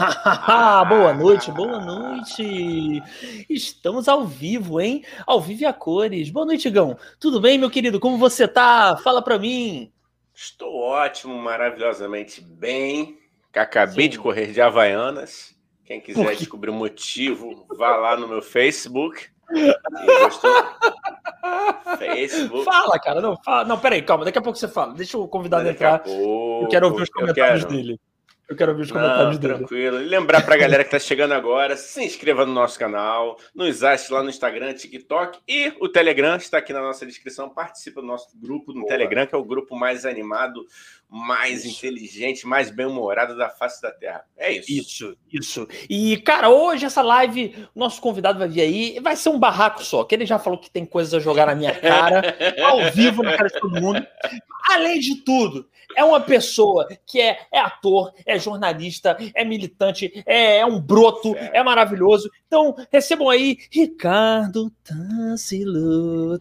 Boa noite, boa noite. Estamos ao vivo, hein? Ao vivo e a cores. Boa noite, Gão. Tudo bem, meu querido? Como você tá? Fala pra mim. Estou ótimo, maravilhosamente bem. Acabei de Sim. correr de Havaianas. Quem Por quiser quê? descobrir o motivo, vá lá no meu Facebook. E gostou? Facebook. Fala, cara. Não, fala. Não, peraí, calma. Daqui a pouco você fala. Deixa o convidado Daqui a entrar. Eu quero ouvir pouco os eu comentários quero. dele. Eu quero ouvir os Não, comentários dele. tranquilo. E lembrar pra galera que tá chegando agora, se inscreva no nosso canal, nos ache lá no Instagram, TikTok e o Telegram está aqui na nossa descrição. Participa do nosso grupo no Telegram, que é o grupo mais animado, mais inteligente, mais bem-humorado da face da Terra. É isso. Isso. E, cara, hoje essa live, o nosso convidado vai vir aí, vai ser um barraco só, que ele já falou que tem coisas a jogar na minha cara, ao vivo na cara de todo mundo. Além de tudo, é uma pessoa que é ator, é jornalista, é militante, é um broto, é maravilhoso. Então, recebam aí Ricardo Tassilo.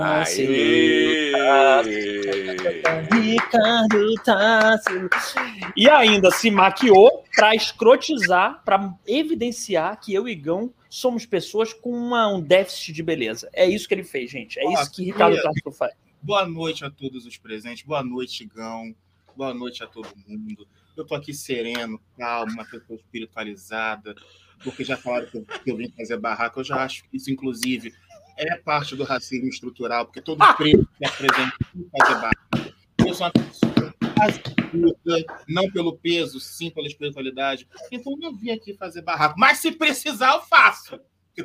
Ricardo Tassilo. E ainda se maquiou para escrotizar, para evidenciar que eu e Gão somos pessoas com um déficit de beleza. É isso que ele fez, gente. É isso que Ricardo Tassilo faz. Boa noite a todos os presentes. Boa noite, Gão. Boa noite a todo mundo. Eu tô aqui sereno, calmo, uma pessoa espiritualizada, porque já falaram que eu vim fazer barraco. Eu já acho que isso, inclusive, é parte do racismo estrutural, porque todo preto que é presente tem que fazer barraco. Eu sou uma pessoa não pelo peso, sim pela espiritualidade. Então eu vim aqui fazer barraco. Mas se precisar, eu faço.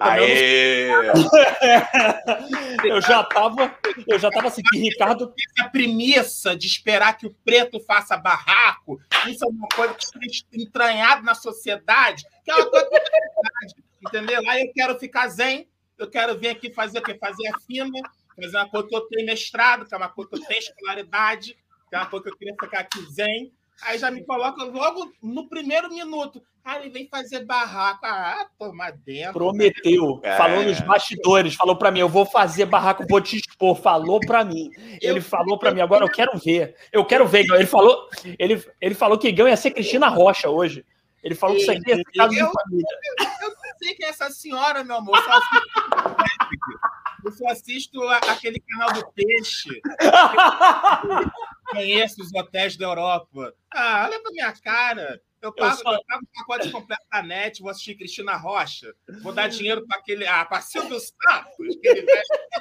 Eu já tava assim, que Ricardo... Essa premissa de esperar que o preto faça barraco, isso é uma coisa que está entranhado na sociedade, que é uma coisa da sociedade, entendeu? Aí eu quero ficar zen, eu quero vir aqui fazer o quê? Fazer a fina, fazer uma coisa que eu tenho mestrado, que é uma coisa que eu tenho escolaridade, que é uma coisa que eu queria ficar aqui zen. Aí já me coloca logo no primeiro minuto. Ele vem fazer barraco. Toma dentro. Prometeu. Falou nos bastidores. Falou pra mim, eu vou fazer barraco, vou te expor. Falou pra mim. Ele falou pra mim, agora eu quero ver. Eu quero ver. Ele falou que Gão ia ser Cristina Rocha hoje. Ele falou que isso aqui é caso de família. Eu não sei quem é essa senhora, meu amor. Eu só assisto aquele canal do Peixe. Conheço os hotéis da Europa. Olha pra minha cara. Eu pago um pacote completo da net, vou assistir Cristina Rocha, vou dar dinheiro para aquele. Para Silvio Santos, que ele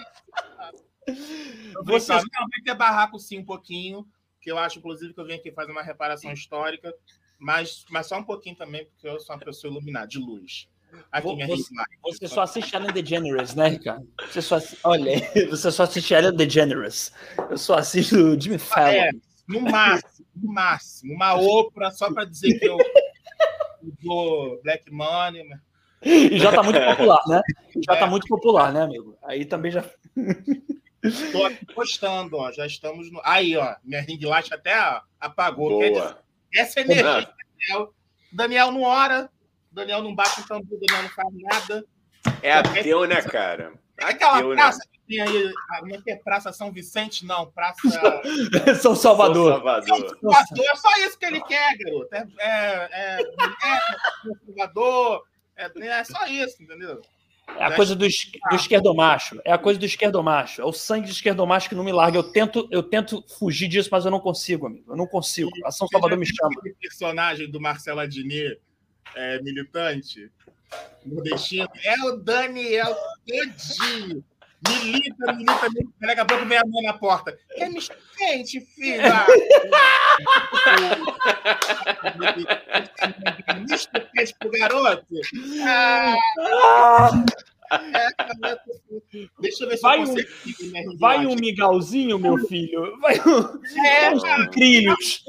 veste. Não, vai ter barraco sim um pouquinho, que eu acho, inclusive, que eu venho aqui fazer uma reparação histórica, mas só um pouquinho também, porque eu sou uma pessoa iluminada, de luz. Aqui você só assiste Ellen DeGeneres, né, Ricardo? Você só assiste Ellen DeGeneres. Eu só assisto Jimmy Fallon. No máximo. Uma Oprah, só para dizer que eu dou Black Money. E já tá muito popular, né? Tá muito popular, né, amigo? Aí também já... Tô aqui postando, ó. Já estamos no... Aí, ó. Minha ring light até apagou. Boa. Essa energia do Daniel. Daniel não ora. Daniel não bate o tambor. Daniel não faz nada. É ateu, né, cara? Aquela praça que tem aí, não é que é Praça São Vicente, não, Praça... São Salvador. É só isso que ele quer, garoto. É Salvador, é só isso, entendeu? É a coisa do esquerdomacho. É a coisa do esquerdomacho. É o sangue do esquerdomacho que não me larga. Eu tento fugir disso, mas eu não consigo, amigo. Eu não consigo. A São Salvador me chama. O personagem do Marcelo Adnet, militante... nordestino, é o Daniel todinho. Milita, daqui a pouco vem a mão na porta. Quer me sente, filha? Me pro garoto? Deixa eu ver se eu consigo. Vai um migalzinho, meu filho. Vai uns crilhos.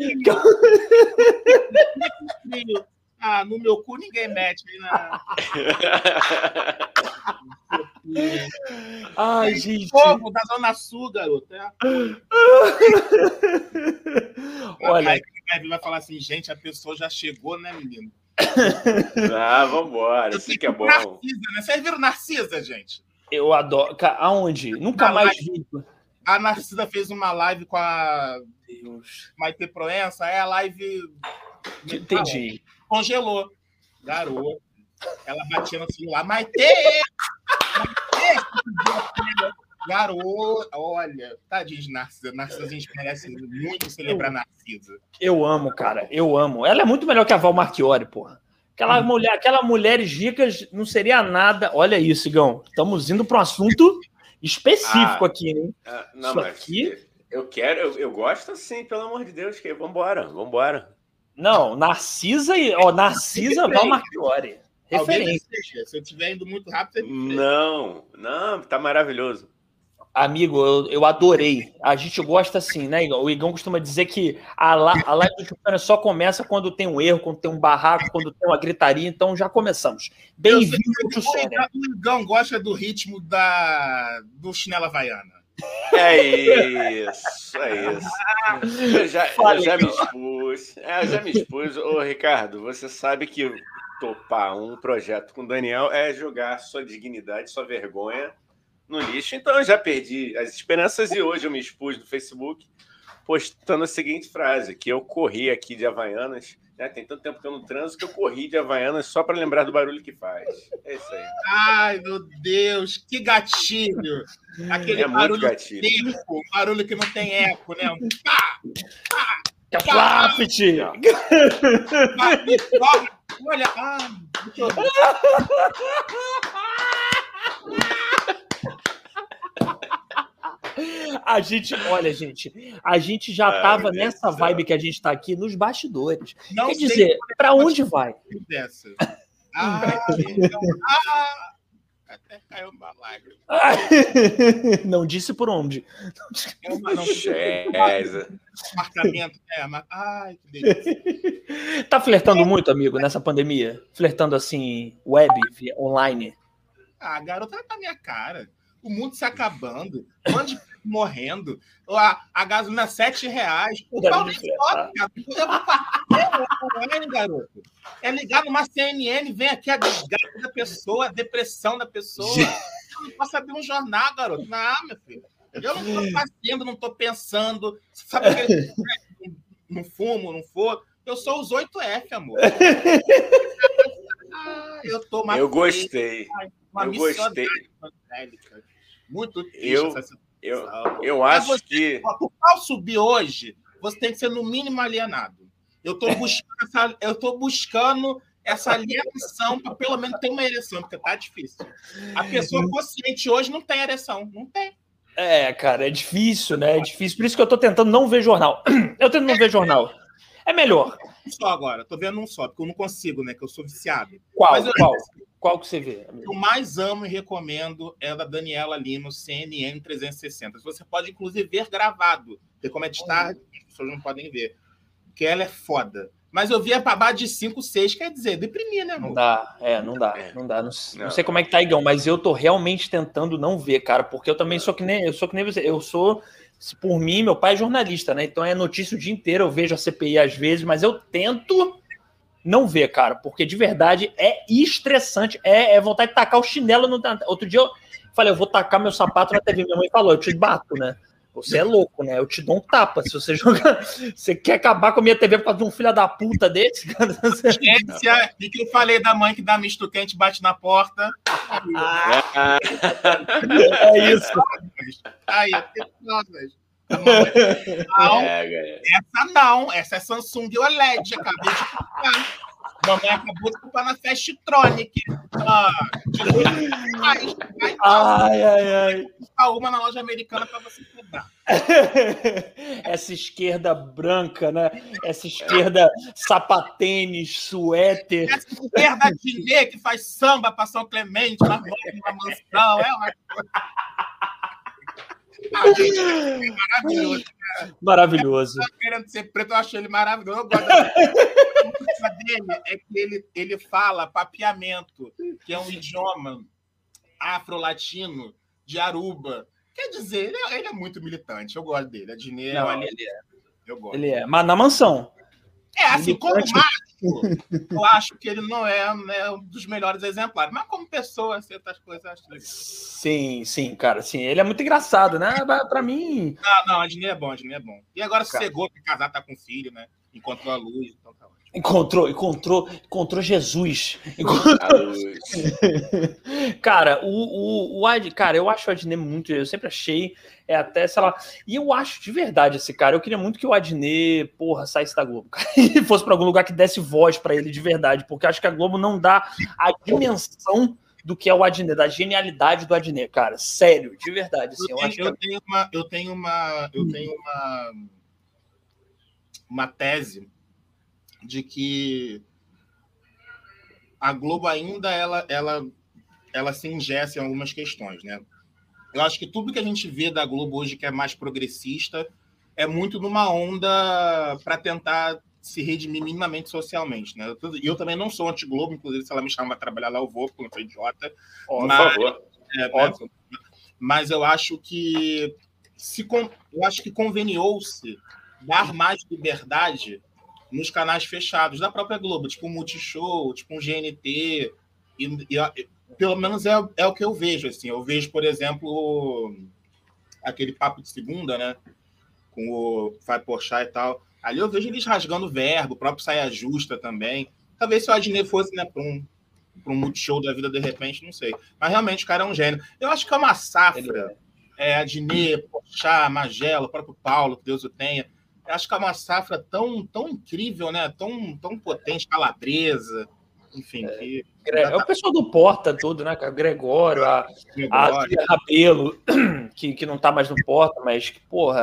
No meu cu ninguém mete. Ai, gente. Povo da Zona Sul, garoto. Olha. Aí vai falar assim, gente, a pessoa já chegou, né, menino? Vambora. Isso que é bom. Narcisa, né? Vocês viram Narcisa, gente? Eu adoro. Aonde? Nunca mais vi. A Narcisa fez uma live com a Maite Proença. A live... Entendi. Congelou. Garoto. Ela batia no celular, Maitê! Garoto, olha, tadinho de Narcisa. Narcisa, a gente merece muito celebrar Narcisa. Eu amo, cara, eu amo. Ela é muito melhor que a Val Marchiori, porra. Aquela mulheres ricas não seria nada. Olha isso, Igão. Estamos indo para um assunto específico aqui, né? Não, isso mas aqui... eu gosto assim, pelo amor de Deus, que vambora. Não, Narcisa Val Marchiori. Referência. Se eu estiver indo muito rápido, Não, tá maravilhoso. Amigo, eu adorei. A gente gosta assim, né, Igão? O Igão costuma dizer que a live do Tucano só começa quando tem um erro, quando tem um barraco, quando tem uma gritaria. Então já começamos. Bem-vindo ao Tucano. O Igão gosta do ritmo do chinela havaiana. É isso. Eu já me expus. Ô, Ricardo, você sabe que topar um projeto com o Daniel é jogar sua dignidade, sua vergonha no lixo. Então eu já perdi as esperanças e hoje eu me expus no Facebook postando a seguinte frase, que eu corri aqui de Havaianas, né? Tem tanto tempo que eu não transo que eu corri de Havaianas só para lembrar do barulho que faz. É isso aí. Ai, meu Deus, que gatilho! Aquele barulho gatilho. Tempo, barulho que não tem eco, né? Pá! Caplápite! Olha, a gente já estava nessa vibe que a gente está aqui nos bastidores. Não Quer dizer, para onde vai? Até caiu uma lágrima. Não disse por onde. Marcamento, ai, que delícia. Tá flertando muito, amigo, nessa pandemia? Flertando assim, web, online? Garota, tá na minha cara. O mundo se acabando, um monte de morrendo, a gasolina R$7. O pau nem sobe, cara. Eu vou fazer online, garoto. É ligar numa CNN, vem aqui a desgraça da pessoa, a depressão da pessoa. Eu não posso abrir um jornal, garoto. Não, meu filho. Eu não tô fazendo, não tô pensando. Sabe aquele... Não fumo, não for. Eu sou os 8F, amor. Eu gostei. Eu gostei. Muito triste essa situação. Eu acho que... O pau subir hoje, você tem que ser no mínimo alienado. Eu tô buscando essa alienação para pelo menos ter uma ereção, porque tá difícil. A pessoa consciente hoje não tem ereção. Não tem. Cara, é difícil, né? É difícil. Por isso que eu tô tentando não ver jornal. Eu tento não ver jornal. É melhor. Só agora. Tô vendo um só, porque eu não consigo, né? Que eu sou viciado. Qual que você vê? O que eu mais amo e recomendo é da Daniela Lino, CNN 360. Você pode, inclusive, ver gravado. Porque como é de tarde, as pessoas não podem ver. Porque ela é foda. Mas eu vi a babá de 5, 6, quer dizer, deprimir, né, amor? Não dá. Não sei como é que tá, Igão, mas eu tô realmente tentando não ver, cara, porque eu também sou que nem você. Eu sou, por mim, meu pai é jornalista, né? Então é notícia o dia inteiro, eu vejo a CPI às vezes, mas eu tento não ver, cara, porque de verdade é estressante, é vontade de tacar o chinelo no... Outro dia eu falei, eu vou tacar meu sapato na TV, minha mãe falou, eu te bato, né? Você é louco, né? Eu te dou um tapa. Se você jogar. Você quer acabar com a minha TV por causa de um filho da puta desse? E que eu falei da mãe que dá misto quente, bate na porta. É isso. Aí, essa é Samsung OLED. Acabei de comprar. Mamãe acabou de comprar na Fasttronic. Ai. Uma na loja americana para você cuidar. Essa esquerda branca, né? Essa esquerda sapatênis, suéter. Essa esquerda Dinê que faz samba para São Clemente, na mansão. É uma coisa. Gente, é maravilhoso. Cara. Maravilhoso. Querendo ser preto, eu acho ele maravilhoso. Eu gosto dele é que ele fala papiamento, que é um idioma afro-latino de Aruba. Quer dizer, ele é muito militante. Eu gosto dele. A Dinê, eu gosto. Ele é, mas na mansão. Assim, como macho, eu acho que ele não é um dos melhores exemplares. Mas como pessoa, certas coisas eu acho legal. Sim, cara. Sim, ele é muito engraçado, né? Pra mim... Não, a Dinê é bom, E agora sossegou, porque casar, tá com filho, né? Encontrou a luz, então tá ótimo. Encontrou Jesus. A luz. Cara, cara, eu acho o Adnet muito. Eu sempre achei, até, sei lá. E eu acho de verdade esse cara. Eu queria muito que o Adnet, porra, saísse da Globo, cara, e fosse pra algum lugar que desse voz pra ele de verdade, porque acho que a Globo não dá a dimensão do que é o Adnet, da genialidade do Adnet, cara. Sério, de verdade. Assim, Eu tenho uma tese de que a Globo ainda ela se ingessa em algumas questões, né? Eu acho que tudo que a gente vê da Globo hoje que é mais progressista é muito numa onda para tentar se redimir minimamente socialmente, né? Eu também não sou anti-Globo, inclusive se ela me chama para trabalhar lá eu vou, porque eu não sou idiota. Por favor. Mas eu acho que conveniou-se dar mais liberdade nos canais fechados da própria Globo, tipo um Multishow, tipo um GNT, pelo menos é o que eu vejo, assim. Eu vejo, por exemplo, aquele Papo de Segunda, né? Com o Fábio Porchat e tal. Ali eu vejo eles rasgando verbo, o próprio Saia Justa também. Talvez se o Adnet fosse, né, para um Multishow da vida de repente, não sei. Mas realmente o cara é um gênio. Eu acho que é uma safra. Adnet, Porchat, Magela, o próprio Paulo, que Deus o tenha. Eu acho que é uma safra tão incrível, né? Tão potente, Calabresa, enfim. É o pessoal do Porta tudo, né? Gregório, a Rabelo, que não tá mais no Porta, mas que, porra,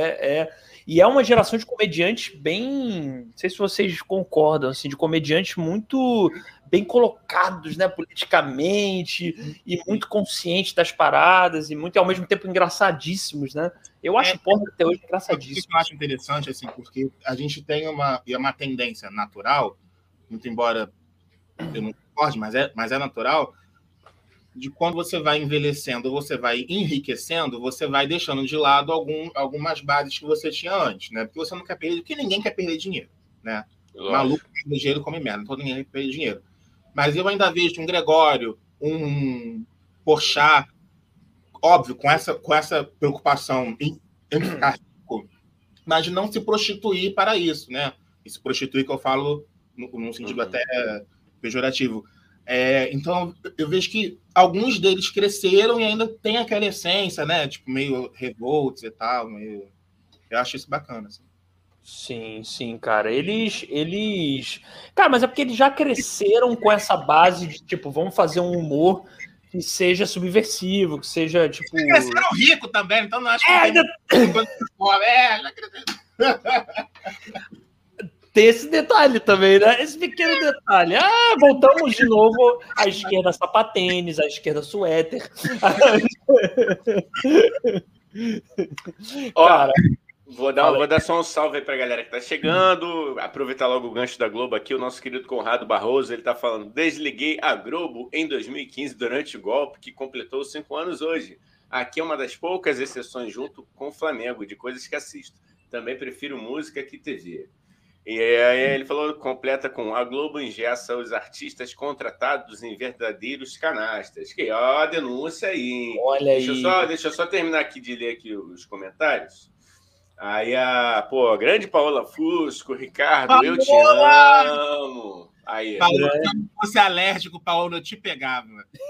e é uma geração de comediantes bem, não sei se vocês concordam, assim, de comediantes muito bem colocados, né, politicamente, e muito conscientes das paradas, e muito, ao mesmo tempo, engraçadíssimos, né? Eu acho o Porta até hoje engraçadíssimo. Eu acho interessante, assim, porque a gente tem uma tendência natural, muito embora eu não concorde, mas é natural, de quando você vai envelhecendo, você vai enriquecendo, você vai deixando de lado algumas bases que você tinha antes, né? Porque você não quer perder, porque ninguém quer perder dinheiro, né? Lógico. Maluco perde dinheiro come merda, todo ninguém quer perder dinheiro. Mas eu ainda vejo um Gregório, um Porchat, óbvio, com essa preocupação em ficar rico, mas de não se prostituir para isso, né? E se prostituir, que eu falo num sentido até pejorativo. Então, eu vejo que alguns deles cresceram e ainda tem aquela essência, né? Tipo, meio revoltos e tal. Eu acho isso bacana, assim. Sim, cara. Eles. Cara, mas é porque eles já cresceram com essa base de, tipo, vamos fazer um humor que seja subversivo, que seja, tipo... Eles cresceram rico também, então não acho que... ainda... Tem esse detalhe também, né? Esse pequeno detalhe. Voltamos de novo à esquerda sapatênis, à esquerda suéter. Cara, vou dar só um salve aí pra galera que tá chegando. Aproveitar logo o gancho da Globo aqui. O nosso querido Conrado Barroso, ele tá falando: desliguei a Globo em 2015 durante o golpe que completou 5 anos hoje. Aqui é uma das poucas exceções junto com o Flamengo, de coisas que assisto. Também prefiro música que TV. E aí ele falou, completa com: a Globo engessa os artistas contratados em verdadeiros canastas. Que ó, a denúncia aí, hein? Olha aí. Deixa eu só terminar aqui de ler aqui os comentários. Aí a grande Paola Fusco, Ricardo, Paola! Eu te amo. Aí, Paulo, se fosse alérgico, Paulo, eu te pegava.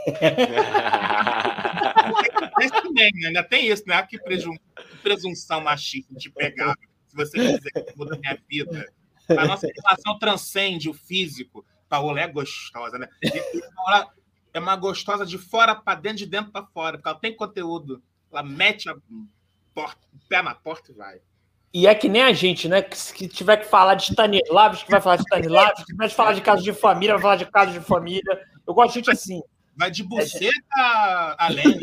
Ainda tem isso, né? Que presunção machista, te pegava. Se você quiser que muda a minha vida. A nossa relação transcende o físico. Paola é gostosa, né? Paola é uma gostosa de fora para dentro, de dentro para fora, porque ela tem conteúdo. Ela mete o pé na porta e vai. E é que nem a gente, né? Que tiver que falar de Stanislavski, vai falar de Stanislavski. Se tiver que falar de casos de família, vai falar de casos de família. Eu gosto de gente assim. Vai de buceta além.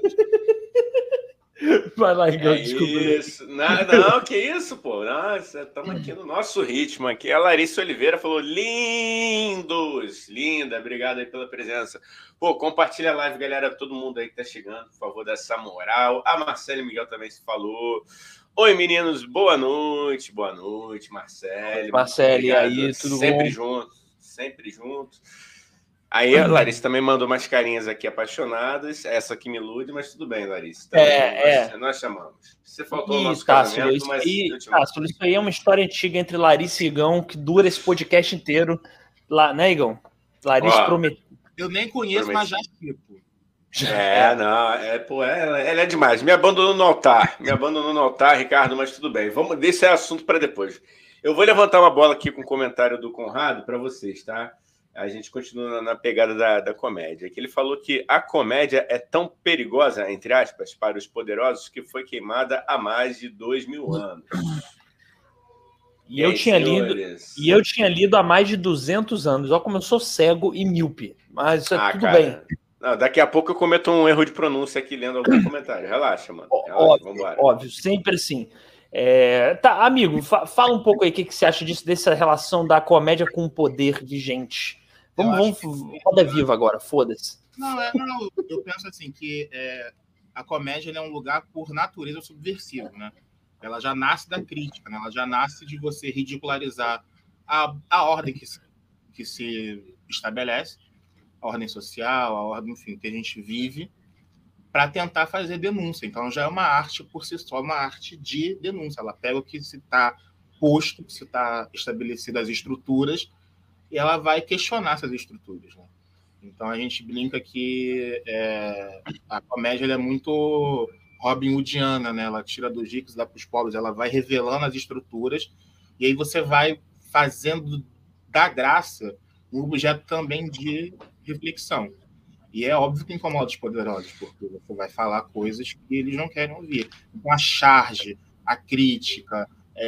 Vai lá, Igor, isso. Não, que isso, pô. Nossa, estamos aqui no nosso ritmo aqui. A Larissa Oliveira falou: lindos! Linda, obrigado aí pela presença. Pô, compartilha a live, galera. Todo mundo aí que tá chegando, por favor, dá essa moral. A Marcele Miguel também se falou. Oi, meninos, boa noite, Marcele. Marcele, aí, tudo sempre bom? Juntos, sempre juntos. Aí a Larissa também mandou umas carinhas aqui apaixonadas. Essa aqui me ilude, mas tudo bem, Larissa. Nós chamamos. Você faltou o nosso casamento, mas eu te mando. Tássilo, isso aí é uma história antiga entre Larissa e Igão, que dura esse podcast inteiro. Lá, né, Igão? Larissa prometeu. Eu nem conheço, mas já tipo. Ela é demais. Me abandonou no altar, Ricardo, mas tudo bem. Vamos deixar esse assunto para depois. Eu vou levantar uma bola aqui com o comentário do Conrado para vocês, tá? A gente continua na pegada da comédia. Que ele falou que a comédia é tão perigosa, entre aspas, para os poderosos, que foi queimada há mais de 2000 anos. E eu tinha lido há mais de 200 anos. Olha como eu sou cego e míope. Mas tudo bem. Não, daqui a pouco eu cometo um erro de pronúncia aqui lendo algum comentário. Relaxa, mano. Óbvio, sempre assim. Tá, amigo, fala um pouco aí o que você acha disso, dessa relação da comédia com o poder vigente. Vamos roda viva agora, foda-se. Eu penso assim, que a comédia é um lugar, por natureza, subversivo, né? Ela já nasce da crítica, né? Ela já nasce de você ridicularizar a ordem que se estabelece, a ordem social, a ordem, enfim, que a gente vive, para tentar fazer denúncia. Então, já é uma arte por si só, uma arte de denúncia. Ela pega o que se está posto, que se está estabelecido as estruturas, e ela vai questionar essas estruturas, né? Então, a gente brinca que a comédia é muito Robin Hoodiana, né? Ela tira dos ricos e dá para os pobres, ela vai revelando as estruturas, e aí você vai fazendo da graça um objeto também de reflexão. E é óbvio que incomoda os poderosos, porque você vai falar coisas que eles não querem ouvir. Então, a charge, a crítica,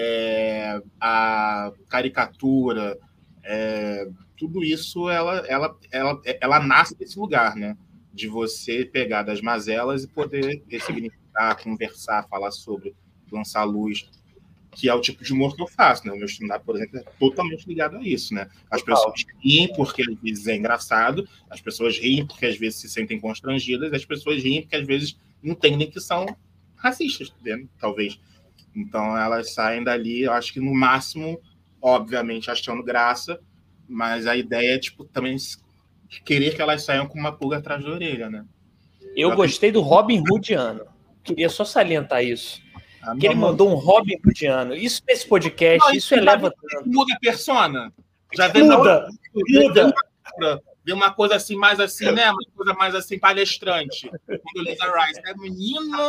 a caricatura, tudo isso ela nasce desse lugar, né? De você pegar das mazelas e poder ressignificar, conversar, falar sobre, lançar luz, que é o tipo de humor que eu faço, né? O meu stand-up, por exemplo, é totalmente ligado a isso, né? As pessoas riem porque às vezes é engraçado, as pessoas riem porque às vezes se sentem constrangidas, as pessoas riem porque às vezes entendem que são racistas, né? Talvez. Então elas saem dali, eu acho que no máximo, obviamente, achando graça, mas a ideia é, tipo, também querer que elas saiam com uma pulga atrás da orelha, né? Eu gostei do Robin Hoodiano. Queria só salientar isso. Que ele mandou um Robin Hoodiano. Isso nesse podcast, isso eleva tanto. Muda a persona. Já muda. Vê uma coisa assim, mais assim, né? Uma coisa mais assim, palestrante. Condoleezza Rice. Menino,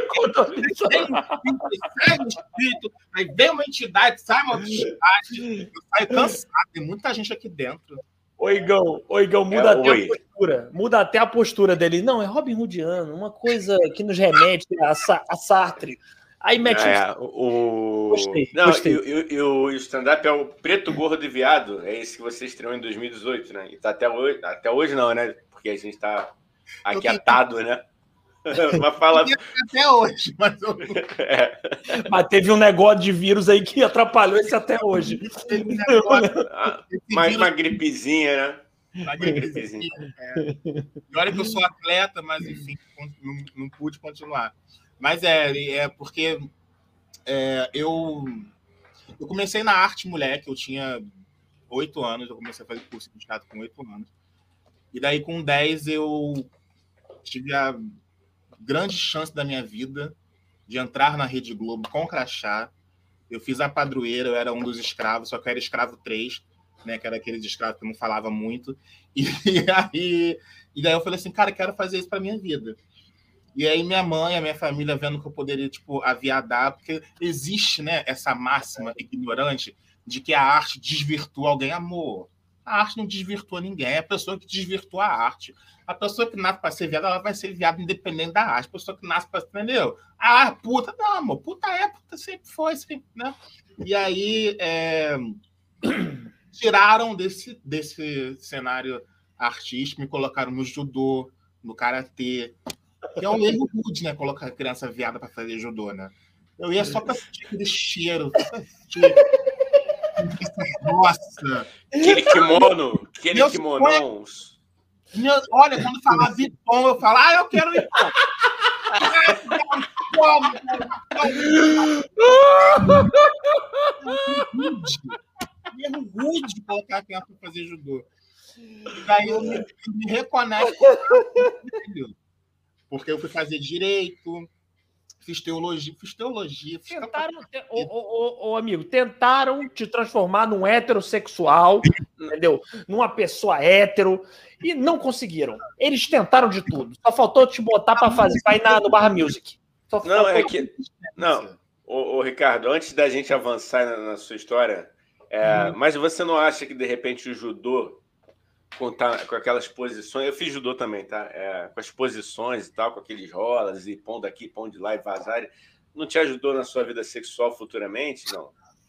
sai no espírito, aí vem uma entidade, sai uma entidade. Eu saio cansado, tem muita gente aqui dentro. Oi, Igão, muda até a postura. Muda até a postura dele. Não, é Robin Hoodiano, uma coisa que nos remete a Sartre. Aí mete Gostei. E o stand-up é o Preto Gordo e Viado. É esse que você estreou em 2018, né? E tá até hoje não, né? Porque a gente tá aqui atado, né? Mas fala... Até hoje. Mas teve um negócio de vírus aí que atrapalhou esse até hoje. Teve um negócio... uma gripezinha, né? Uma gripezinha. E olha que eu sou atleta, mas enfim, não pude continuar. Mas porque eu comecei na arte, moleque. Eu tinha 8 anos, eu comecei a fazer curso de teatro com 8 anos. E daí, com 10, eu tive a grande chance da minha vida de entrar na Rede Globo com crachá. Eu fiz a padroeira, eu era um dos escravos, só que eu era escravo 3, né, que era aqueles escravos que eu não falava muito. E daí eu falei assim, cara, eu quero fazer isso para minha vida. E aí minha mãe, a minha família, vendo que eu poderia, tipo, aviadar, porque existe, né, essa máxima ignorante de que a arte desvirtua alguém. Amor, a arte não desvirtua ninguém, é a pessoa que desvirtua a arte. A pessoa que nasce para ser viada, ela vai ser viada independente da arte. A pessoa que nasce para ser, entendeu? Puta, não, amor, puta sempre foi, sempre, né? E aí tiraram desse cenário artístico, me colocaram no judô, no karatê, que é um erro rude, né? Colocar a criança viada para fazer judô, né? Eu ia só para sentir aquele cheiro. Nossa! Aquele kimono. Olha, quando falar Viton, eu falo, eu quero Viton. Erro rude colocar a criança para fazer judô. Daí eu me reconecto. Porque eu fui fazer direito, fiz teologia. Tentaram, amigo, tentaram te transformar num heterossexual, entendeu? Numa pessoa hétero, e não conseguiram. Eles tentaram de tudo. Só faltou te botar para ir no Barra Music. Não, é que... Não, ô, Ricardo, antes da gente avançar na sua história, mas você não acha que, de repente, o judô, com aquelas posições... Eu fiz judô também, tá? Com as posições e tal, com aqueles rolas e pão daqui, pão de lá e vazar, não te ajudou na sua vida sexual futuramente, não?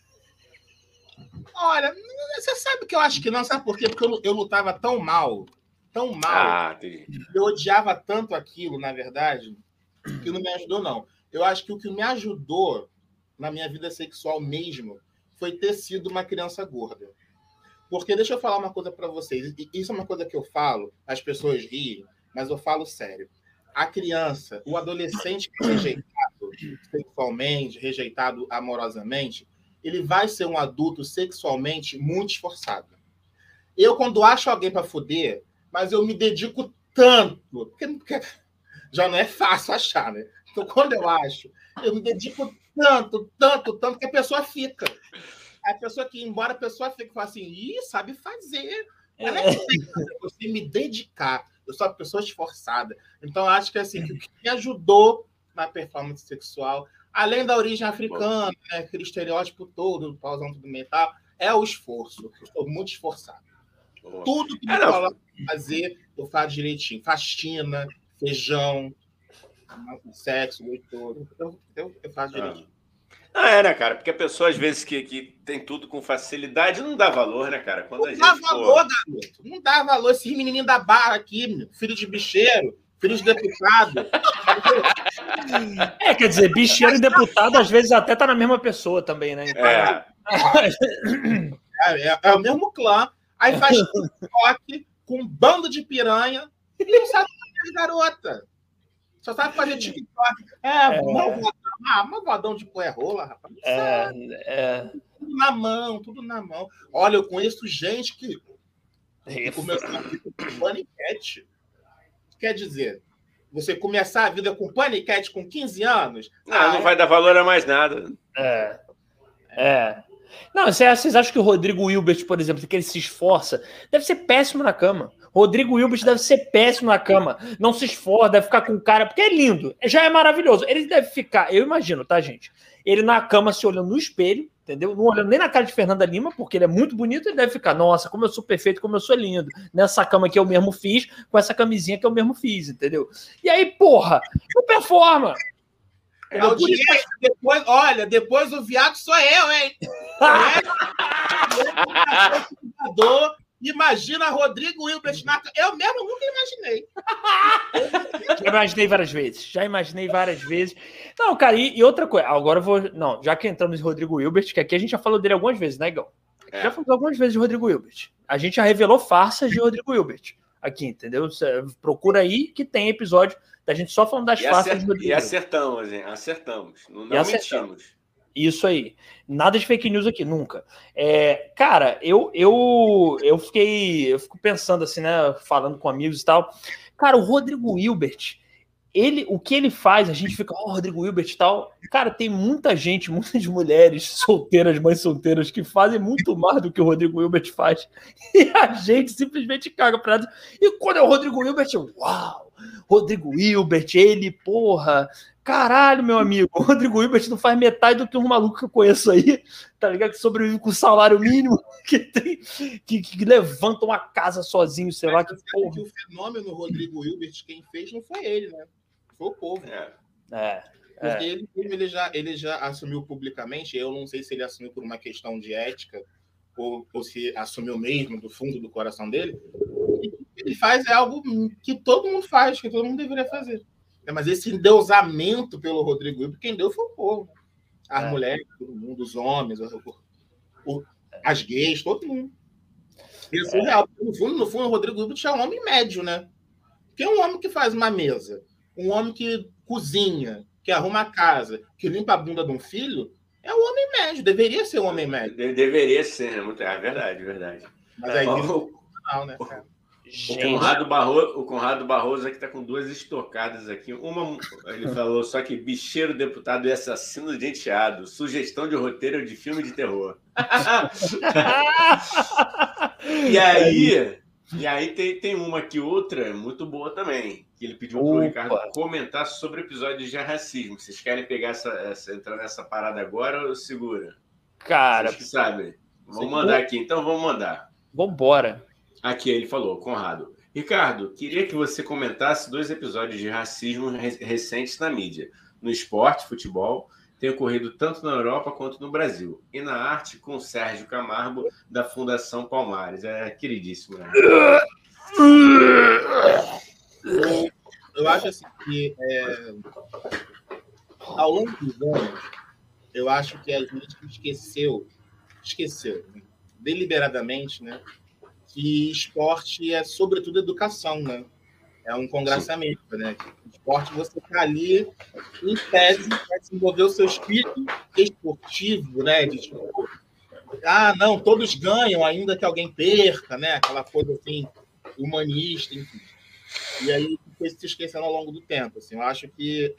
Olha, você sabe que eu acho que não, sabe por quê? Porque eu lutava tão mal, entendi. Eu odiava tanto aquilo, na verdade, que não me ajudou, não. Eu acho que o que me ajudou na minha vida sexual mesmo foi ter sido uma criança gorda. Porque deixa eu falar uma coisa para vocês. Isso é uma coisa que eu falo, as pessoas riem, mas eu falo sério. A criança, o adolescente que é rejeitado sexualmente, rejeitado amorosamente, ele vai ser um adulto sexualmente muito esforçado. Eu, quando acho alguém para foder, mas eu me dedico tanto, porque já não é fácil achar, né? Então, quando eu me dedico tanto, que a pessoa fica. A pessoa que, embora a pessoa fique, fala assim, sabe fazer. Ela é você me dedicar. Eu sou uma pessoa esforçada. Então, acho que assim, que o que me ajudou na performance sexual, além da origem africana, né, aquele estereótipo todo, do pauzão tudo metal, é o esforço. Eu estou muito esforçado. Tudo que me coloca para fazer, eu faço direitinho. Faxina, feijão, sexo, todo. Eu faço direitinho. Né, cara? Porque a pessoa, às vezes, que tem tudo com facilidade, não dá valor, né, cara? Quando não dá valor, garoto. Não dá valor. Esses menininhos da barra aqui, filho de bicheiro, filho de deputado. Quer dizer, bicheiro e deputado, às vezes, até tá na mesma pessoa também, né? Então, é o mesmo clã. Aí faz TikTok com um bando de piranha e não sabe fazer garota. Só sabe fazer TikTok. Malvadão de rola, rapaz. Tudo na mão. Olha, eu conheço gente que começou a vida com paniquete. Quer dizer, você começar a vida com paniquete com 15 anos... Não vai dar valor a mais nada. Não, vocês acham que o Rodrigo Hilbert, por exemplo, que ele se esforça, deve ser péssimo na cama. Rodrigo Hilbert deve ser péssimo na cama. Não se esforça, deve ficar com o cara... Porque é lindo, já é maravilhoso. Ele deve ficar... Eu imagino, tá, gente? Ele na cama se olhando no espelho, entendeu? Não olhando nem na cara de Fernanda Lima, porque ele é muito bonito, ele deve ficar, nossa, como eu sou perfeito, como eu sou lindo. Nessa cama que eu mesmo fiz, com essa camisinha que eu mesmo fiz, entendeu? E aí, porra, não performa. Depois o viado sou eu, hein? Imagina Rodrigo Hilbert na... Eu mesmo nunca imaginei. Já imaginei várias vezes. Não, cara, e outra coisa. Agora eu vou... Não, já que entramos em Rodrigo Hilbert, que aqui a gente já falou dele algumas vezes, né, Igão? Já falamos algumas vezes de Rodrigo Hilbert. A gente já revelou farsas de Rodrigo Hilbert aqui, entendeu? Você procura aí que tem episódio da gente só falando das farsas de Rodrigo Hilbert. Acertamos. Não mentimos. Isso aí. Nada de fake news aqui, nunca. Cara, eu fico pensando assim, né? Falando com amigos e tal. Cara, o Rodrigo Hilbert, o que ele faz, a gente fica, Rodrigo Hilbert e tal. Cara, tem muitas mulheres solteiras, mães solteiras, que fazem muito mais do que o Rodrigo Hilbert faz. E a gente simplesmente caga pra nada. E quando é o Rodrigo Hilbert, uau! Rodrigo Hilbert, ele, porra... Caralho, meu amigo, o Rodrigo Hilbert não faz metade do que um maluco que eu conheço aí, tá ligado? Que sobrevive com salário mínimo, que levanta uma casa sozinho, sei lá. Que porra. O fenômeno Rodrigo Hilbert, quem fez não foi ele, né? Foi o povo. Porque ele já assumiu publicamente, eu não sei se ele assumiu por uma questão de ética ou se assumiu mesmo do fundo do coração dele. Ele faz algo que todo mundo faz, que todo mundo deveria fazer. Mas esse endeusamento pelo Rodrigo Hilbert, quem deu foi o povo. As mulheres, todo mundo, os homens, as gays, todo mundo. Isso é real. No fundo, o Rodrigo Hilbert é um homem médio, né? Que é um homem que faz uma mesa, um homem que cozinha, que arruma a casa, que limpa a bunda de um filho, é um homem médio, deveria ser um homem médio. Deveria ser, é verdade. Mas aí sensacional, né, cara? O Conrado Barroso aqui tá com 2 estocadas aqui. Uma, ele falou só que bicheiro, deputado e assassino de enteado. Sugestão de roteiro de filme de terror. E aí tem uma aqui, outra, muito boa também, que ele pediu pro Ricardo comentar sobre episódios de racismo. Vocês querem pegar entrar nessa parada agora ou segura? Cara... Vocês que sabem. Vamos mandar aqui, então vamos mandar. Vambora. Aqui ele falou, Conrado. Ricardo, queria que você comentasse 2 episódios de racismo recentes na mídia. No esporte, futebol, tem ocorrido tanto na Europa quanto no Brasil. E na arte, com o Sérgio Camargo, da Fundação Palmares. É queridíssimo, né? Eu acho assim que ao longo dos anos, eu acho que a gente esqueceu deliberadamente, né, que esporte é, sobretudo, educação, né? É um congraçamento, né? O esporte, você está ali, em tese, para desenvolver o seu espírito esportivo, né? De tipo, não, todos ganham, ainda que alguém perca, né? Aquela coisa assim, humanista, enfim. E aí foi se esquecendo ao longo do tempo. Assim, eu acho que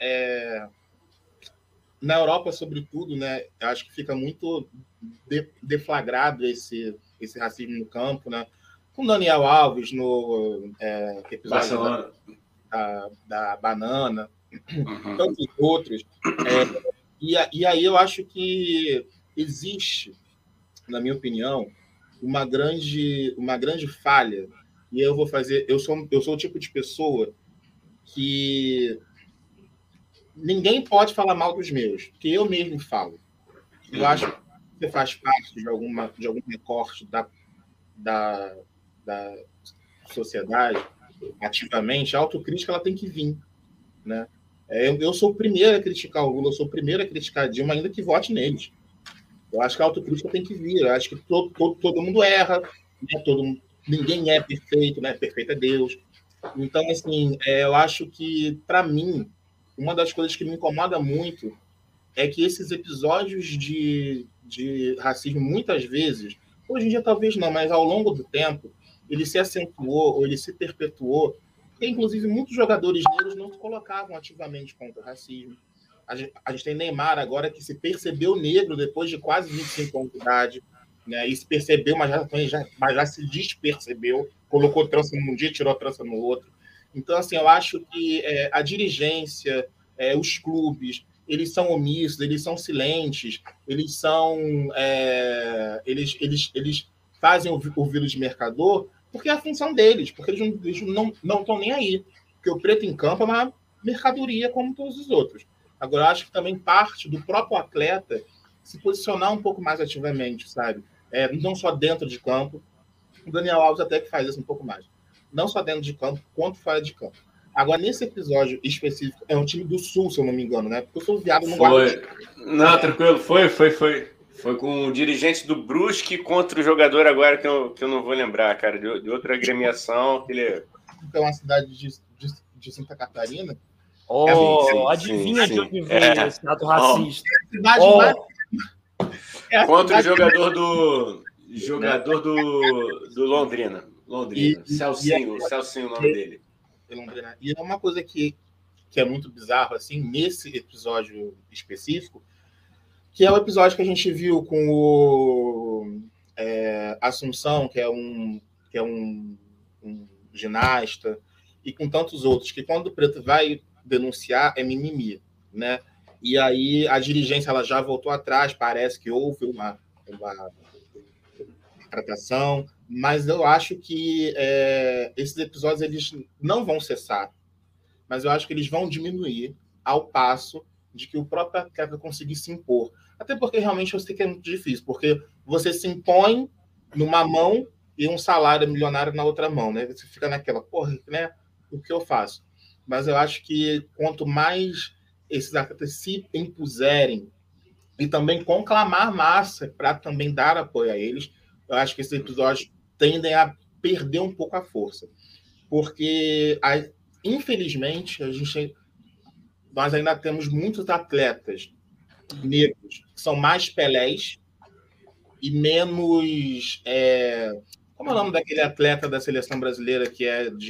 na Europa, sobretudo, né? Eu acho que fica muito deflagrado esse racismo no campo, né? Com Daniel Alves no episódio da banana, tantos outros. E aí eu acho que existe, na minha opinião, uma grande falha. E eu vou fazer... Eu sou o tipo de pessoa que ninguém pode falar mal dos meus, porque eu mesmo falo. Eu acho que você faz parte de algum recorte da sociedade ativamente, a autocrítica ela tem que vir, né? Eu sou o primeiro a criticar o Lula, eu sou o primeiro a criticar a Dilma, ainda que vote neles. Eu acho que a autocrítica tem que vir. Eu acho que todo mundo erra, né? Ninguém é perfeito, né? Perfeito é Deus. Então, assim, eu acho que, para mim, uma das coisas que me incomoda muito é que esses episódios de racismo, muitas vezes, hoje em dia talvez não, mas ao longo do tempo, ele se acentuou ou ele se perpetuou, porque, inclusive, muitos jogadores negros não se colocavam ativamente contra o racismo. A gente tem Neymar agora, que se percebeu negro depois de quase 25 anos de idade, né? E se percebeu, mas já se despercebeu, colocou trança num dia, tirou trança no outro. Então, assim, eu acho que a dirigência, os clubes, eles são omissos, eles são silentes, eles são... Eles fazem o vírus de mercador porque é a função deles, porque eles não estão nem aí. Porque o preto em campo é uma mercadoria como todos os outros. Agora, eu acho que também parte do próprio atleta se posicionar um pouco mais ativamente, sabe? Não só dentro de campo. O Daniel Alves até que faz isso um pouco mais. Não só dentro de campo, quanto fora de campo. Agora, nesse episódio específico, é um time do Sul, se eu não me engano, né? Porque eu sou viado, não guardo. Não, tranquilo. Foi com o dirigente do Brusque contra o jogador agora que eu não vou lembrar, cara, de outra agremiação. Que ele... É uma cidade de Santa Catarina. Adivinha de onde veio esse ato racista? Contra o jogador do Londrina. Celcinho o nome dele. E é uma coisa que é muito bizarro, assim, nesse episódio específico, que é o episódio que a gente viu com o Assunção, que é um ginasta, e com tantos outros, que quando o preto vai denunciar é mimimi, né? E aí a dirigência ela já voltou atrás, parece que houve uma tratação, mas eu acho que esses episódios eles não vão cessar, mas eu acho que eles vão diminuir ao passo de que o próprio atleta conseguir se impor. Até porque realmente eu sei que é muito difícil, porque você se impõe numa mão e um salário milionário na outra mão, né? Você fica naquela, porra, né? O que eu faço? Mas eu acho que quanto mais esses atletas se impuserem e também conclamar massa para também dar apoio a eles, eu acho que esses episódios tendem a perder um pouco a força. Porque, infelizmente, nós ainda temos muitos atletas negros que são mais Pelés e menos Como é o nome daquele atleta da seleção brasileira que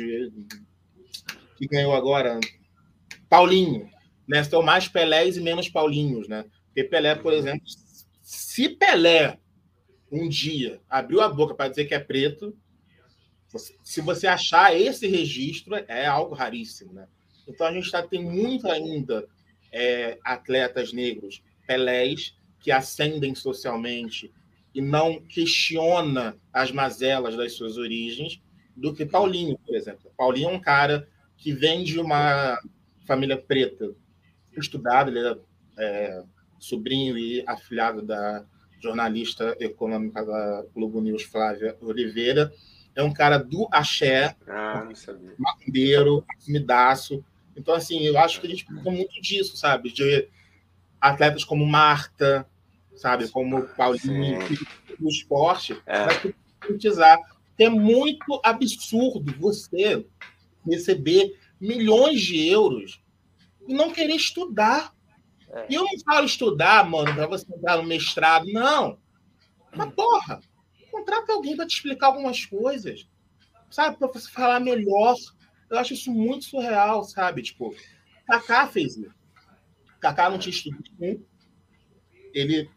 ganhou agora? Paulinho, né? São mais Pelés e menos Paulinhos, né? Porque Pelé, por exemplo, se Pelé um dia abriu a boca para dizer que é preto, se você achar esse registro, é algo raríssimo, né? Então a gente tem muito ainda atletas negros, Pelés, que ascendem socialmente e não questiona as mazelas das suas origens, do que Paulinho, por exemplo. Paulinho é um cara que vem de uma família preta, estudado, ele é sobrinho e afilhado da jornalista econômica da Globo News, Flávia Oliveira. É um cara do axé, macumbeiro, assumidaço. Então, assim, eu acho que a gente precisa muito disso, sabe? De atletas como Marta, sabe? Como Paulinho, do esporte, mas precisar. É muito absurdo você receber milhões de euros e não querer estudar. E eu não falo estudar, mano, para você entrar no mestrado, não. Mas, porra, contrata alguém para te explicar algumas coisas, sabe? Para você falar melhor. Eu acho isso muito surreal, sabe? Tipo, Kaká fez isso. Kaká não tinha estudo nenhum. Ele,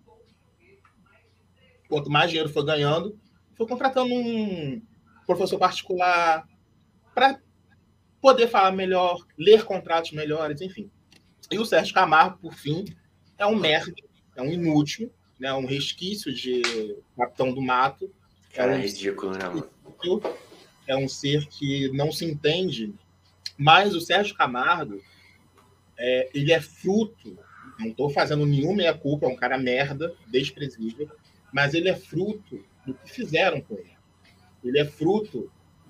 quanto mais dinheiro foi ganhando, foi contratando um professor particular para poder falar melhor, ler contratos melhores, enfim. E o Sérgio Camargo, por fim, é um merda, é um inútil, né? Um resquício de Capitão do Mato. Cara, é ridículo, né, mano? É um ser que não se entende, mas o Sérgio Camargo, ele é fruto, não estou fazendo nenhuma meia-culpa, é um cara merda, desprezível, mas ele é fruto do que fizeram com ele. Ele é fruto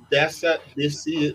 desse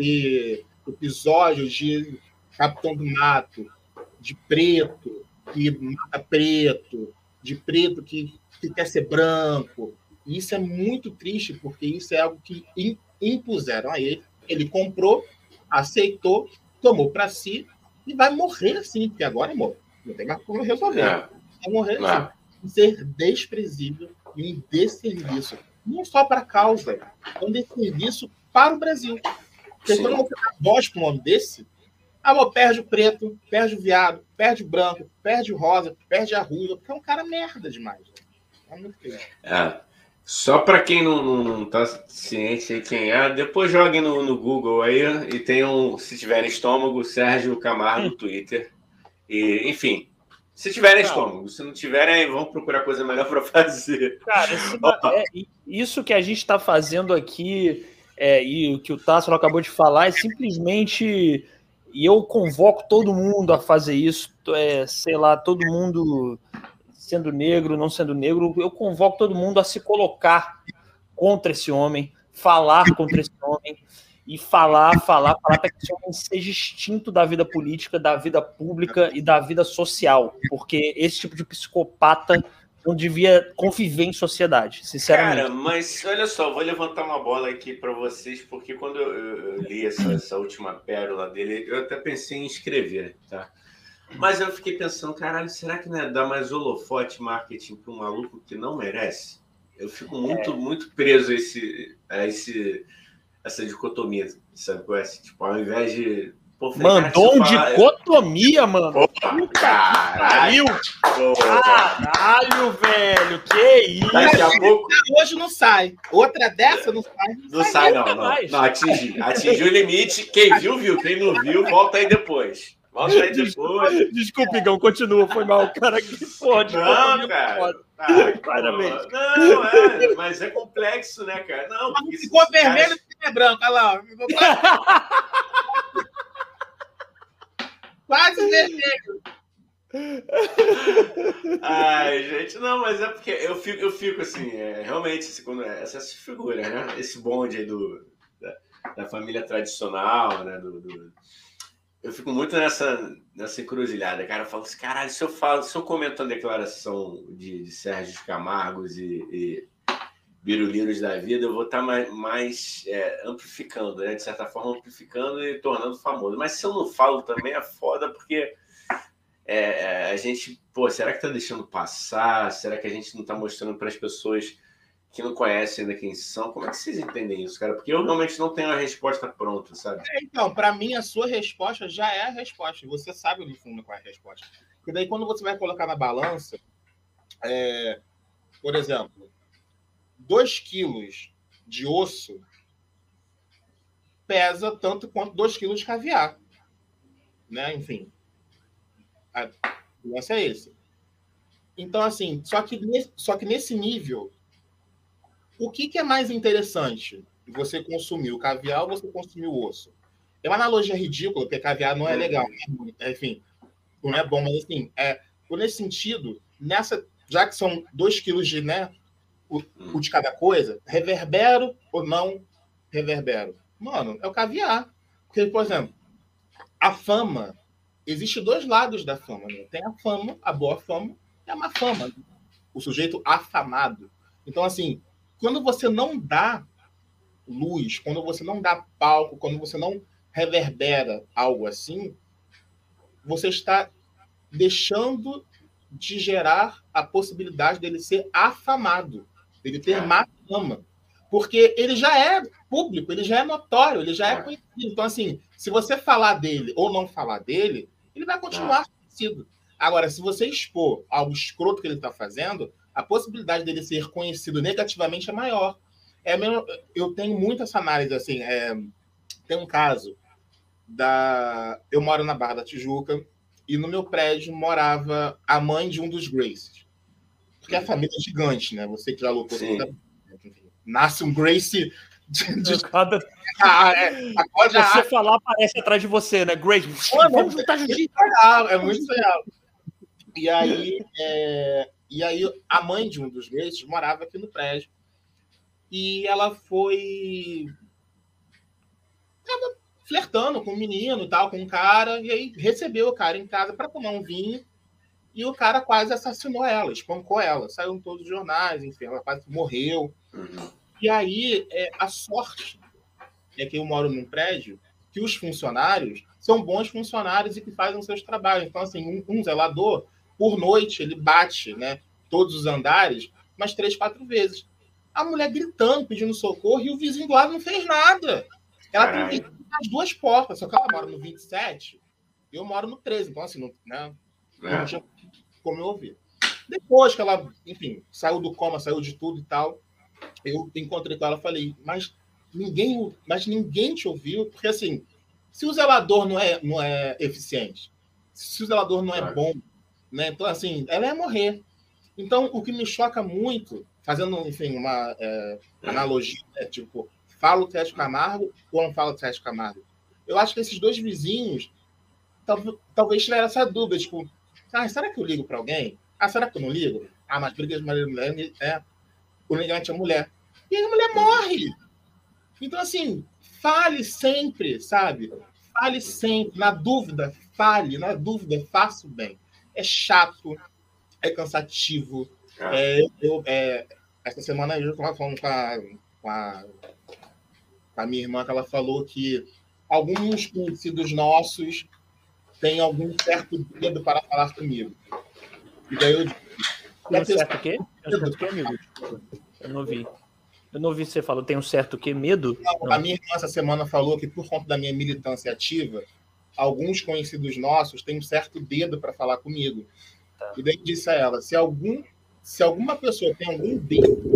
episódio de Capitão do Mato, de preto que mata preto, de preto que quer ser branco. E isso é muito triste, porque isso é algo que impuseram a ele. Ele comprou, aceitou, tomou para si e vai morrer assim, porque agora morre. Não tem mais como resolver. Vai morrer assim. Ser desprezível e um desserviço. Não só para a causa, é um desserviço para o Brasil. Porque quando você dá voz para um homem desse, perde o preto, perde o viado, perde o branco, perde o rosa, perde a ruiva, porque é um cara merda demais. É muito feio. Só para quem não tá ciente aí quem é, depois joguem no Google aí e tenham, se tiverem estômago, Sérgio Camargo no Twitter. E, enfim, se tiverem estômago, se não tiverem, vão procurar coisa melhor para fazer. Cara, isso que a gente está fazendo aqui, e o que o Tasso acabou de falar, é simplesmente... E eu convoco todo mundo a fazer isso, sei lá, todo mundo sendo negro, não sendo negro, eu convoco todo mundo a se colocar contra esse homem, falar contra esse homem, e falar para que esse homem seja extinto da vida política, da vida pública e da vida social, porque esse tipo de psicopata não devia conviver em sociedade, sinceramente. Cara, mas olha só, vou levantar uma bola aqui para vocês, porque quando eu li essa última pérola dele, eu até pensei em escrever, tá? Mas eu fiquei pensando, caralho, será que não é dar mais holofote marketing para um maluco que não merece? Eu fico muito preso a essa dicotomia, sabe? Tipo, ao invés de... Pô, mandou um dicotomia, mano. Porra, caralho. Caralho, velho. Que isso? Daqui a pouco... Hoje não sai. Outra dessa não sai. Não sai, não. Atingiu o limite. Quem viu. Quem não viu, volta aí depois. Desculpa, Igão, continua. Foi mal, cara. Que pode. Não, cara. Parabéns. Não, mas é complexo, né, cara? Não, porque ficou vermelho e é branco. Olha lá. Quase vermelho. Ai, gente, não, mas é porque eu fico assim, realmente, quando essas figuras, né? Esse bonde aí da família tradicional, né? Eu fico muito nessa encruzilhada, cara. Eu falo assim, caralho, se eu comento a declaração de Sérgio Camargos e birulinos da vida, eu vou estar mais amplificando, né? De certa forma, amplificando e tornando famoso. Mas se eu não falo também é foda, porque a gente, será que tá deixando passar? Será que a gente não tá mostrando para as pessoas que não conhecem ainda quem são, como é que vocês entendem isso, cara? Porque eu realmente não tenho a resposta pronta, sabe? Então, para mim, a sua resposta já é a resposta. Você sabe, no fundo, qual é a resposta. Porque daí, quando você vai colocar na balança, por exemplo, 2 quilos de osso pesa tanto quanto 2 quilos de caviar. Né? Enfim, a lance é esse. Então, assim, só que nesse nível, o que é mais interessante? Você consumir o caviar ou você consumir o osso? É uma analogia ridícula, porque caviar não é legal. Enfim, não é bom, mas assim, nesse sentido, já que são 2 quilos de, né, o de cada coisa, reverbero ou não reverbero? Mano, é o caviar. Porque, por exemplo, a fama, existe 2 lados da fama. Né? Tem a fama, a boa fama, e a má fama. O sujeito afamado. Então, assim, quando você não dá luz, quando você não dá palco, quando você não reverbera algo assim, você está deixando de gerar a possibilidade dele ser afamado, dele ter má fama. Porque ele já é público, ele já é notório, ele já é conhecido. Então, assim, se você falar dele ou não falar dele, ele vai continuar conhecido. Agora, se você expor algo escroto que ele está fazendo, a possibilidade dele ser conhecido negativamente é maior. Eu tenho muito essa análise, assim, tem um caso eu moro na Barra da Tijuca e no meu prédio morava a mãe de um dos Gracies. Porque a família é gigante, né? Você que já lutou. Nasce um Gracie... Você falar, aparece atrás de você, né? Grace, vamos juntar jiu-jitsu. É muito legal. E aí, a mãe de um dos Gracies morava aqui no prédio. E ela tava flertando com um menino e tal, com um cara, e aí recebeu o cara em casa para tomar um vinho, e o cara quase assassinou ela, espancou ela, saiu em todos os jornais, enfim, ela quase morreu. E aí, a sorte é que eu moro num prédio que os funcionários são bons funcionários e que fazem os seus trabalhos. Então, assim, um zelador, por noite, ele bate, né, todos os andares, umas 3, 4 vezes. A mulher gritando, pedindo socorro, e o vizinho do lado não fez nada. Ela tem vizinho nas 2 portas, só que ela mora no 27 e eu moro no 13. Então, assim, não tinha como eu ouvir. Depois que ela, enfim, saiu do coma, saiu de tudo e tal, eu encontrei com ela e falei, mas ninguém te ouviu, porque, assim, se o zelador não é eficiente, se o zelador não é bom, né, então, assim, ela ia morrer. Então, o que me choca muito, fazendo, enfim, uma analogia, tipo, fala o Sérgio Camargo ou não fala o Sérgio Camargo? Eu acho que esses 2 vizinhos talvez tiveram essa dúvida, tipo, será que eu ligo para alguém? Será que eu não ligo? Mas briga de marido e mulher, o negante é mulher. E aí a mulher morre. Então, assim, fale sempre, sabe? Fale sempre. Na dúvida, fale. Na dúvida, faça o bem. É chato, é cansativo. Essa semana eu estava falando com a minha irmã, que ela falou que alguns conhecidos nossos têm algum certo medo para falar comigo. E daí eu digo... Tem um certo o quê? Tem um certo o quê, amigo? Eu não vi. Eu não ouvi você falar. Tem um certo o quê? Medo? Não. A minha irmã essa semana falou que, por conta da minha militância ativa, alguns conhecidos nossos têm um certo dedo para falar comigo. Tá. E daí eu disse a ela, se alguma pessoa tem algum dedo,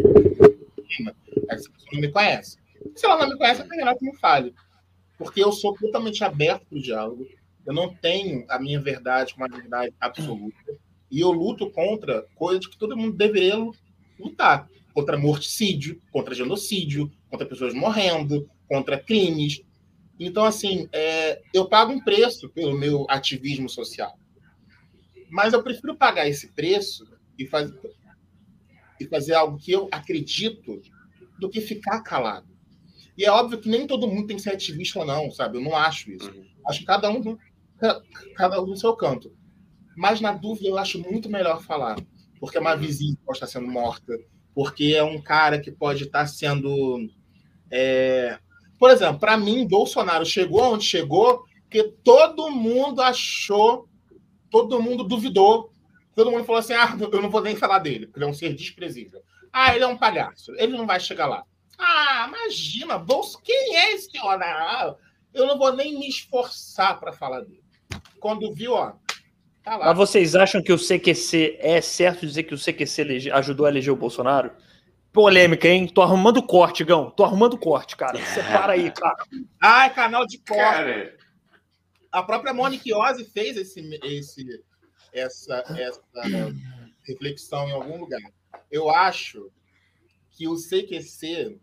essa pessoa não me conhece. Se ela não me conhece, é melhor que me fale. Porque eu sou totalmente aberto para o diálogo. Eu não tenho a minha verdade como uma verdade absoluta. E eu luto contra coisas que todo mundo deveria lutar. Contra morticídio, contra genocídio, contra pessoas morrendo, contra crimes. Então, assim, eu pago um preço pelo meu ativismo social. Mas eu prefiro pagar esse preço e fazer algo que eu acredito do que ficar calado. E é óbvio que nem todo mundo tem que ser ativista, não, sabe? Eu não acho isso. Acho que cada um no seu canto. Mas, na dúvida, eu acho muito melhor falar. Porque é uma vizinha que pode estar sendo morta. Porque é um cara que pode estar sendo... Por exemplo, para mim, Bolsonaro chegou onde chegou porque todo mundo achou, todo mundo duvidou. Todo mundo falou assim, eu não vou nem falar dele, porque ele é um ser desprezível. Ah, ele é um palhaço. Ele não vai chegar lá. Ah, imagina, quem é esse homem? Eu não vou nem me esforçar para falar dele. Quando viu, ó, tá lá. Mas vocês acham que o CQC é certo dizer que o CQC ajudou a eleger o Bolsonaro? Polêmica, hein? Tô arrumando corte, Gão. Tô arrumando corte, cara. Separa aí, cara. Ah, é canal de corte. Cara, A própria Monique Ozzy fez essa reflexão em algum lugar. Eu acho que o CQC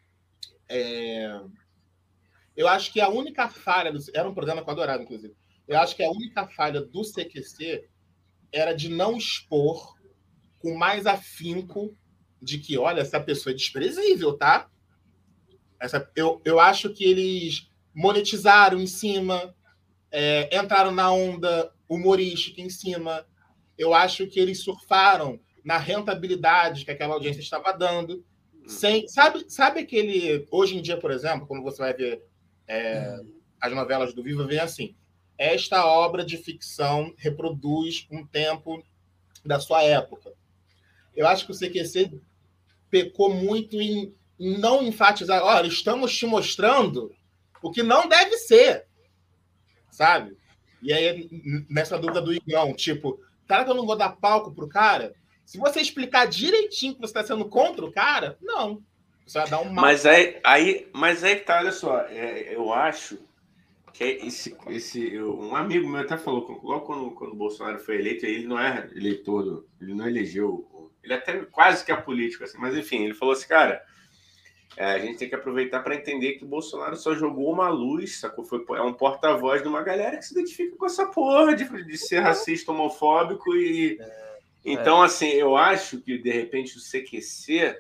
eu acho que a única falha era um programa que eu adorava, inclusive. Eu acho que a única falha do CQC era de não expor com mais afinco de que, olha, essa pessoa é desprezível, tá? Eu acho que eles monetizaram em cima, entraram na onda humorística em cima. Eu acho que eles surfaram na rentabilidade que aquela audiência estava dando. Sabe aquele... Hoje em dia, por exemplo, quando você vai ver as novelas do Viva, vem assim: esta obra de ficção reproduz um tempo da sua época. Eu acho que o CQC pecou muito em não enfatizar, olha, estamos te mostrando o que não deve ser, sabe? E aí, nessa dúvida do Igão, tipo, será que eu não vou dar palco pro cara? Se você explicar direitinho que você está sendo contra o cara, não. Você vai dar um mal. Mas aí que tá, olha só, eu acho que um amigo meu até falou, logo quando o Bolsonaro foi eleito, ele não é eleitor, ele não elegeu, ele até quase que é político, assim, mas enfim, ele falou assim, cara, a gente tem que aproveitar para entender que o Bolsonaro só jogou uma luz, sacou? É um porta-voz de uma galera que se identifica com essa porra de ser racista, homofóbico e... Então, assim, eu acho que, de repente, o CQC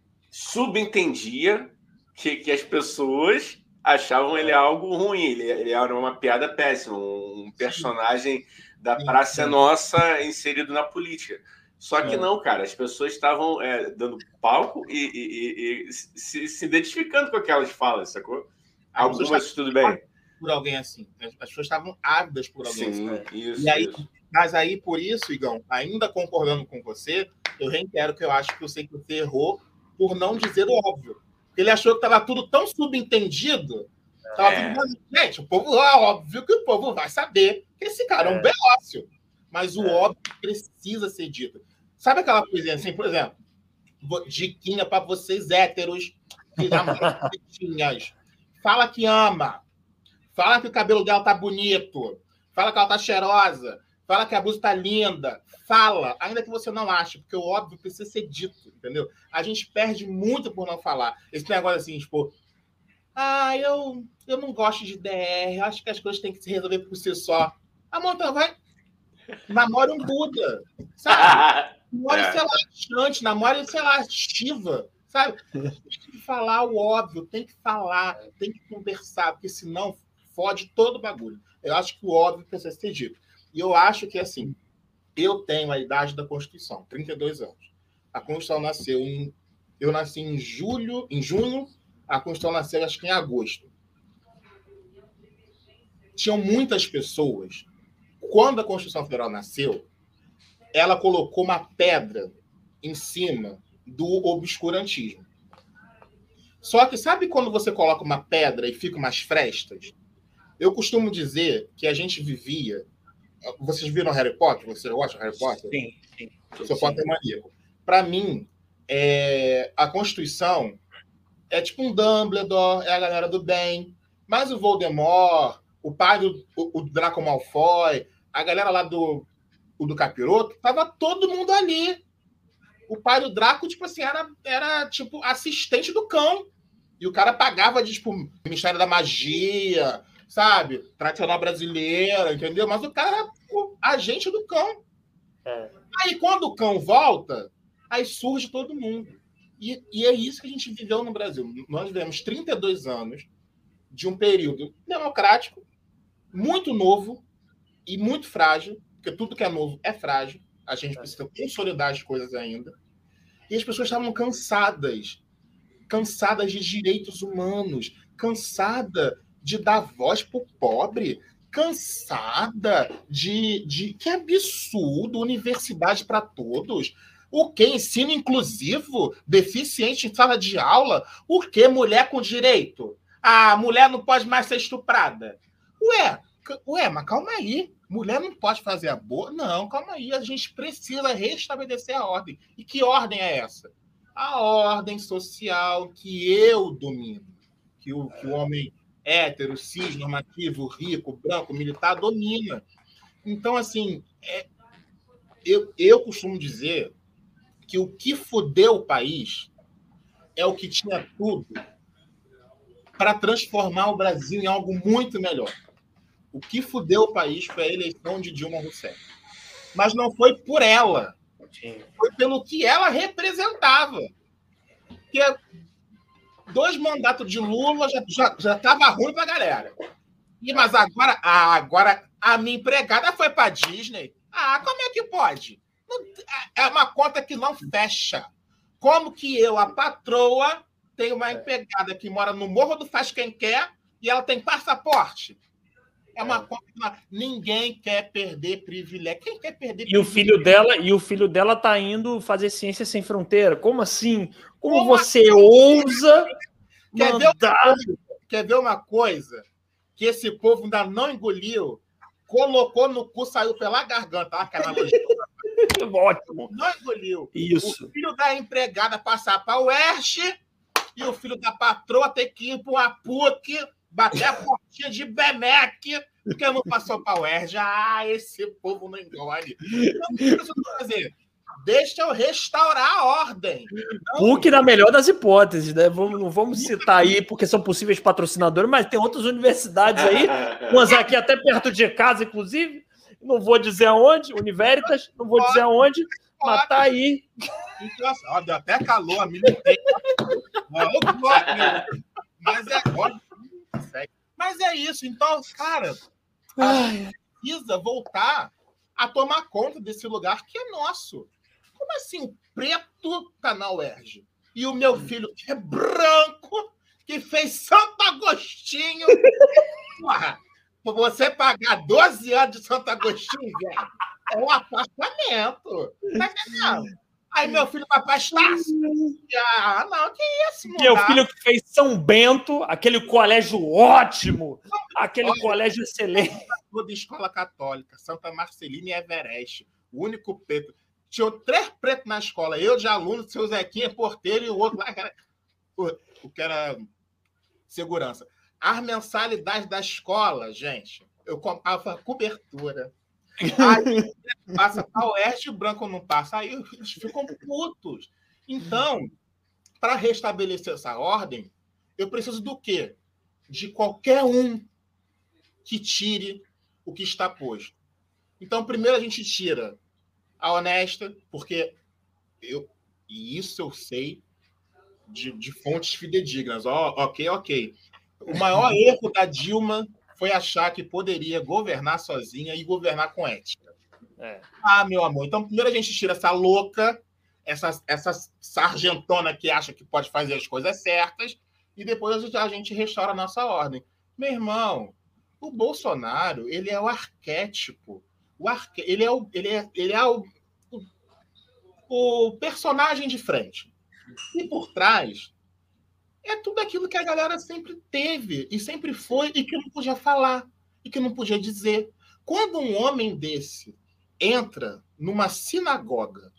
subentendia que as pessoas achavam ele algo ruim, ele era uma piada péssima, um personagem da Praça Nossa inserido na política. Só que não, cara, as pessoas estavam dando palco e se identificando com aquelas falas, sacou? Algumas tudo bem. Por alguém assim. As pessoas estavam ávidas por alguém assim. Isso, e aí, isso. Mas aí, por isso, Igão, ainda concordando com você, eu reitero que eu acho que o CQC errou por não dizer o óbvio. Porque ele achou que estava tudo tão subentendido. Gente, o povo, óbvio que o povo vai saber que esse cara é um belócio. Mas o óbvio precisa ser dito. Sabe aquela coisinha assim, por exemplo, diquinha para vocês héteros que namoram tetinhas. Fala que ama. Fala que o cabelo dela tá bonito. Fala que ela tá cheirosa. Fala que a blusa tá linda. Fala, ainda que você não ache, porque o óbvio precisa ser dito, entendeu? A gente perde muito por não falar. Esse negócio assim, tipo, eu não gosto de DR, acho que as coisas têm que se resolver por si só. Então vai, namore um Buda, sabe? Namore, sei lá, Chante, namore, sei lá, Shiva, sabe? Tem que falar o óbvio, tem que falar, tem que conversar, porque senão fode todo o bagulho. Eu acho que o óbvio precisa ser dito. E eu acho que, assim, eu tenho a idade da Constituição, 32 anos. A Constituição nasceu eu nasci em junho, a Constituição nasceu, acho que em agosto. Tinham muitas pessoas. Quando a Constituição Federal nasceu, ela colocou uma pedra em cima do obscurantismo. Só que sabe quando você coloca uma pedra e fica umas frestas? Eu costumo dizer que a gente vivia... Vocês viram Harry Potter? Vocês gostam de Harry Potter? Sim. Eu sou Potter maníaco. Para mim, a Constituição é tipo um Dumbledore, é a galera do bem. Mas o Voldemort, o pai o Draco Malfoy, a galera lá do Capiroto, tava todo mundo ali. O pai do Draco, tipo assim, era tipo assistente do cão. E o cara pagava de, tipo, Ministério da Magia, sabe? Tradicional brasileira, entendeu? Mas o cara era o agente do cão. Aí, quando o cão volta, aí surge todo mundo. E é isso que a gente viveu no Brasil. Nós vivemos 32 anos de um período democrático, muito novo e muito frágil, porque tudo que é novo é frágil. A gente precisa consolidar as coisas ainda. E as pessoas estavam cansadas de direitos humanos, cansada de dar voz pro pobre, cansada de que absurdo, universidade para todos. O que? Ensino inclusivo? Deficiente em sala de aula? O que? Mulher com direito? A mulher não pode mais ser estuprada. Ué, mas calma aí. Mulher não pode fazer aborto? Não, calma aí. A gente precisa restabelecer a ordem. E que ordem é essa? A ordem social que eu domino. Que o homem hétero, cis, normativo, rico, branco, militar domina. Então, assim, eu costumo dizer que o que fudeu o país é o que tinha tudo para transformar o Brasil em algo muito melhor. O que fudeu o país foi a eleição de Dilma Rousseff. Mas não foi por ela. Foi pelo que ela representava. Que 2 mandatos de Lula já estava ruim para a galera. Mas agora a minha empregada foi para a Disney. Como é que pode? É uma conta que não fecha. Como que eu, a patroa, tenho uma empregada que mora no Morro do Faz Quem Quer e ela tem passaporte? É uma conta que ninguém quer perder privilégio. Quem quer perder privilégio? E o filho dela tá indo fazer Ciência Sem Fronteira. Como assim? Como você ousa mandar... Quer ver uma coisa que esse povo ainda não engoliu? Colocou no cu, saiu pela garganta. Ótimo. Não engoliu. Isso. O filho da empregada passar para o UERJ e o filho da patroa ter que ir para uma PUC, bater a portinha de Bemek, porque não passou para o UERJ. Esse povo não engole. Então, o que eu vou fazer? Deixa eu restaurar a ordem. PUC na melhor das hipóteses, né? Não vamos citar aí porque são possíveis patrocinadores, mas tem outras universidades aí, umas aqui até perto de casa, inclusive. Não vou dizer aonde, Univeritas, não vou dizer aonde, mas tá aí. Deu até calor, a minha Mas é isso. Então, cara, a gente precisa voltar a tomar conta desse lugar que é nosso. Como assim o preto tá na UERJ? E o meu filho, que é branco, que fez Santo Agostinho... Porra, pra você pagar 12 anos de Santo Agostinho, velho, é um apartamento. Tá entendendo? Aí meu filho vai pra Estácio. Não, que isso, mano? Meu filho que fez São Bento, aquele colégio ótimo, aquele colégio excelente. Toda escola católica, Santa Marcelina e Everest. O único preto. Tinha 3 pretos na escola. Eu de aluno, seu Zequinha, porteiro, e o outro lá, o que era segurança. As mensalidades da escola, gente, eu comprava cobertura. Aí passa para o oeste e o branco não passa. Aí eles ficam putos. Então, para restabelecer essa ordem, eu preciso do quê? De qualquer um que tire o que está posto. Então, primeiro a gente tira a honesta, porque isso eu sei de fontes fidedignas. Ok. O maior erro da Dilma foi achar que poderia governar sozinha e governar com ética. Meu amor. Então, primeiro a gente tira essa louca, essa sargentona que acha que pode fazer as coisas certas, e depois a gente restaura a nossa ordem. Meu irmão, o Bolsonaro, ele é o arquétipo. Ele é o personagem de frente. E por trás é tudo aquilo que a galera sempre teve e sempre foi e que não podia falar e que não podia dizer. Quando um homem desse entra numa sinagoga,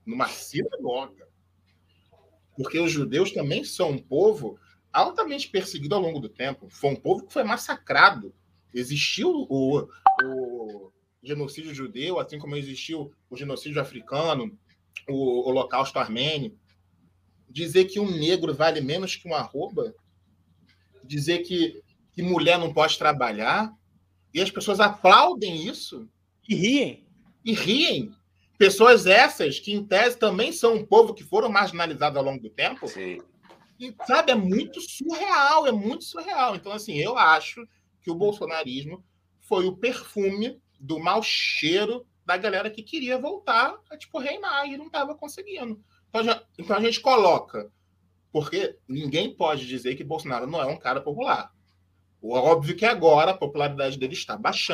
porque os judeus também são um povo altamente perseguido ao longo do tempo. Foi um povo que foi massacrado. Existiu o genocídio judeu, assim como existiu o genocídio africano, o holocausto armênio. Dizer que um negro vale menos que um arroba, dizer que mulher não pode trabalhar, e as pessoas aplaudem isso. E riem. Pessoas essas que, em tese, também são um povo que foram marginalizados ao longo do tempo. Sim. E, sabe, é muito surreal. Então, assim, eu acho que o bolsonarismo foi o perfume do mau cheiro da galera que queria voltar a, reinar e não estava conseguindo. Então a gente coloca, porque ninguém pode dizer que Bolsonaro não é um cara popular. Óbvio que agora a popularidade dele está baixando,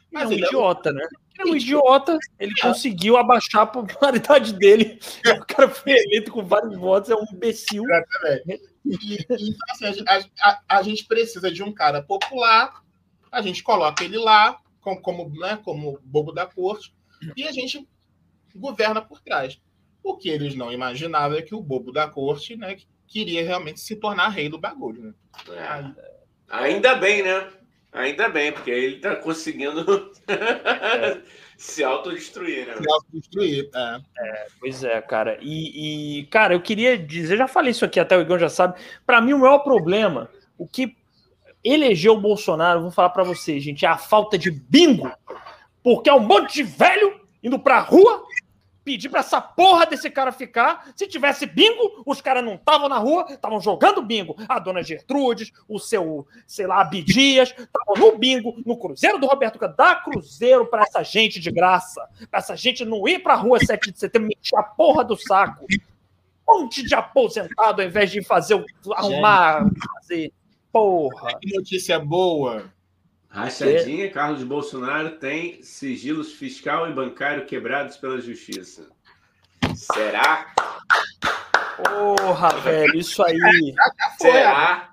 Mas ele é um idiota, né? Ele é um idiota, ele conseguiu abaixar a popularidade dele. O cara foi eleito com vários votos, é um imbecil. Então, assim, a gente precisa de um cara popular, a gente coloca ele lá como bobo da corte e a gente governa por trás. O que eles não imaginavam é que o bobo da corte, né, queria realmente se tornar rei do bagulho. Né? Ainda bem, né? Ainda bem, porque ele tá conseguindo se autodestruir, né? Se autodestruir, Pois é, cara. Cara, eu queria dizer, já falei isso aqui, até o Igor já sabe, para mim o maior problema, o que elegeu o Bolsonaro, vou falar para vocês, gente, é a falta de bingo, porque é um monte de velho indo pra rua pedir pra essa porra desse cara ficar. Se tivesse bingo, os caras não estavam na rua, estavam jogando bingo. A dona Gertrudes, o seu, sei lá, Abdias, estavam no bingo, no Cruzeiro do Roberto Cândido. Dá Cruzeiro pra essa gente de graça. Pra essa gente não ir pra rua 7 de setembro e encher a porra do saco. Um monte de aposentado, ao invés de fazer, arrumar, fazer porra. Que notícia boa. Rachadinha, Carlos Bolsonaro tem sigilos fiscal e bancário quebrados pela justiça. Será? Porra, velho, isso aí. Será?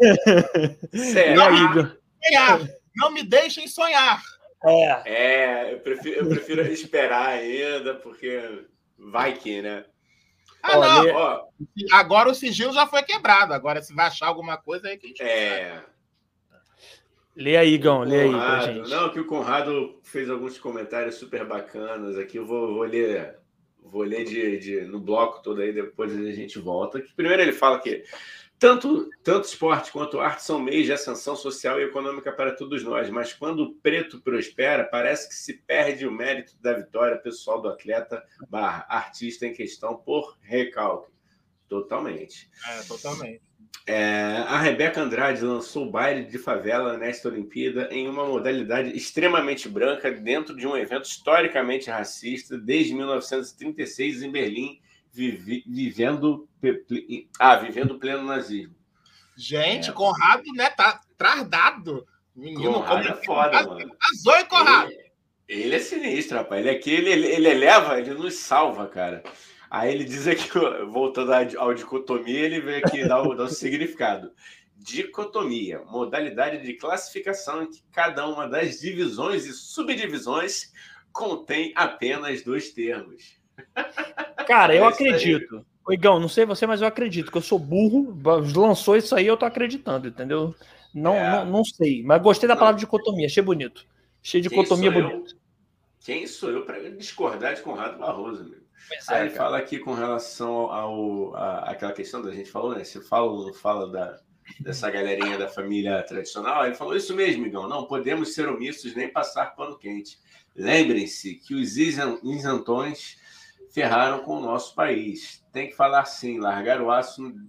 Será? Sonhar. Não me deixem sonhar. Eu prefiro esperar ainda, porque vai que, né? Não. Agora o sigilo já foi quebrado. Agora, se vai achar alguma coisa, aí que a gente sabe. Lê aí, Gão, lê aí pra gente. Não, que o Conrado fez alguns comentários super bacanas aqui. Eu vou ler no bloco todo aí, depois a gente volta. Primeiro ele fala que tanto esporte quanto arte são meios de ascensão social e econômica para todos nós, mas quando o preto prospera, parece que se perde o mérito da vitória pessoal do atleta / artista em questão por recalque. Totalmente. Totalmente. A Rebeca Andrade lançou o baile de favela nesta Olimpíada em uma modalidade extremamente branca dentro de um evento historicamente racista desde 1936 em Berlim, vivendo pleno nazismo. Gente, Conrado, né, tá tardado. Menino, Conrado é foda, mano. Azul, Conrado. Ele é sinistro, rapaz. Ele eleva, ele nos salva, cara. Aí ele diz aqui, voltando ao dicotomia, ele vem aqui dar o significado. Dicotomia, modalidade de classificação em que cada uma das divisões e subdivisões contém apenas 2 termos. Cara, eu acredito. Igão, não sei você, mas eu acredito que eu sou burro. Lançou isso aí, eu tô acreditando, entendeu? Não sei, mas gostei da palavra dicotomia, achei bonito. Achei dicotomia bonito. Quem sou eu para discordar de Conrado Barroso, amigo? Aí ele fala aqui com relação àquela questão da gente falou, né? Você fala ou não fala dessa galerinha da família tradicional? Ele falou isso mesmo, Igão. Não podemos ser omissos nem passar pano quente. Lembrem-se que os isentões ferraram com o nosso país. Tem que falar sim, largar o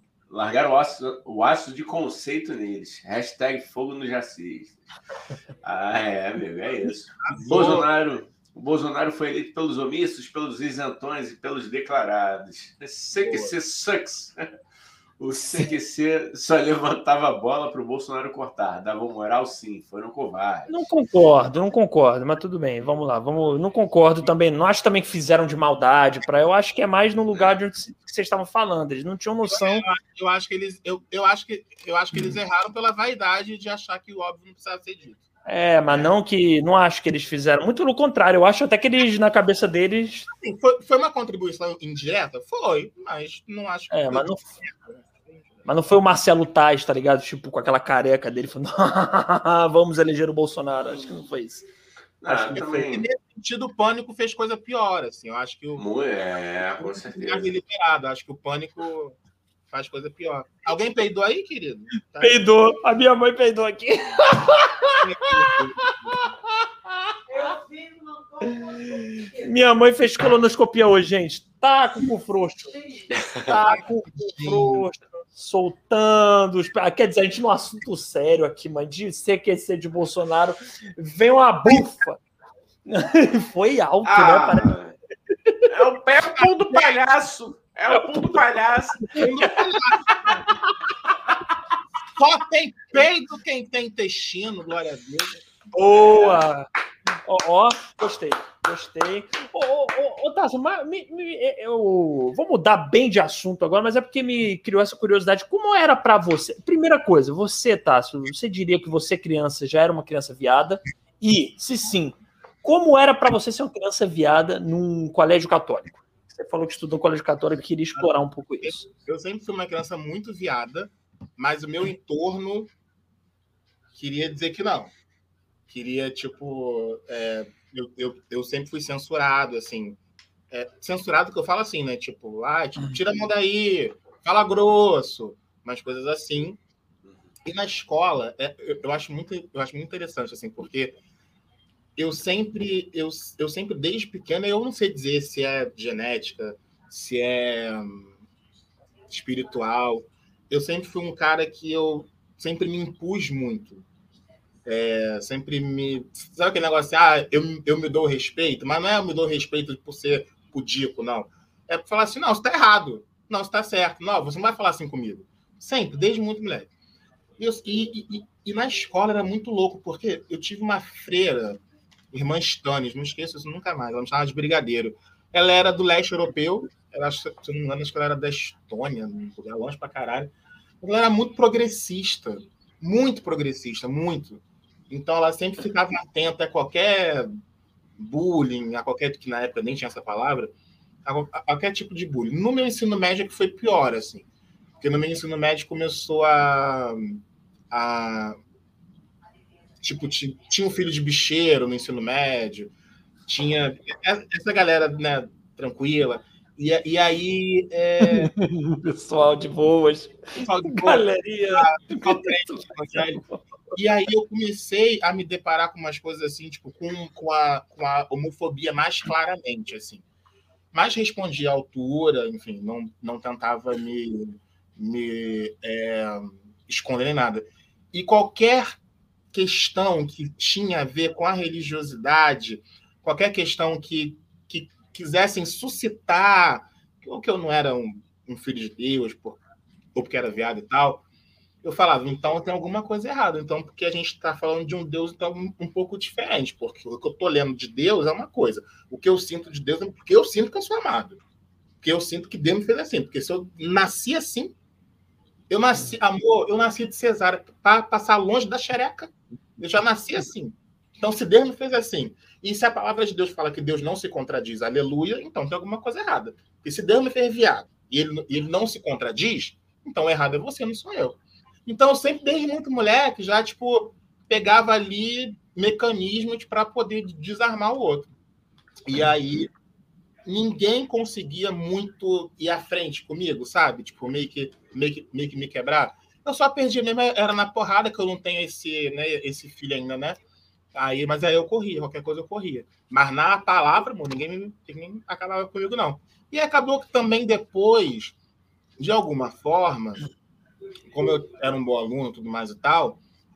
aço de conceito neles. Hashtag fogo no jacistas. Amigo, é isso. O Bolsonaro foi eleito pelos omissos, pelos isentões e pelos declarados. CQC sucks. O CQC só levantava a bola para o Bolsonaro cortar. Dava moral, sim. Foram covardes. Não concordo, mas tudo bem. Vamos lá. Não concordo também. Não acho também que fizeram de maldade. Eu acho que é mais no lugar de onde vocês estavam falando. Eles não tinham noção. Eu acho que eles erraram pela vaidade de achar que o óbvio não precisava ser dito. Não acho que eles fizeram. Muito pelo contrário, eu acho até que eles, na cabeça deles. Sim, foi uma contribuição indireta? Foi, mas não acho que. Mas não foi o Marcelo Taz, tá ligado? Tipo, com aquela careca dele, falando, vamos eleger o Bolsonaro. Acho que não foi isso. Acho que também. Nesse sentido, o Pânico fez coisa pior, assim. Eu acho que com certeza. Liberado. Acho que o Pânico faz coisa pior. Alguém peidou aí, querido? Tá? Peidou. A minha mãe peidou aqui. Minha mãe fez colonoscopia hoje, gente. Tá com o cu frouxo. Soltando os... Quer dizer, a gente num assunto sério aqui, mas de CQC de Bolsonaro vem uma bufa. Foi alto, né? É o pulo do palhaço. Só tem peito quem tem intestino, glória a Deus. Boa! Gostei. Ô, Tasso, eu vou mudar bem de assunto agora, mas é porque me criou essa curiosidade. Como era pra você? Primeira coisa, você, Tasso, você diria que você, criança, já era uma criança viada? E, se sim, como era pra você ser uma criança viada num colégio católico? Você falou que estudou no colégio católico e queria explorar um pouco isso. Eu sempre fui uma criança muito viada, mas o meu entorno queria dizer que não. Queria, tipo... Eu sempre fui censurado, assim. Censurado que eu falo assim, né? Tipo, tira a mão daí, fala grosso, umas coisas assim. E na escola, eu acho muito interessante, assim, porque eu sempre, desde pequeno, eu não sei dizer se é genética, se é espiritual. Eu sempre fui um cara que eu sempre me impus muito. Sempre me... Sabe aquele negócio assim, eu me dou respeito, mas não é eu me dou respeito por ser pudico, não. É por falar assim, não, você tá errado. Não, você tá certo. Não, você não vai falar assim comigo. Sempre, desde muito moleque. E na escola era muito louco, porque eu tive uma freira, irmã Stannis, não esqueço isso nunca mais, ela me chamava de brigadeiro. Ela era do leste europeu, se eu não me engano, acho que ela era da Estônia, num lugar longe pra caralho. Ela era muito progressista, muito. Então ela sempre ficava atenta a qualquer bullying, a qualquer, que na época nem tinha essa palavra, a qualquer tipo de bullying. No meu ensino médio é que foi pior, assim. Porque no meu ensino médio começou tipo, tinha um filho de bicheiro no ensino médio, tinha essa galera, né, tranquila. E aí... Pessoal de boas. Galeria. E aí eu comecei a me deparar com umas coisas assim, tipo, com a homofobia mais claramente, assim. Mas respondia à altura, enfim, não tentava me esconder nem nada. E qualquer questão que tinha a ver com a religiosidade, qualquer questão que quisessem suscitar, ou que eu não era um filho de Deus, ou porque era viado e tal, eu falava, então tem alguma coisa errada. Então, porque a gente está falando de um Deus então, um pouco diferente, porque o que eu estou lendo de Deus é uma coisa. O que eu sinto de Deus é porque eu sinto que eu sou amado. Porque eu sinto que Deus me fez assim. Porque se eu nasci assim, eu nasci de cesárea para passar longe da xereca. Eu já nasci assim. Então, se Deus me fez assim, e se a palavra de Deus fala que Deus não se contradiz, aleluia, então tem alguma coisa errada. E se Deus me fez viado e ele não se contradiz, então errado é você, não sou eu. Então, eu sempre, desde muito moleque, já, tipo, pegava ali mecanismos para poder desarmar o outro. E aí, ninguém conseguia muito ir à frente comigo, sabe? Tipo, meio que me quebrar. Eu só perdi mesmo, era na porrada, que eu não tenho esse filho ainda, né? Mas aí eu corria, qualquer coisa eu corria. Mas na palavra, mano, ninguém acabava comigo, não. E acabou que também depois, de alguma forma... Como eu era um bom aluno, tudo mais e tal,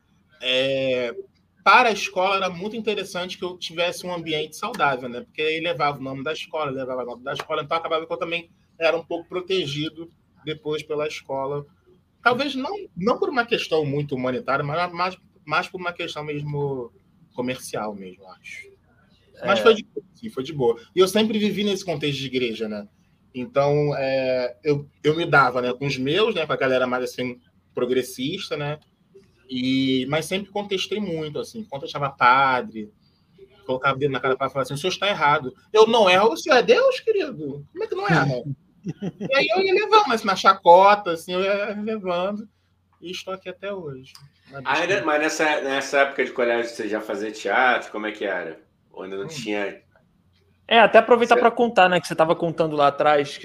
para a escola era muito interessante que eu tivesse um ambiente saudável, né? Porque aí levava o nome da escola, então acabava que eu também era um pouco protegido depois pela escola. Talvez não por uma questão muito humanitária, mas mais por uma questão mesmo comercial mesmo, acho. Mas foi de boa. E eu sempre vivi nesse contexto de igreja, né? Então, eu me dava, né, com os meus, né, com a galera mais assim, progressista, né? Mas sempre contestei muito, assim. Contestava padre, colocava o dedo na cara para falar assim: o senhor está errado. Eu não erro, o senhor é Deus, querido? Como é que não erra? E aí eu ia levando, assim, na chacota, assim, eu ia levando. E estou aqui até hoje. Mas nessa época de colégio você já fazia teatro? Como é que era? Ou ainda não tinha... até aproveitar para contar, né? Que você estava contando lá atrás.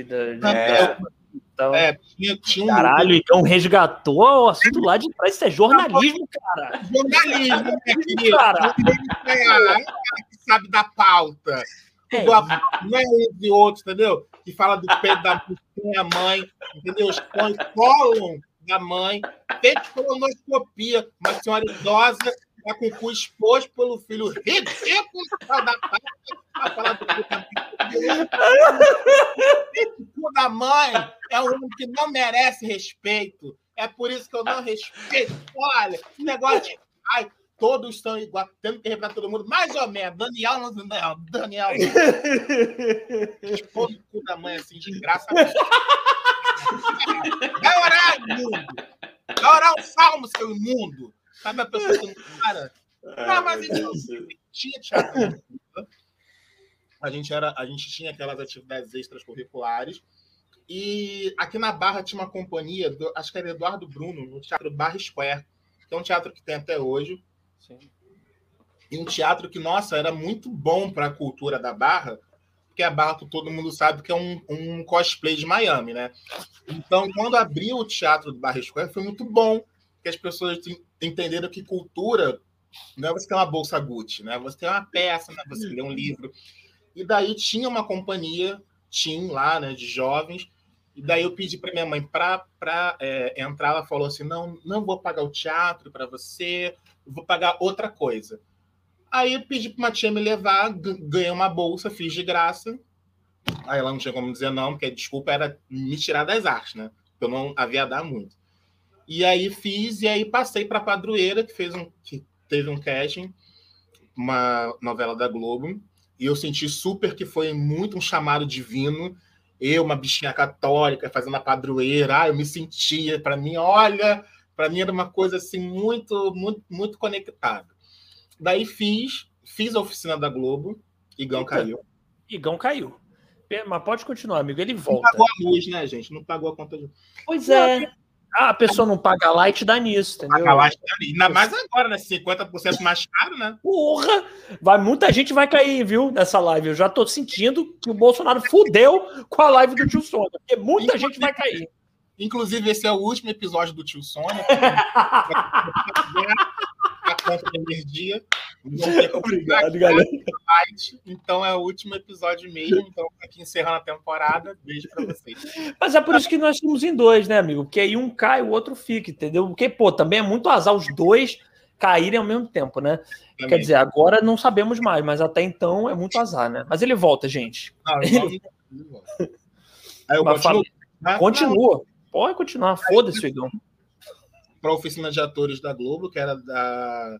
Tinha Caralho, então resgatou o assunto lá de trás. Isso é jornalismo, cara. Jornalismo, né, querido? Cara. Que sabe da pauta. Não é um de outros, entendeu? Que fala do peito da mãe, entendeu? Os pães colam da mãe. Fez colonoscopia. Uma senhora idosa tá com o cu exposto pelo filho ridículo da pauta. A falar do cu da mãe é um homem que não merece respeito. É por isso que eu não respeito. Olha, esse negócio de... todos são iguais, tendo que representar todo mundo, mais ou menos. Daniel. Tipo, no cu da mãe, assim, de graça. Vai orar, imundo! Vai orar um salmo, seu imundo! Sabe a pessoa que não para? Não, mas então, tinha teatro. A gente tinha aquelas atividades extracurriculares. E aqui na Barra tinha uma companhia, acho que era Eduardo Bruno, no Teatro Barra Square, que é um teatro que tem até hoje. Sim. E um teatro que, nossa, era muito bom para a cultura da Barra, porque a Barra, todo mundo sabe que é um cosplay de Miami, né? Então, quando abriu o teatro do Barra Square, foi muito bom, porque as pessoas entenderam que cultura não é você ter uma bolsa Gucci, né? Você ter uma peça, né? Você ler um livro. E daí tinha uma companhia, lá, né, de jovens. E daí eu pedi para minha mãe para entrar. Ela falou assim: não vou pagar o teatro para você, vou pagar outra coisa. Aí eu pedi para uma tia me levar, ganhei uma bolsa, fiz de graça. Aí ela não tinha como dizer não, porque a desculpa era me tirar das artes, né? Eu não havia dar muito. E aí fiz, e aí passei para a Padroeira, que teve um casting, uma novela da Globo, e eu senti super que foi muito um chamado divino. Eu, uma bichinha católica, fazendo a Padroeira, eu me sentia, para mim era uma coisa assim muito, muito, muito conectada. Daí fiz a oficina da Globo, Igão caiu. Igão caiu. Mas pode continuar, amigo, ele volta. Não pagou a luz, né, gente? Não pagou a conta de... Pois é. A pessoa não paga light, dá nisso, entendeu? Paga light, ainda mais agora, né? 50% mais caro, né? Porra! Muita gente vai cair, viu, nessa live. Eu já tô sentindo que o Bolsonaro fudeu com a live do Tio Sônia, porque muita gente vai cair. Inclusive, esse é o último episódio do Tio Sônia. A conta de energia. Obrigado, galera. Então é o último episódio mesmo. Então, aqui encerrando a temporada. Beijo pra vocês. Mas é por isso que nós estamos em dois, né, amigo? Porque aí um cai, o outro fica, entendeu? Porque, pô, também é muito azar os dois caírem ao mesmo tempo, né? Também. Quer dizer, agora não sabemos mais, mas até então é muito azar, né? Mas ele volta, gente. Não volta. Aí eu continuo. Continua. Pode continuar, foda-se, Igão. Para a oficina de atores da Globo, que era da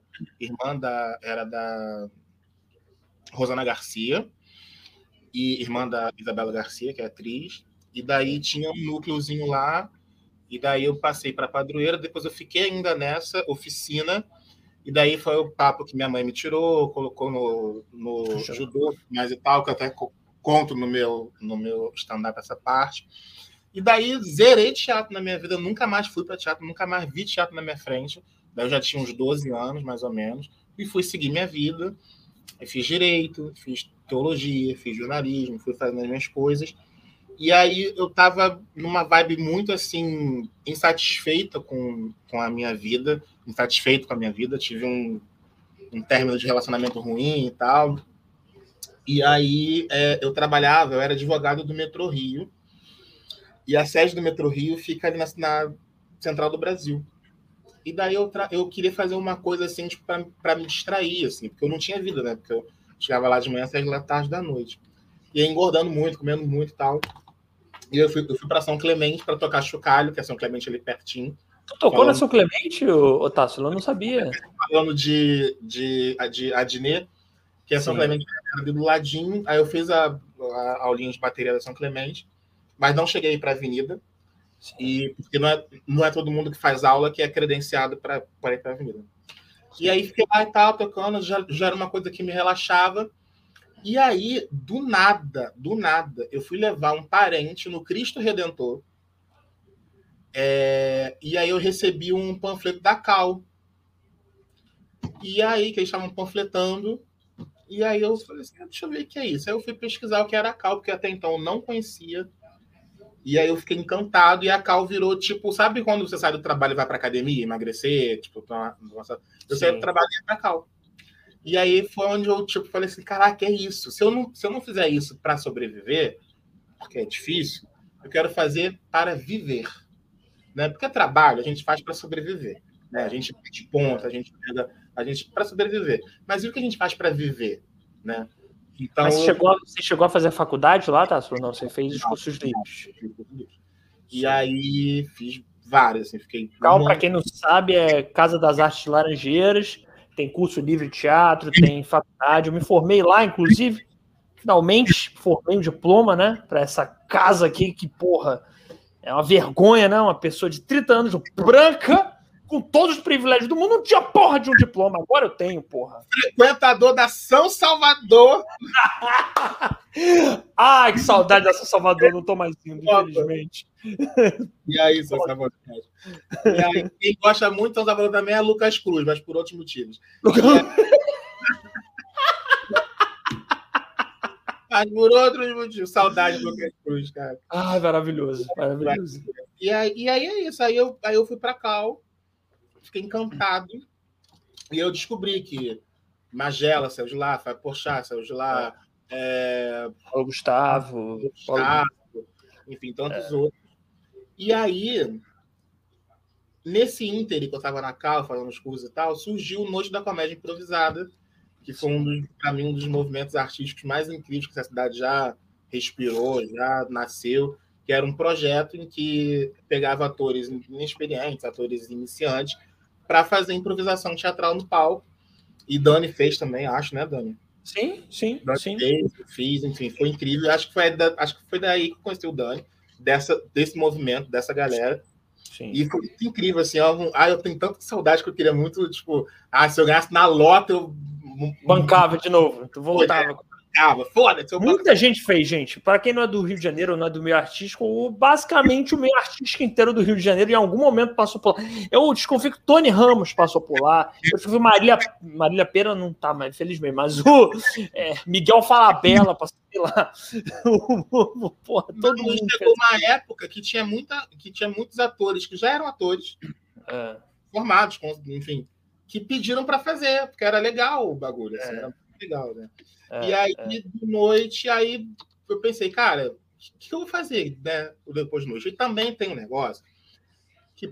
Rosana Garcia, e irmã da Isabela Garcia, que é atriz, e daí tinha um núcleozinho lá, e daí eu passei para a Padroeira, depois eu fiquei ainda nessa oficina, e daí foi o papo que minha mãe me tirou, colocou no judô, mas e tal, que eu até conto no meu stand-up essa parte. E daí zerei teatro na minha vida, nunca mais fui para teatro, nunca mais vi teatro na minha frente. Daí eu já tinha uns 12 anos, mais ou menos, e fui seguir minha vida. Eu fiz direito, fiz teologia, fiz jornalismo, fui fazendo as minhas coisas. E aí eu estava numa vibe muito, assim, insatisfeita com a minha vida, insatisfeito com a minha vida. Tive um término de relacionamento ruim e tal. E aí eu era advogado do Metrô Rio. E a sede do Metrô Rio fica ali na Central do Brasil. E daí eu queria fazer uma coisa assim, tipo, para me distrair, assim, porque eu não tinha vida, né? Porque eu chegava lá de manhã, saía da tarde da noite. E aí engordando muito, comendo muito e tal. E eu fui para São Clemente para tocar chocalho, que é São Clemente ali pertinho. Tu tocou na São Clemente, Otácio? Eu não sabia. Falando de Adnet, que é São Clemente ali do ladinho. Aí eu fiz a aulinha de bateria da São Clemente. Mas não cheguei para a Avenida, porque não é todo mundo que faz aula que é credenciado para ir para a Avenida. E aí fiquei lá e tal, tocando, já era uma coisa que me relaxava. E aí, do nada, eu fui levar um parente no Cristo Redentor, e aí eu recebi um panfleto da Cal. E aí, que eles estavam panfletando, e aí eu falei assim, deixa eu ver o que é isso. Aí eu fui pesquisar o que era a Cal, porque até então eu não conhecia. E aí eu fiquei encantado, e a Cal virou, tipo, sabe quando você sai do trabalho e vai pra academia, emagrecer? Tipo, eu saí do trabalho e ia pra Cal. E aí foi onde eu, tipo, falei assim, caraca, é isso. Se eu não fizer isso para sobreviver, porque é difícil, eu quero fazer para viver. Né? Porque trabalho a gente faz para sobreviver. Né? A gente de ponta, a gente para sobreviver. Mas e o que a gente faz para viver? Né? Então, mas você chegou a fazer a faculdade lá, tá? Não, você fez os cursos livres. E aí fiz várias, assim, fiquei... Cal, para quem não sabe, é Casa das Artes Laranjeiras, tem curso livre de teatro, tem faculdade. Eu me formei lá, inclusive, finalmente formei um diploma, né, para essa casa aqui, que, porra, é uma vergonha, né? Uma pessoa de 30 anos, branca, com todos os privilégios do mundo, não tinha porra de um diploma. Agora eu tenho, porra. Frequentador da São Salvador. Ai, que saudade dessa Salvador, não tô mais indo, infelizmente. E aí, São Salvador? E aí, quem gosta muito de São Salvador também é Lucas Cruz, mas por outros motivos. Mas por outros motivos. Saudade do Lucas Cruz, cara. Ai, maravilhoso, maravilhoso. E aí é isso. Aí eu fui pra Cal, fiquei encantado. E eu descobri que Magela saiu de lá, Fábio Porchat saiu de lá, Paulo Gustavo, enfim, tantos outros. E aí, nesse ínterim que eu estava na Cal, fazendo os cursos e tal, surgiu o Noite da Comédia Improvisada, que foi para mim, um dos movimentos artísticos mais incríveis que essa cidade já respirou, já nasceu, que era um projeto em que pegava atores inexperientes, atores iniciantes, para fazer improvisação teatral no palco. E Dani fez também, acho, né, Dani? Sim. Fiz, enfim, foi incrível. Acho que foi daí que eu conheci o Dani, desse movimento, dessa galera. Sim. E foi muito incrível, assim. Eu tenho tanta saudade que eu queria muito, tipo, se eu ganhasse na lota, eu bancava de novo, tu voltava. Foda-se. Muita gente fez, gente. Para quem não é do Rio de Janeiro, não é do meio artístico, basicamente o meio artístico inteiro do Rio de Janeiro em algum momento passou por lá. Eu desconfio que Tony Ramos passou por lá. Eu desconfio que Marília Pêra não tá, mas infelizmente. Mas o Miguel Falabella passou por lá. Porra, todo mundo chegou uma época que tinha muitos atores que já eram atores formados, enfim, que pediram para fazer, porque era legal o bagulho, assim, era legal, né? E aí, de noite, aí eu pensei, cara, o que eu vou fazer, né, depois de noite? E também tem um negócio que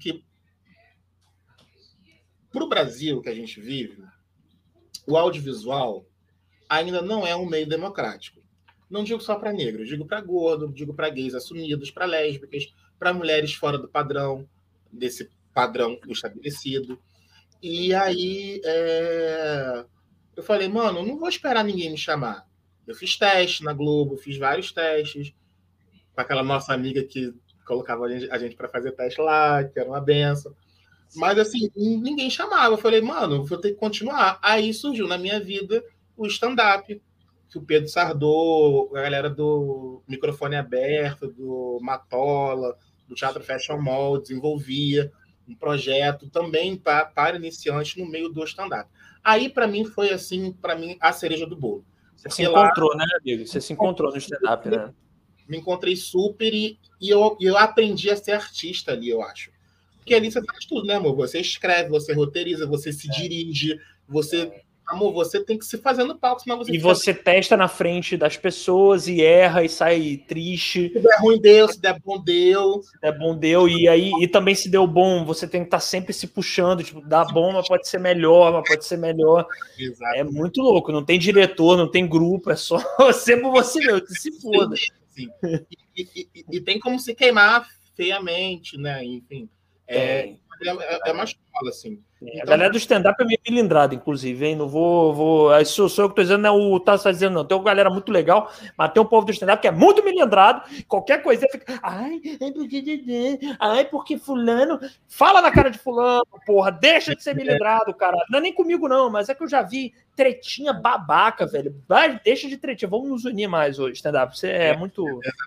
pro Brasil que a gente vive, o audiovisual ainda não é um meio democrático. Não digo só para negros, digo para gordo, digo para gays assumidos, para lésbicas, para mulheres fora do padrão, desse padrão estabelecido. E aí eu falei, mano, eu não vou esperar ninguém me chamar. Eu fiz teste na Globo, fiz vários testes com aquela nossa amiga que colocava a gente para fazer teste lá, que era uma benção. Mas, assim, ninguém chamava. Eu falei, mano, vou ter que continuar. Aí surgiu na minha vida o stand-up, que o Pedro Sardô, a galera do Microfone Aberto, do Matola, do Teatro Fashion Mall, desenvolvia um projeto também para iniciantes no meio do stand-up. Aí, para mim, foi assim, a cereja do bolo. Você se encontrou, né, amigo? Você se encontrou no stand-up, né? Me encontrei super e eu aprendi a ser artista ali, eu acho. Porque ali você faz tudo, né, amor? Você escreve, você roteiriza, você se dirige, você... Amor, você tem que se fazer no palco, senão você... E você testa na frente das pessoas e erra e sai triste. Se der ruim, deu. Se der bom, deu. Se der bom, deu. E também se deu bom, você tem que estar sempre se puxando. Tipo, dá bom, mas pode ser melhor, mas pode ser melhor. Exato. É muito louco. Não tem diretor, não tem grupo. É só você por você mesmo, que se foda. Sim. E tem como se queimar feiamente, né? Enfim. É uma escola, assim. Então, a galera do stand-up é meio milindrada, inclusive, hein? Não vou. Sou eu que tô dizendo, não é o Tasso tá dizendo, não. Tem uma galera muito legal, mas tem um povo do stand-up que é muito milindrado. Qualquer coisinha fica. Ai, porque fulano. Fala na cara de fulano, porra. Deixa de ser milindrado, cara. Não é nem comigo, não, mas é que eu já vi tretinha babaca, velho. Vai, deixa de tretinha. Vamos nos unir mais hoje, stand-up. Você é muito.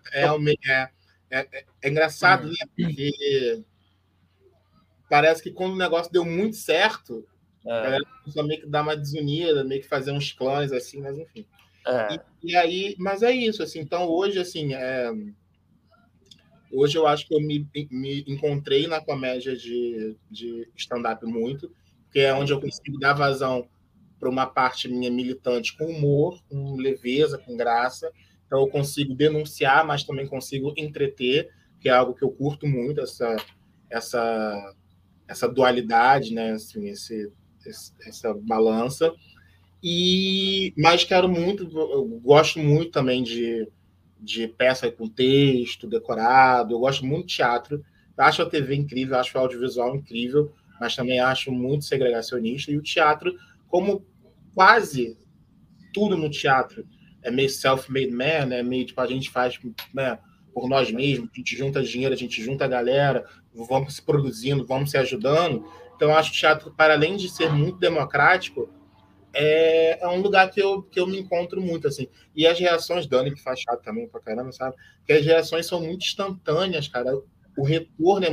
É engraçado, né? Porque parece que quando o negócio deu muito certo, a galera começou meio que dar uma desunida, meio que fazer uns clones, assim, mas enfim. E aí, mas é isso, assim, então hoje, assim, hoje eu acho que eu me encontrei na comédia de stand-up muito, que é onde eu consigo dar vazão para uma parte minha militante com humor, com leveza, com graça. Então eu consigo denunciar, mas também consigo entreter, que é algo que eu curto muito, essa dualidade, né? Assim, essa balança. Mas eu gosto muito também de peça com texto, decorado. Eu gosto muito de teatro. Eu acho a TV incrível, eu acho o audiovisual incrível, mas também acho muito segregacionista. E o teatro, como quase tudo no teatro é meio self-made man, né? Meio tipo, a gente faz, né, por nós mesmos, a gente junta dinheiro, a gente junta a galera, vamos se produzindo, vamos se ajudando. Então, eu acho que o teatro, para além de ser muito democrático, é um lugar que eu me encontro muito, assim. E as reações, Dani, que faz teatro também pra caramba, sabe? Que as reações são muito instantâneas, cara. O retorno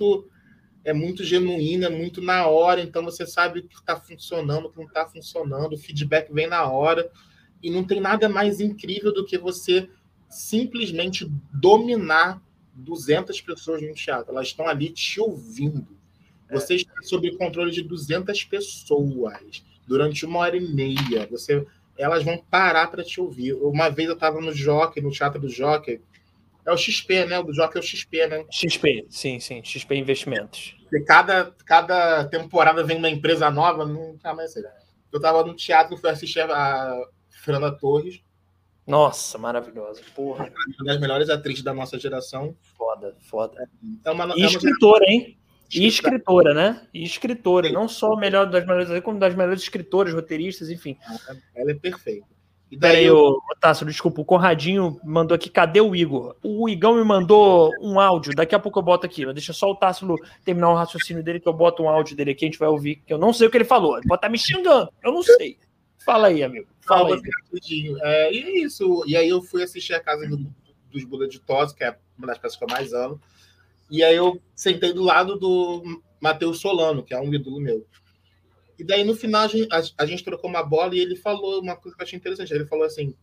é muito genuíno, é muito na hora, então você sabe o que está funcionando, o que não está funcionando, o feedback vem na hora, e não tem nada mais incrível do que você simplesmente dominar 200 pessoas no teatro. Elas estão ali te ouvindo. Você está sob o controle de 200 pessoas durante 1h30. Elas vão parar para te ouvir. Uma vez eu estava no Teatro do Jockey. É o XP, né? O do Jockey é o XP, né? XP, sim. XP Investimentos. E cada temporada vem uma empresa nova, nunca mais sei. Eu estava no teatro, fui assistir a Fernanda Torres. Nossa, maravilhosa. Porra. Uma das melhores atrizes da nossa geração. Foda. E escritora, hein? E escritora, né? E escritora. Sim. Não só melhor das melhores, como das melhores escritoras, roteiristas, enfim. Ela é perfeita. Peraí, Tássio, desculpa, o Conradinho mandou aqui, cadê o Igor? O Igão me mandou um áudio, daqui a pouco eu boto aqui, deixa só o Tássio terminar o raciocínio dele, que eu boto um áudio dele aqui, a gente vai ouvir, que eu não sei o que ele falou, ele pode estar me xingando, eu não sei. Fala aí, amigo. Fala aí. E é isso, e aí eu fui assistir a Casa dos Buda de Tosse, que é uma das peças que eu mais amo, e aí eu sentei do lado do Matheus Solano, que é um ídolo meu. E daí, no final, a gente trocou uma bola e ele falou uma coisa que eu achei interessante. Ele falou assim,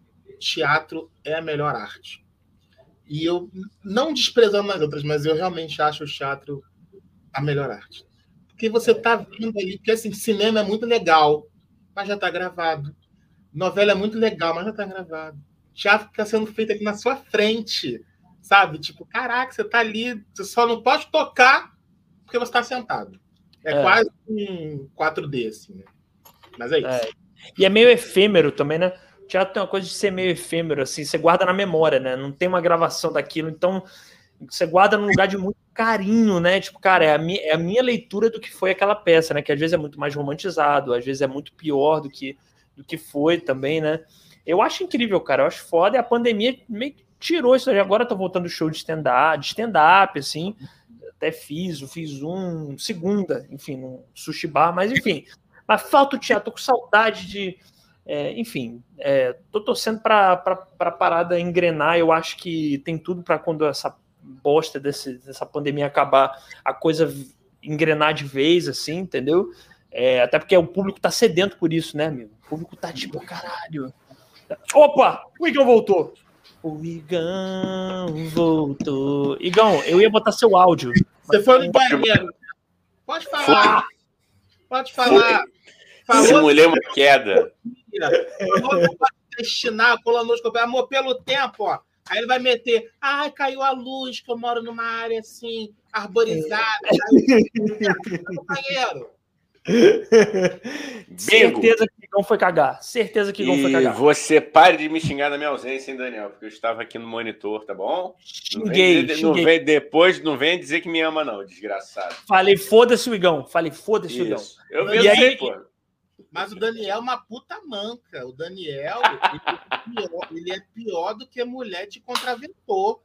teatro é a melhor arte. E eu, não desprezando as outras, mas eu realmente acho o teatro a melhor arte. Porque você tá vendo ali, porque assim, cinema é muito legal, mas já tá gravado. Novela é muito legal, mas já tá gravado. Teatro está sendo feito aqui na sua frente, sabe? Tipo, caraca, você tá ali, você só não pode tocar porque você tá sentado. É quase um 4D, assim, né? Mas é isso. E é meio efêmero também, né? O teatro tem uma coisa de ser meio efêmero, assim, você guarda na memória, né? Não tem uma gravação daquilo, então você guarda num lugar de muito carinho, né? Tipo, cara, é a minha leitura do que foi aquela peça, né? Que às vezes é muito mais romantizado, às vezes é muito pior do que foi também, né? Eu acho incrível, cara, eu acho foda, e a pandemia meio que tirou isso aí. Agora tá voltando o show de stand-up, assim. Até fiz um segunda, enfim, num sushi bar, mas enfim. Mas falta o teatro, tô com saudade de... tô torcendo pra parada engrenar. Eu acho que tem tudo para quando essa bosta dessa pandemia acabar, a coisa engrenar de vez, assim, entendeu? Até porque o público tá sedento por isso, né, amigo? O público tá tipo, caralho. Opa! O Igão voltou! O Igão voltou. Igão, eu ia botar seu áudio. Você foi no banheiro. Pode falar. Pode falar. Simulei uma queda. Falou intestinal, colonoscopia. Amor, pelo tempo, ó. Aí ele vai meter. Ai, caiu a luz, que eu moro numa área assim, arborizada. No banheiro. Certeza que o Igão foi cagar. Certeza que o Igão foi cagar. E você pare de me xingar na minha ausência, hein, Daniel? Porque eu estava aqui no monitor, tá bom? Xinguei. Depois não vem dizer que me ama, não, desgraçado. Falei, foda-se o Igão. O Igão. Eu vi aí, pô. Mas o Daniel é uma puta manca. O Daniel, ele é pior do que mulher de contraventor.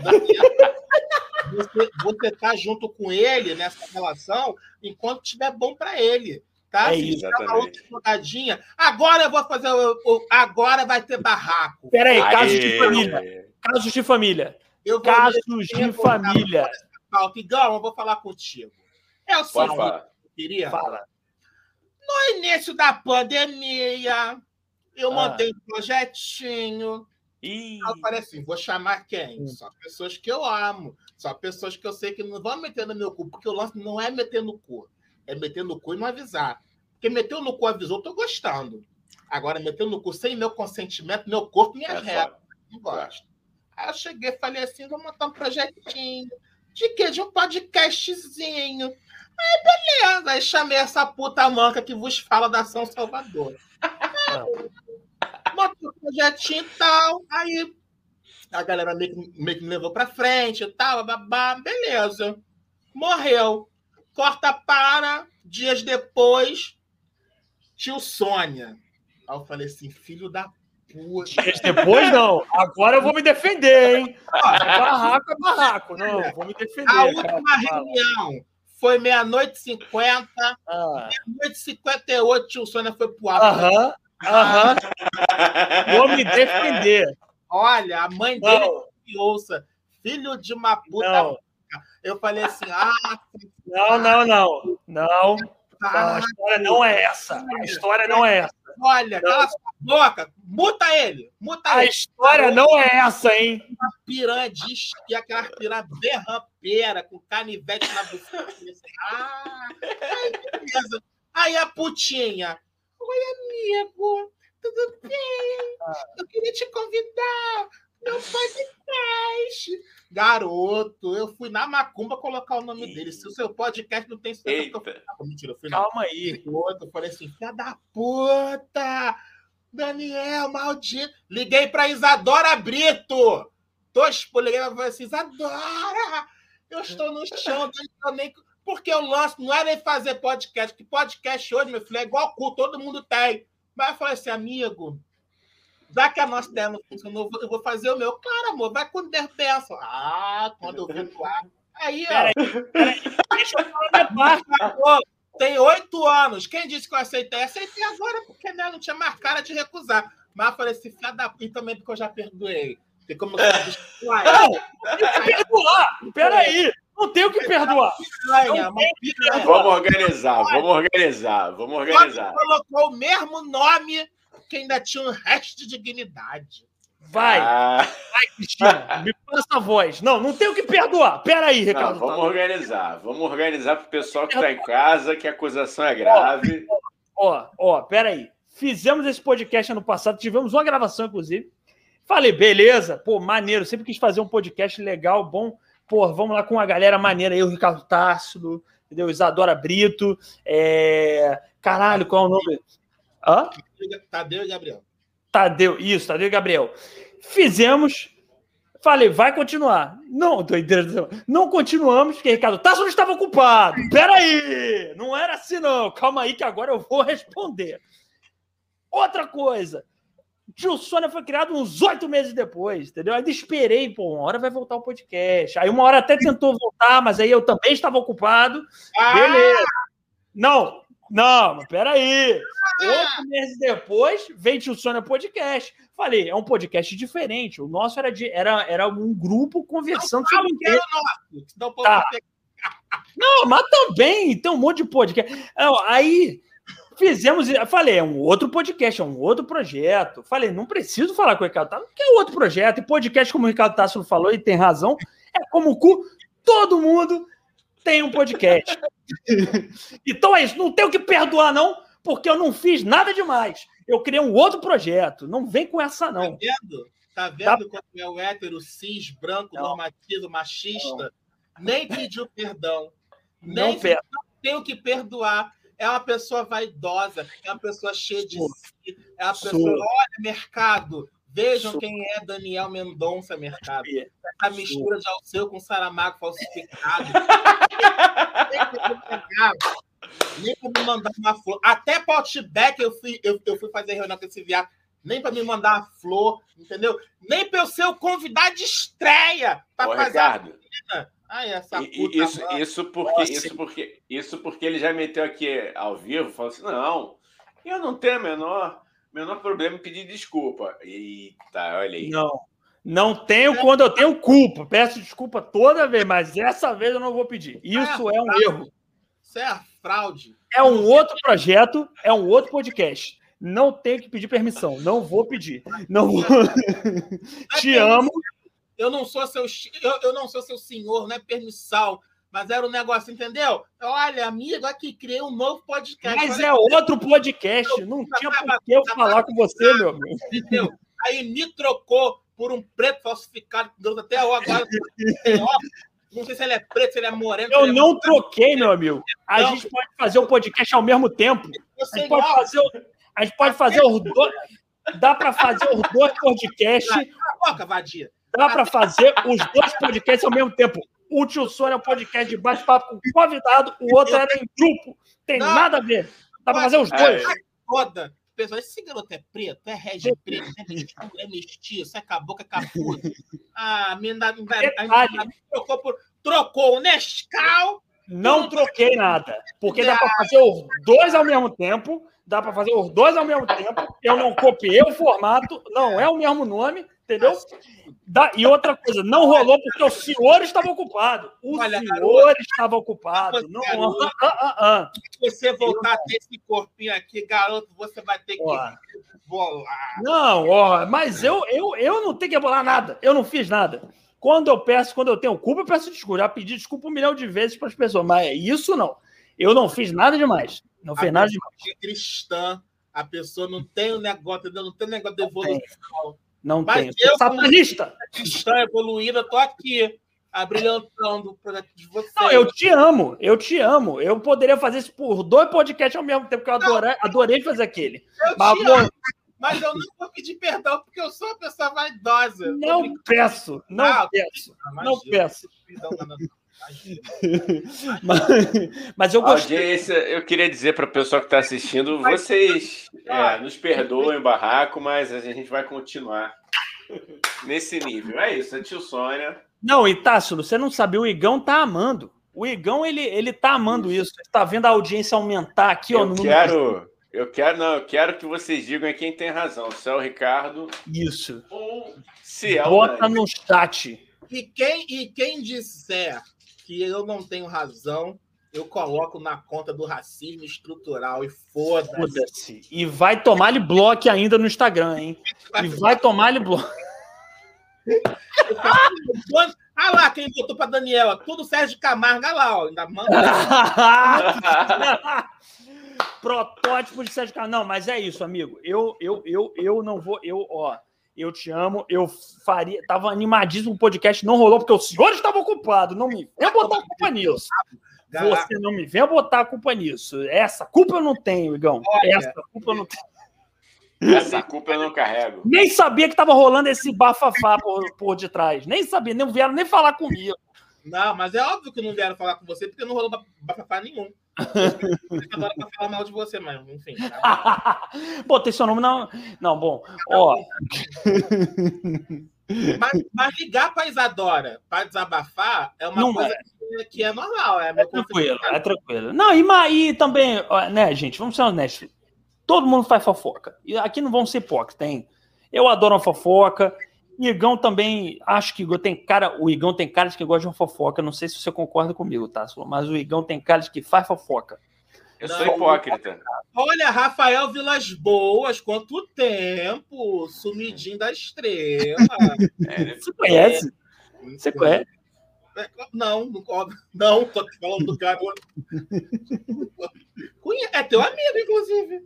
Você tá junto com ele nessa relação enquanto estiver bom para ele. Tá? Isso, exatamente. Agora eu vou fazer agora vai ter barraco. Peraí, casos de família. Casos de família. Igão, eu vou falar contigo. É o seguinte, queria. Fala. No início da pandemia, eu montei um projetinho. Eu falei assim, vou chamar quem? Só pessoas que eu amo. Só pessoas que eu sei que não vão meter no meu cu. Porque o lance não é meter no cu. É meter no cu e não avisar. Porque meteu no cu, avisou, eu tô gostando. Agora, meter no cu sem meu consentimento, meu corpo, minhas regras. Não gosto. Aí eu cheguei e falei assim, vou montar um projetinho. De quê? De um podcastzinho. Aí, beleza. Aí chamei essa puta manca que vos fala da São Salvador. Montei um projetinho e tal. Aí a galera meio que me levou pra frente e tal. Babá, beleza. Morreu. Corta para, dias depois, tio Sônia. Aí eu falei assim, filho da puta. Dias depois, não. Agora eu vou me defender, hein? Barraco é barraco. Não, eu vou me defender. A última reunião foi 00:50. Meia-noite 58, tio Sônia foi pro ar. Vou me defender. Olha, a mãe dele que ouça. Filho de uma puta. Não. Eu falei assim, Não. A história não é essa. A história não é essa. Olha, cala sua boca. Muta ele. A história não é essa, hein? Uma piranha de esqui, aquela piranha berrampeira, com canivete na buceta. Aí, beleza. Aí a putinha. Oi, amigo. Tudo bem? Eu queria te convidar. Meu podcast. Garoto, eu fui na macumba colocar o nome dele. Se o seu podcast não tem... Mentira, eu fui Calma aí. Eu falei assim, filha da puta! Daniel, maldito! Liguei pra Isadora Brito! Liguei pra falei assim, Isadora! Eu estou no chão, porque eu lanço, não é nem fazer podcast, que podcast hoje, meu filho, é igual cu, todo mundo tem. Mas eu falei assim, amigo... Já que a nossa ideia não funcionou, eu vou fazer o meu. Claro, amor, vai quando der peça. Quando eu vi o ar. Aí, Peraí, deixa eu falar minha parte. Tem 8 anos. Quem disse que eu aceitei? Aceitei agora, porque né, não tinha mais cara de recusar. Mas eu falei assim, filha da puta, também porque eu já perdoei. Tem como eu não tem que perdoar. Peraí. Não tenho que perdoar. Vamos organizar. Você colocou o mesmo nome que ainda tinha um resto de dignidade. Vai, Cristina, me passa a voz. Não tenho que perdoar. Peraí, Ricardo. Vamos organizar para o pessoal que está em casa, que a acusação é grave. Peraí. Fizemos esse podcast ano passado, tivemos uma gravação, inclusive. Falei, beleza, maneiro. Sempre quis fazer um podcast legal, bom. Vamos lá com uma galera maneira aí, o Ricardo Tássilo, entendeu? Isadora Brito. Caralho, qual é o nome? Tadeu e Gabriel. Tadeu e Gabriel. Fizemos. Falei, vai continuar. Não continuamos, porque Ricardo Tássilo estava ocupado. Peraí! Não era assim, não. Calma aí que agora eu vou responder. Outra coisa. Tio Sônia foi criado uns 8 meses depois, entendeu? Ainda esperei, uma hora vai voltar o podcast. Aí uma hora até tentou voltar, mas aí eu também estava ocupado. Beleza. Não, mas peraí. 8 meses depois, vem Tio Sônia Podcast. Falei, é um podcast diferente. O nosso era um grupo conversando sobre o que era o nosso. Não, mas também tem um monte de podcast. Aí fizemos, falei, é um outro podcast, é um outro projeto. Falei, não preciso falar com o Ricardo Tássilo, porque é outro projeto. E podcast, como o Ricardo Tássilo falou, e tem razão, é como o cu, todo mundo tem um podcast. Então é isso, não tenho que perdoar, não, porque eu não fiz nada demais. Eu criei um outro projeto. Não vem com essa, não. Tá vendo como é o hétero, cis, branco, normativo, machista? Nem pediu perdão. Não tenho que perdoar. É uma pessoa vaidosa, é uma pessoa cheia de si, é uma pessoa... Olha, mercado, vejam quem é Daniel Mendonça, mercado. Essa mistura de Alceu com Saramago falsificado. Nem para me mandar uma flor. Até para o Outback eu fui fazer reunião com esse viado. Nem para me mandar uma flor, entendeu? Nem para eu ser o convidado de estreia para fazer Ricardo, essa puta isso porque ele já meteu aqui ao vivo, falou assim, não, eu não tenho menor problema em pedir desculpa. Eita, olha aí. Não tenho quando eu tenho culpa. Peço desculpa toda vez, mas essa vez eu não vou pedir. Isso é um erro. Isso é fraude. É um outro projeto, é um outro podcast. Não tenho que pedir permissão. Não vou pedir. Não vou. Te amo. Eu não sou seu senhor, não é permissão. Mas era um negócio, entendeu? Olha, amigo, aqui criei um novo podcast. Mas é outro podcast. Não tinha por que eu falar com você, meu amigo. Entendeu? Aí me trocou por um preto falsificado. Até agora. Não sei se ele é preto, se ele é moreno. Eu não troquei, meu amigo. A gente pode fazer o podcast ao mesmo tempo. A gente pode fazer os dois. Dá para fazer os dois podcasts. Vadia. Dá para fazer os dois podcasts ao mesmo tempo. O Tio Sônia é um podcast de bate-papo com convidado, o outro era em grupo. Tem nada a ver. Dá pra fazer os dois. Foda. Pessoal, esse garoto é preto, é red preto, é mestiço, é caboclo, é capudo. A menina trocou o Nescau. Não troquei nada. Porque dá pra fazer os dois ao mesmo tempo. Eu não copiei o formato, não é o mesmo nome, entendeu? E outra coisa, não rolou porque o senhor estava ocupado. Estava ocupado. Não. Se você voltar a ter esse corpinho aqui, garoto, você vai ter que bolar. Não, mas eu não tenho que bolar nada. Eu não fiz nada. Quando eu tenho culpa, eu peço desculpa. Já pedi desculpa 1 milhão de vezes para as pessoas, mas isso não. Eu não fiz nada demais. Não fez nada demais. É cristã, a pessoa não tem o negócio, não tem o negócio de evolução. Não tem. Eu, satanista. Cristã evoluída, tô aqui, abrilhantando o projeto de vocês. Não, eu te amo. Eu poderia fazer isso por 2 podcasts ao mesmo tempo, que eu adorei fazer aquele. Mas eu não vou pedir perdão, porque eu sou uma pessoa vaidosa. Não peço. Mas eu gostei. Audiência, eu queria dizer para o pessoal que está assistindo, vocês nos perdoem o barraco, mas a gente vai continuar nesse nível. É isso, é Tio Sônia. Não, e Tássio, você não sabe, o Igão tá amando. O Igão, ele tá amando isso. Ele tá vendo a audiência aumentar aqui, ó. Eu quero que vocês digam quem tem razão, se é o Ricardo. Isso. Ou se é o Bota no chat. E quem disser que eu não tenho razão, eu coloco na conta do racismo estrutural e foda-se. E vai tomar-lhe bloco ainda no Instagram, hein? E vai tomar-lhe bloco. Ah lá, quem votou pra Daniela, tudo Sérgio Camargo, olha lá, ó, ainda manda. Protótipo de Sérgio Camargo. Não, mas é isso, amigo. Eu não vou. Eu te amo. Eu faria. Tava animadíssimo o podcast, não rolou porque o senhor estava ocupado. Não me venha botar a culpa nisso. Você não me venha botar a culpa nisso. Essa culpa eu não tenho, Igão. Essa culpa eu não tenho. Essa culpa eu não carrego. Nem sabia que tava rolando esse bafafá por detrás. Nem sabia, não vieram nem falar comigo. Não, mas é óbvio que não vieram falar com você, porque não rolou bafafá nenhum. Agora pra falar mal de você, mas enfim. Tá? Botei seu nome não, bom. Ó. Mas ligar pra Isadora pra desabafar é uma coisa que é normal. É tranquilo. Não, e também, né, gente, vamos ser honestos. Todo mundo faz fofoca. E aqui não vão ser hipócritas, hein? Eu adoro uma fofoca. Igão também, acho que o Igão tem cara de que gosta de uma fofoca. Não sei se você concorda comigo, tá? Mas o Igão tem cara de que faz fofoca. Eu sou hipócrita. Olha, Rafael Vilas Boas, quanto tempo! Sumidinho da estrela. Você conhece? Você conhece? Não, tô te falando do garoto. É teu amigo, inclusive.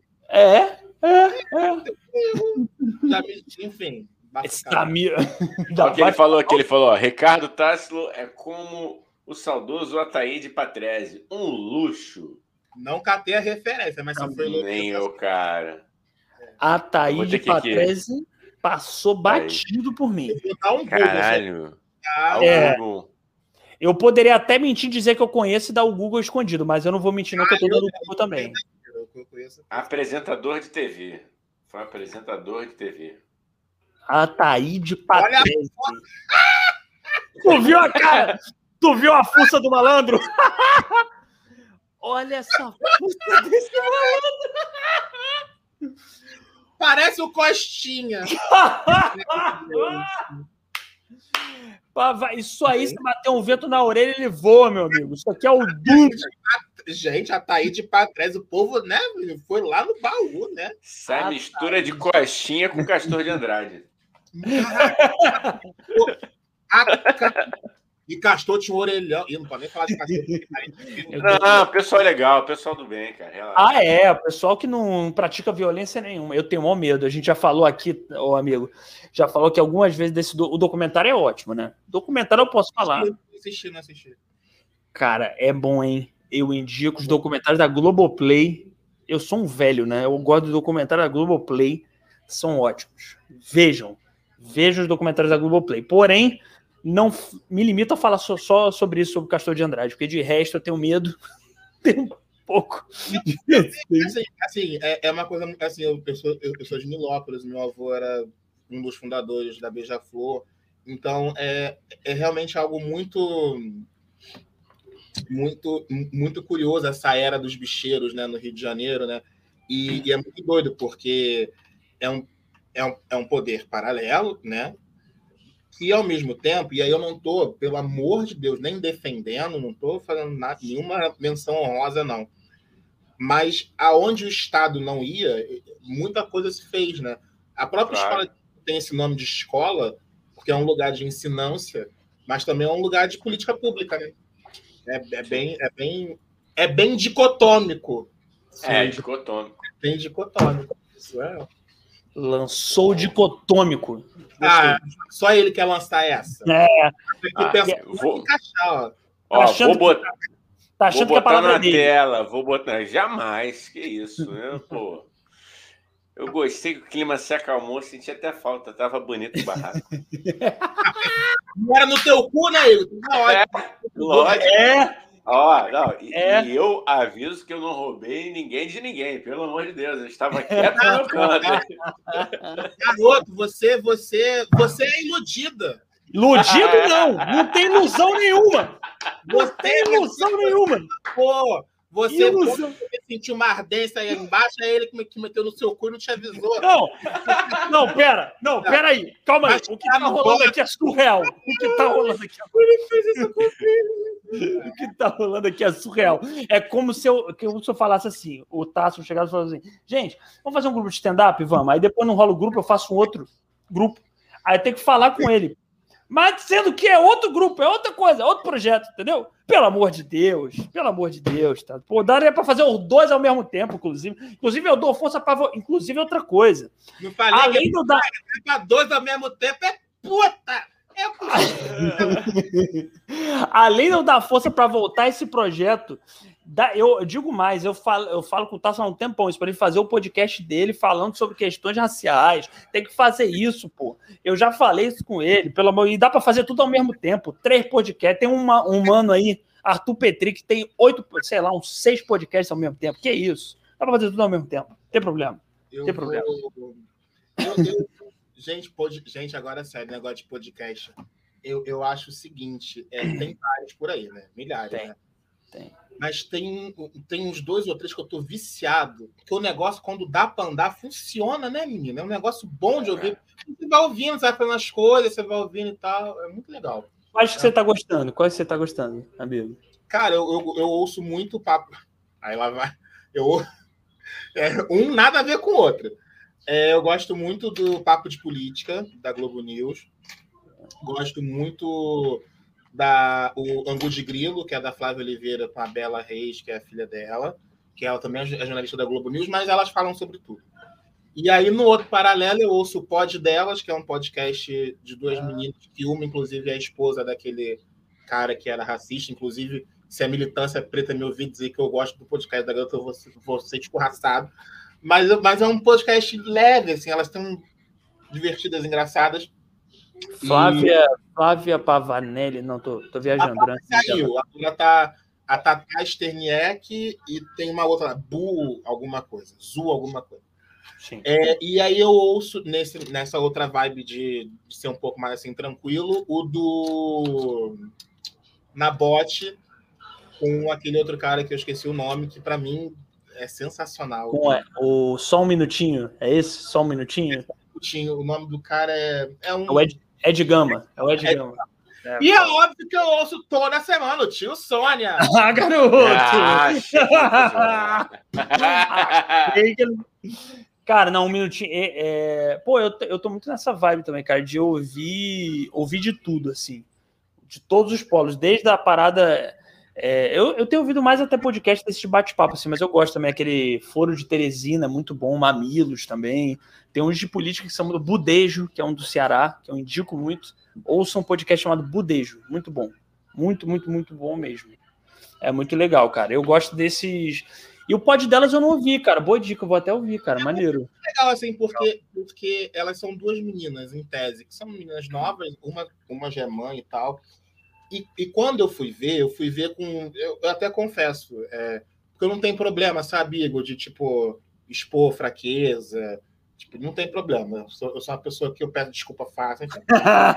Enfim. O que ele falou, Ricardo Tássilo é como o saudoso Ataíde Patrese, um luxo. Não catei a referência, mas só foi nem eu, cara. Ataíde Patrese passou batido por mim. Caralho. Eu poderia até mentir e dizer que eu conheço e dar o Google escondido, mas eu não vou mentir não, que eu tô dando o Google também. Apresentador de TV. Foi apresentador de TV. Ataíde Patrese. Tu viu a cara? Tu viu a fuça do malandro? Olha essa fuça desse malandro. Parece o Costinha. Isso aí, se bater um vento na orelha, ele voa, meu amigo. Isso aqui é o duro. Gente, a Ataíde Patrese, o povo, né? Foi lá no baú, né? Essa mistura de Costinha com Castor de Andrade. E Castor tinha um orelhão. E não pode nem falar de Castor. Não, pessoal legal, pessoal do bem, cara. Relaxa. O pessoal que não pratica violência nenhuma. Eu tenho maior medo. A gente já falou aqui, amigo, já falou que algumas vezes o documentário é ótimo, né? Documentário eu posso falar. Não assisti. Cara, é bom, hein? Eu indico os documentários da Globoplay. Eu sou um velho, né? Eu gosto do documentário da Globoplay. São ótimos. Vejam os documentários da Globoplay. Porém, não me limito a falar só sobre isso, sobre o Castor de Andrade, porque de resto eu tenho medo, tenho um pouco. Assim, é uma coisa, assim, eu sou de Nilópolis, meu avô era um dos fundadores da Beija-Flor, então é realmente algo muito curioso, essa era dos bicheiros, né, no Rio de Janeiro, né, e é muito doido, porque é um poder paralelo, né, que ao mesmo tempo, e aí eu não estou, pelo amor de Deus, nem defendendo, não estou fazendo nenhuma menção honrosa, não. Mas aonde o Estado não ia, muita coisa se fez, né? A própria escola tem esse nome de escola, porque é um lugar de ensinância, mas também é um lugar de política pública, né? É bem dicotômico. Dicotômico. É bem dicotômico. Isso é. Lançou o dicotômico. Só ele quer lançar essa. Vou encaixar, ó. Vou botar. Tá achando vou botar que a na tela, vou botar. Jamais, que isso, né? Pô. Eu gostei que o clima se acalmou, senti até falta, tava bonito o barraco. Não era no teu cu, né, Igor? Lógico. E eu aviso que eu não roubei ninguém de ninguém, pelo amor de Deus, eu estava quieto no meu canto. Garoto, você é iludida. Iludido não tem ilusão nenhuma. Não tem ilusão nenhuma. Pô, você sentiu uma ardência aí embaixo, é ele que meteu no seu cu e não te avisou. Pera aí. Calma aí. O que tá rolando aqui é surreal. O que tá rolando aqui é surreal. É como se eu falasse assim, o Tássio chegasse e falasse assim, gente, vamos fazer um grupo de stand-up? Vamos. Aí depois não rola o grupo, eu faço um outro grupo. Aí eu tenho que falar com ele. Mas sendo que é outro grupo, é outra coisa, é outro projeto, entendeu? Pelo amor de Deus, tá? Pô, daria pra fazer os dois ao mesmo tempo, inclusive. Inclusive, eu dou força pra... Inclusive, outra coisa. Não falei além que pra dois ao mesmo tempo é puta! Além de eu dar força pra voltar esse projeto, eu digo mais, eu falo com o Tasso há um tempão isso, para ele fazer o podcast dele falando sobre questões raciais. Tem que fazer isso, pô. Eu já falei isso com ele, pelo amor, e dá para fazer tudo ao mesmo tempo. 3 podcasts, tem um mano aí, Arthur Petri, que tem 6 podcasts ao mesmo tempo. Que isso? Dá para fazer tudo ao mesmo tempo. Tem problema. Gente, agora sério, negócio de podcast. Eu acho o seguinte, tem vários por aí, né? Milhares, né? Tem. Mas tem uns 2 ou 3 que eu tô viciado, porque o negócio, quando dá pra andar, funciona, né, menina? É um negócio bom de ouvir. Você vai ouvindo, você vai fazendo as coisas, você vai ouvindo e tal. É muito legal. Quais que você tá gostando? Quais você tá gostando, amigo? Cara, eu ouço muito papo. Aí lá vai. Um nada a ver com o outro. Eu gosto muito do Papo de Política, da Globo News. Gosto muito o Angu de Grilo, que é da Flávia Oliveira, com a Bela Reis, que é a filha dela, que ela também é jornalista da Globo News, mas elas falam sobre tudo. E aí, no outro paralelo, eu ouço o Pod Delas, que é um podcast de 2 meninas, que uma, inclusive, é a esposa daquele cara que era racista. Inclusive, se a militância preta me ouvir dizer que eu gosto do podcast da garota, eu vou ser escorraçado. Mas é um podcast leve, assim, elas estão divertidas, engraçadas. Flávia Pavanelli, não, tô viajando. Saiu, agora a Tatá Sterniek e tem uma outra, Bu alguma coisa, Zu alguma coisa. Sim. E aí eu ouço nessa outra vibe de ser um pouco mais assim, tranquilo, o do Nabote com aquele outro cara que eu esqueci o nome, que para mim é sensacional. O Só um Minutinho, é esse? Só um Minutinho? O nome do cara é um... O Ed Gama. É o Ed Gama. E é óbvio que eu ouço toda semana o tio Sônia. Ah, garoto! Cara, não, um minutinho. Pô, eu tô muito nessa vibe também, cara, de ouvir de tudo, assim. De todos os polos, desde a parada... eu tenho ouvido mais até podcast desse bate-papo, assim, mas eu gosto também, aquele Foro de Teresina, muito bom, Mamilos também. Tem uns de política que são do Budejo, que é um do Ceará, que eu indico muito. Ouçam um podcast chamado Budejo, muito bom. Muito, muito, muito bom mesmo. É muito legal, cara. Eu gosto desses... E o Pod Delas eu não ouvi, cara. Boa dica, eu vou até ouvir, cara. Maneiro. legal, assim, porque elas são duas meninas, em tese, que são meninas novas, uma já é mãe e tal. E quando eu fui ver com... Eu até confesso, porque eu não tenho problema, sabe, Igor, de, tipo, expor fraqueza. Tipo, não tem problema. Eu sou uma pessoa que eu peço desculpa fácil. Enfim.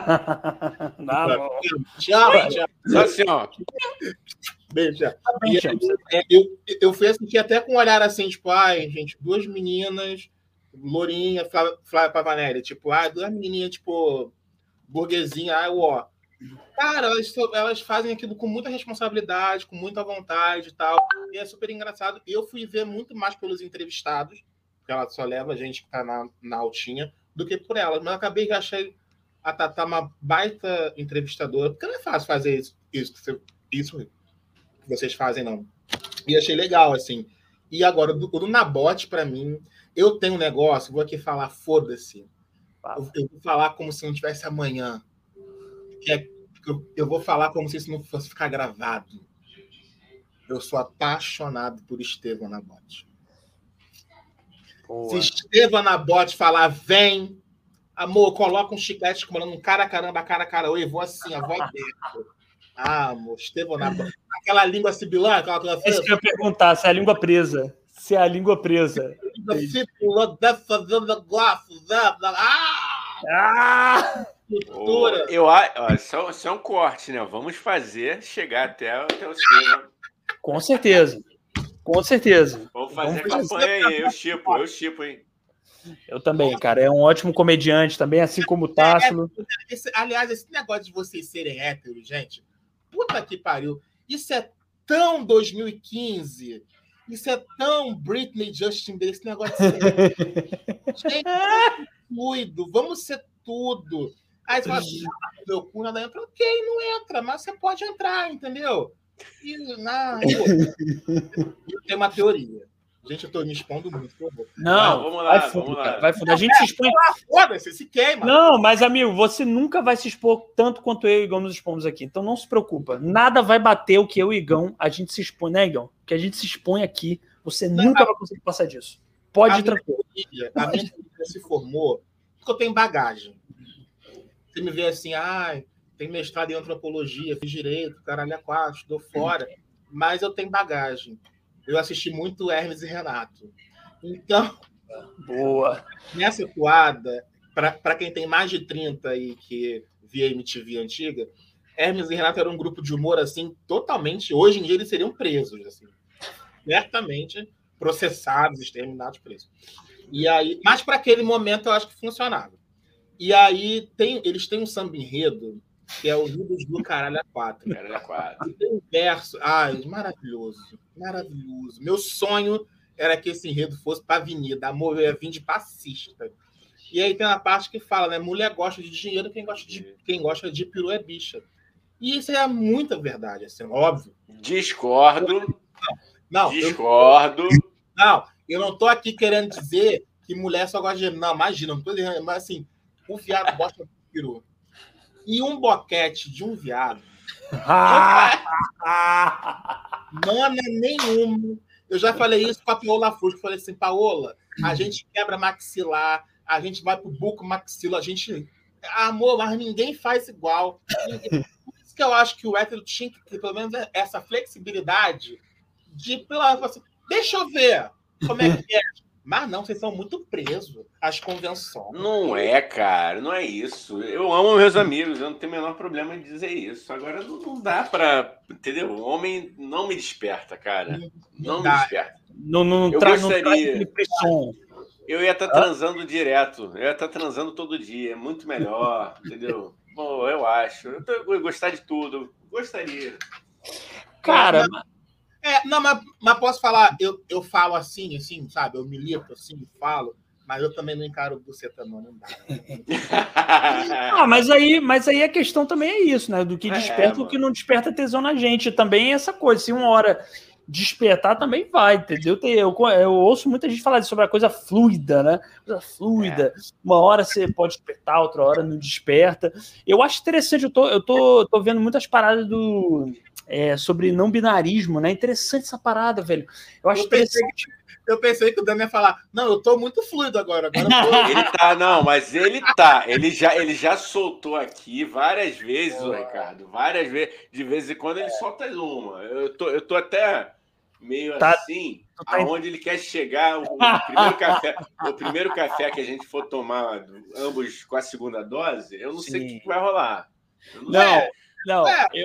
Tchau. Só assim, ó. Beijo. Eu fui assistir até com um olhar assim, tipo, ai, gente, duas meninas, lourinha, Flávia Pavanelli, tipo, duas menininhas, tipo, burguesinha, ó. Cara, elas fazem aquilo com muita responsabilidade, com muita vontade e tal. E é super engraçado. Eu fui ver muito mais pelos entrevistados, porque ela só leva a gente que tá na altinha, do que por elas. Mas eu acabei que achei a Tatá uma baita entrevistadora, porque não é fácil fazer isso que vocês fazem, não. E achei legal, assim. E agora, o do Nabote, para mim, eu tenho um negócio, vou aqui falar, foda-se. Eu vou falar como se não tivesse amanhã. Eu vou falar como se isso não fosse ficar gravado. Eu sou apaixonado por Estevão Nabote. Se Estevão Nabote falar, vem, amor, coloca um chiclete comendo um cara, oi, vou assim, a voz dentro. Amor, Estevão Nabote. Aquela língua sibilã, aquela coisa. Isso que eu ia perguntar, se é a língua presa. Se é a língua presa. Isso é um corte, né? Vamos fazer chegar até o cinema. Com certeza. Com certeza. Vamos fazer a campanha aí. Eu chipo, hein? Eu também, cara. É um ótimo comediante também, assim como o Tássilo. Aliás, esse negócio de vocês serem héteros, gente, puta que pariu. Isso é tão 2015. Isso é tão Britney, Justin Bieber, esse negócio de ser. Gente, fluido, vamos ser tudo. Aí você fala, meu cu nada entra. Ok, não entra, mas você pode entrar, entendeu? Eu tenho uma teoria. Gente, eu tô me expondo muito, por favor. Não, vamos lá, vai fundo. A gente se expõe. Foda-se, se queima. Não, mas, amigo, você nunca vai se expor tanto quanto eu e o Igão nos expomos aqui. Então não se preocupa. Nada vai bater o que eu e o Igão, a gente se expõe, né, Igão? Que a gente se expõe aqui. Você nunca vai conseguir passar disso. Pode ir tranquilo. A minha família se formou porque eu tenho bagagem. Você me vê assim, tem mestrado em antropologia, fiz direito, caralho, a quatro, estou fora. Mas eu tenho bagagem. Eu assisti muito Hermes e Renato. Então, boa. Nessa toada, para quem tem mais de 30 e que via MTV antiga, Hermes e Renato era um grupo de humor assim, totalmente. Hoje em dia eles seriam presos, assim, certamente processados, exterminados, presos. E aí, mas para aquele momento eu acho que funcionava. E aí eles têm um samba enredo que é o Judas do Caralho a 4. Caralho a 4. E tem um verso, maravilhoso, maravilhoso. Meu sonho era que esse enredo fosse para a avenida, amor, eu ia vir de passista. E aí tem uma parte que fala, né? Mulher gosta de dinheiro, quem gosta de peru é bicha. E isso é muita verdade, assim, óbvio. Discordo. Não, discordo. Eu não tô aqui querendo dizer que mulher só gosta de dinheiro. Não, imagina, não tô dizendo, mas assim, o viado gosta de peru. E um boquete de um viado. Mana nenhuma. Eu já falei isso com a Paola Fusco. Falei assim, Paola, a gente quebra maxilar, a gente vai pro buco maxila, a gente... Amor, mas ninguém faz igual. Por isso que eu acho que o hétero tinha que ter, pelo menos, essa flexibilidade de, assim, deixa eu ver como é que é. Mas não, vocês são muito presos às convenções. Não é, cara, não é isso. Eu amo meus amigos, eu não tenho o menor problema em dizer isso. Agora não dá pra... Entendeu? O homem não me desperta, cara. Não me desperta. Não eu gostaria... Eu ia estar transando direto. Eu ia estar transando todo dia. É muito melhor, entendeu? Bom, eu acho. Eu gostar de tudo. Gostaria. Cara... mas posso falar, eu falo assim, sabe? Eu milito assim, falo, mas eu também não encaro o buceta, não dá. mas aí a questão também é isso, né? Do que desperta, o que não desperta tesão na gente. Também é essa coisa. Se uma hora despertar, também vai, entendeu? Eu ouço muita gente falar sobre a coisa fluida, né? Coisa fluida. Uma hora você pode despertar, outra hora não desperta. Eu acho interessante, eu tô vendo muitas paradas do... sobre não binarismo, né? Interessante essa parada, velho. Eu acho interessante. Eu pensei que o Dan ia falar, não, eu tô muito fluido agora. Ele tá, não, mas ele tá. Ele já soltou aqui várias vezes, o Ricardo. Várias vezes. De vez em quando ele solta uma. Eu tô até meio assim, aonde ele quer chegar. O primeiro café que a gente for tomar, ambos com a segunda dose, eu não sei o que vai rolar. Não.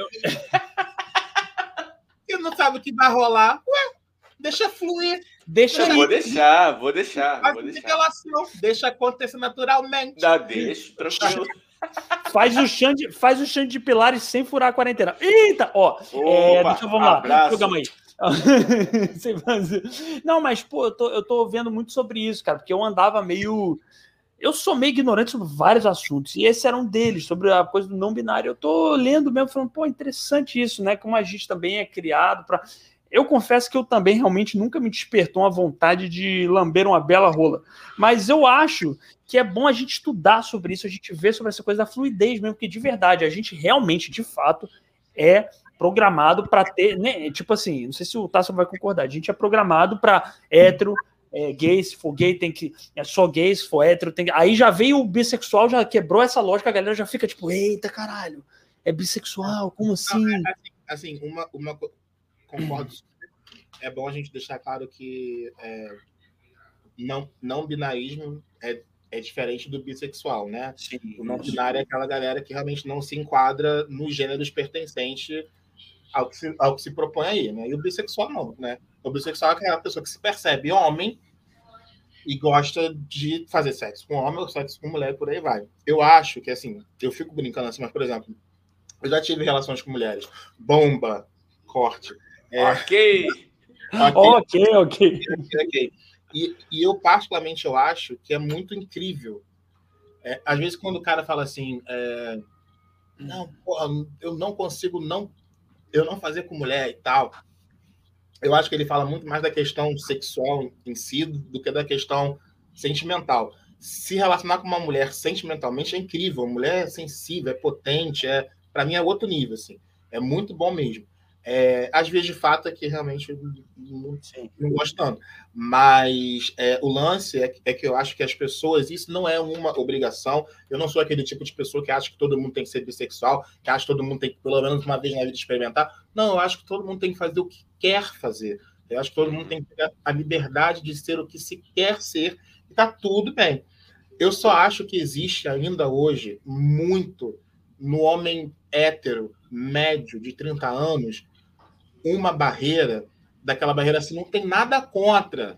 Eu não sabe o que vai rolar. Ué, deixa fluir. Vou deixar. Revelação. Deixa acontecer naturalmente. Deixa, tranquilo. Faz o chão de pilares sem furar a quarentena. Eita! Vamos lá. Programa aí. Não, mas, pô, eu tô vendo muito sobre isso, cara, porque eu sou meio ignorante sobre vários assuntos, e esse era um deles, sobre a coisa do não binário. Eu tô lendo mesmo, falando, pô, interessante isso, né, como a gente também é criado para... Eu confesso que eu também realmente nunca me despertou uma vontade de lamber uma bela rola, mas eu acho que é bom a gente estudar sobre isso, a gente ver sobre essa coisa da fluidez mesmo, porque de verdade, a gente realmente, de fato, é programado para ter, né, tipo assim, não sei se o Tasso vai concordar, a gente é programado para hétero, gay, se for gay tem que, só gay, se for hétero tem que, aí já veio o bissexual, já quebrou essa lógica, a galera já fica tipo, eita caralho, é bissexual, como assim? Assim, uma concordo, é bom a gente deixar claro que não binarismo é diferente do bissexual, né? Sim, o não binário é aquela galera que realmente não se enquadra nos gêneros pertencentes ao que se propõe aí, né? E o bissexual não, né? O bissexual é aquela pessoa que se percebe homem e gosta de fazer sexo com homem ou sexo com mulher e por aí vai. Eu acho que, assim, eu fico brincando assim, mas, por exemplo, eu já tive relações com mulheres. Bomba, corte. Ok. E eu, particularmente, eu acho que é muito incrível. Às vezes, quando o cara fala assim, não, porra, eu não consigo eu não fazer com mulher e tal, eu acho que ele fala muito mais da questão sexual em si do que da questão sentimental. Se relacionar com uma mulher sentimentalmente é incrível, a mulher é sensível, é potente, para mim é outro nível, assim, é muito bom mesmo. Às vezes, de fato, é que realmente eu não gosto tanto. Mas o lance é que eu acho que as pessoas, isso não é uma obrigação. Eu não sou aquele tipo de pessoa que acha que todo mundo tem que ser bissexual, que acha que todo mundo tem que, pelo menos uma vez na vida, experimentar. Não, eu acho que todo mundo tem que fazer o que quer fazer. Eu acho que todo mundo tem que ter a liberdade de ser o que se quer ser. E tá tudo bem. Eu só acho que existe ainda hoje muito no homem hétero, médio, de 30 anos, uma barreira, daquela barreira assim, não tem nada contra.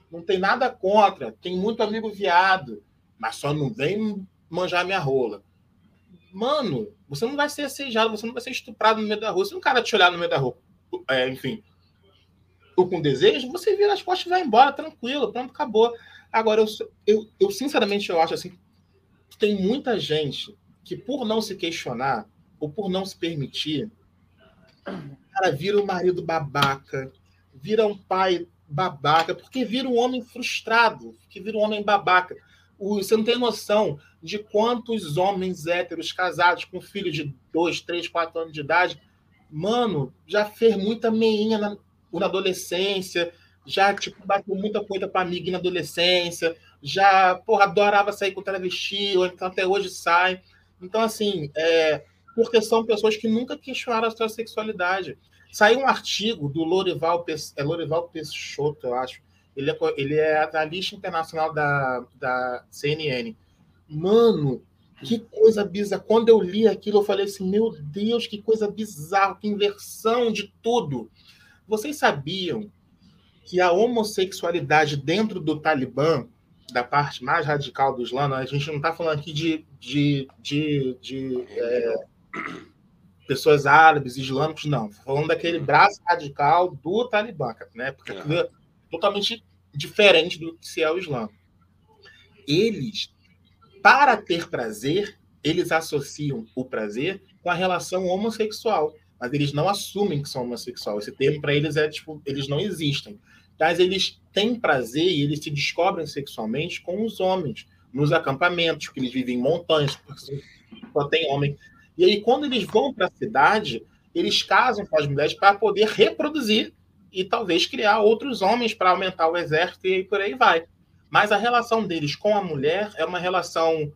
Tem muito amigo viado, mas só não vem manjar minha rola. Mano, você não vai ser assediado, você não vai ser estuprado no meio da rua. Se um cara te olhar no meio da rua, enfim, ou com desejo, você vira as costas e vai embora, tranquilo, pronto, acabou. Agora, eu sinceramente, eu acho assim, que tem muita gente que, por não se questionar, ou por não se permitir, cara, vira um marido babaca, vira um pai babaca, porque vira um homem frustrado, que vira um homem babaca. Você não tem noção de quantos homens héteros casados com filho de 2, 3, 4 anos de idade, mano, já fez muita meinha na adolescência, já bateu muita coisa para amiga na adolescência, já, porra, adorava sair com travesti, ou então até hoje sai. Então, assim, porque são pessoas que nunca questionaram a sua sexualidade. Saiu um artigo do Lorival Peixoto, eu acho. Ele é analista internacional da CNN. Mano, que coisa bizarra. Quando eu li aquilo, eu falei assim, meu Deus, que coisa bizarra, que inversão de tudo. Vocês sabiam que a homossexualidade dentro do Talibã, da parte mais radical do Islã, a gente não está falando aqui de pessoas árabes, islâmicos, não. Falando daquele braço radical do Talibã, né? Porque aquilo é totalmente diferente do que se é o Islã. Eles, para ter prazer, eles associam o prazer com a relação homossexual, mas eles não assumem que são homossexuais. Esse termo, para eles, eles não existem. Mas eles têm prazer e eles se descobrem sexualmente com os homens, nos acampamentos, porque eles vivem em montanhas, só tem homem. E aí, quando eles vão para a cidade, eles casam com as mulheres para poder reproduzir e talvez criar outros homens para aumentar o exército e por aí vai. Mas a relação deles com a mulher é uma relação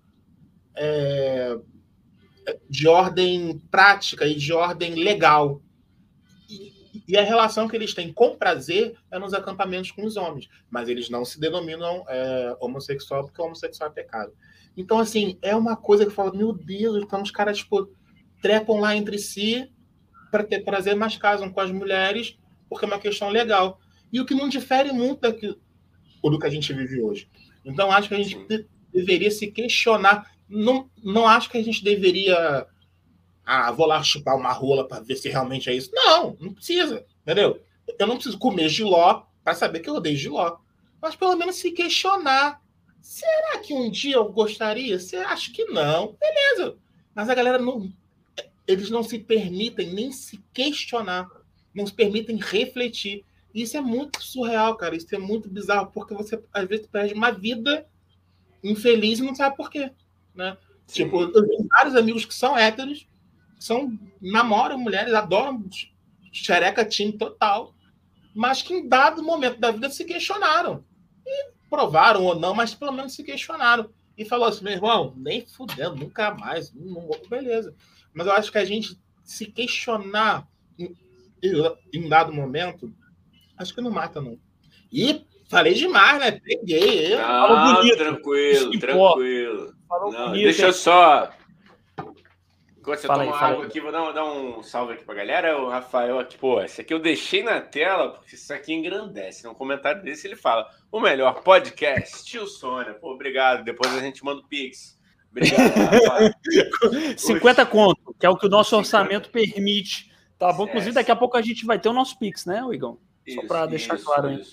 de ordem prática e de ordem legal. E a relação que eles têm com prazer é nos acampamentos com os homens. Mas eles não se denominam homossexual, porque homossexual é pecado. Então, assim, é uma coisa que fala, meu Deus, então os caras, tipo, trepam lá entre si para ter prazer, mas casam com as mulheres, porque é uma questão legal. E o que não difere muito do que a gente vive hoje. Então, acho que a gente deveria se questionar. Não acho que a gente deveria... vou lá chupar uma rola para ver se realmente é isso. Não precisa, entendeu? Eu não preciso comer jiló para saber que eu odeio jiló. Mas pelo menos se questionar. Será que um dia eu gostaria? Você acha que não? Beleza. Mas a galera não... Eles não se permitem nem se questionar. Não se permitem refletir. E isso é muito surreal, cara. Isso é muito bizarro, porque você, às vezes, perde uma vida infeliz e não sabe por quê, né? Tipo, eu tenho vários amigos que são héteros, namoram mulheres, adoram xereca teen total, mas que em dado momento da vida se questionaram. E provaram ou não, mas pelo menos se questionaram. E falou assim, meu irmão, nem fudendo, nunca mais. Beleza. Mas eu acho que a gente se questionar em dado momento, acho que não mata, não. E falei demais, né? Peguei. Falou bonito. Tranquilo. Falou não, bonito. Deixa eu só... Enquanto você fala toma água aqui, vou dar um salve aqui pra galera. O Rafael aqui, esse aqui eu deixei na tela, porque isso aqui engrandece. No comentário desse ele fala, o melhor podcast, tio Sônia. Obrigado. Depois a gente manda o Pix. Obrigado, Rafael. 50 conto, que é o que o nosso orçamento permite. Tá bom? Inclusive, daqui a pouco a gente vai ter o nosso Pix, né, Igão? Só para deixar claro aí.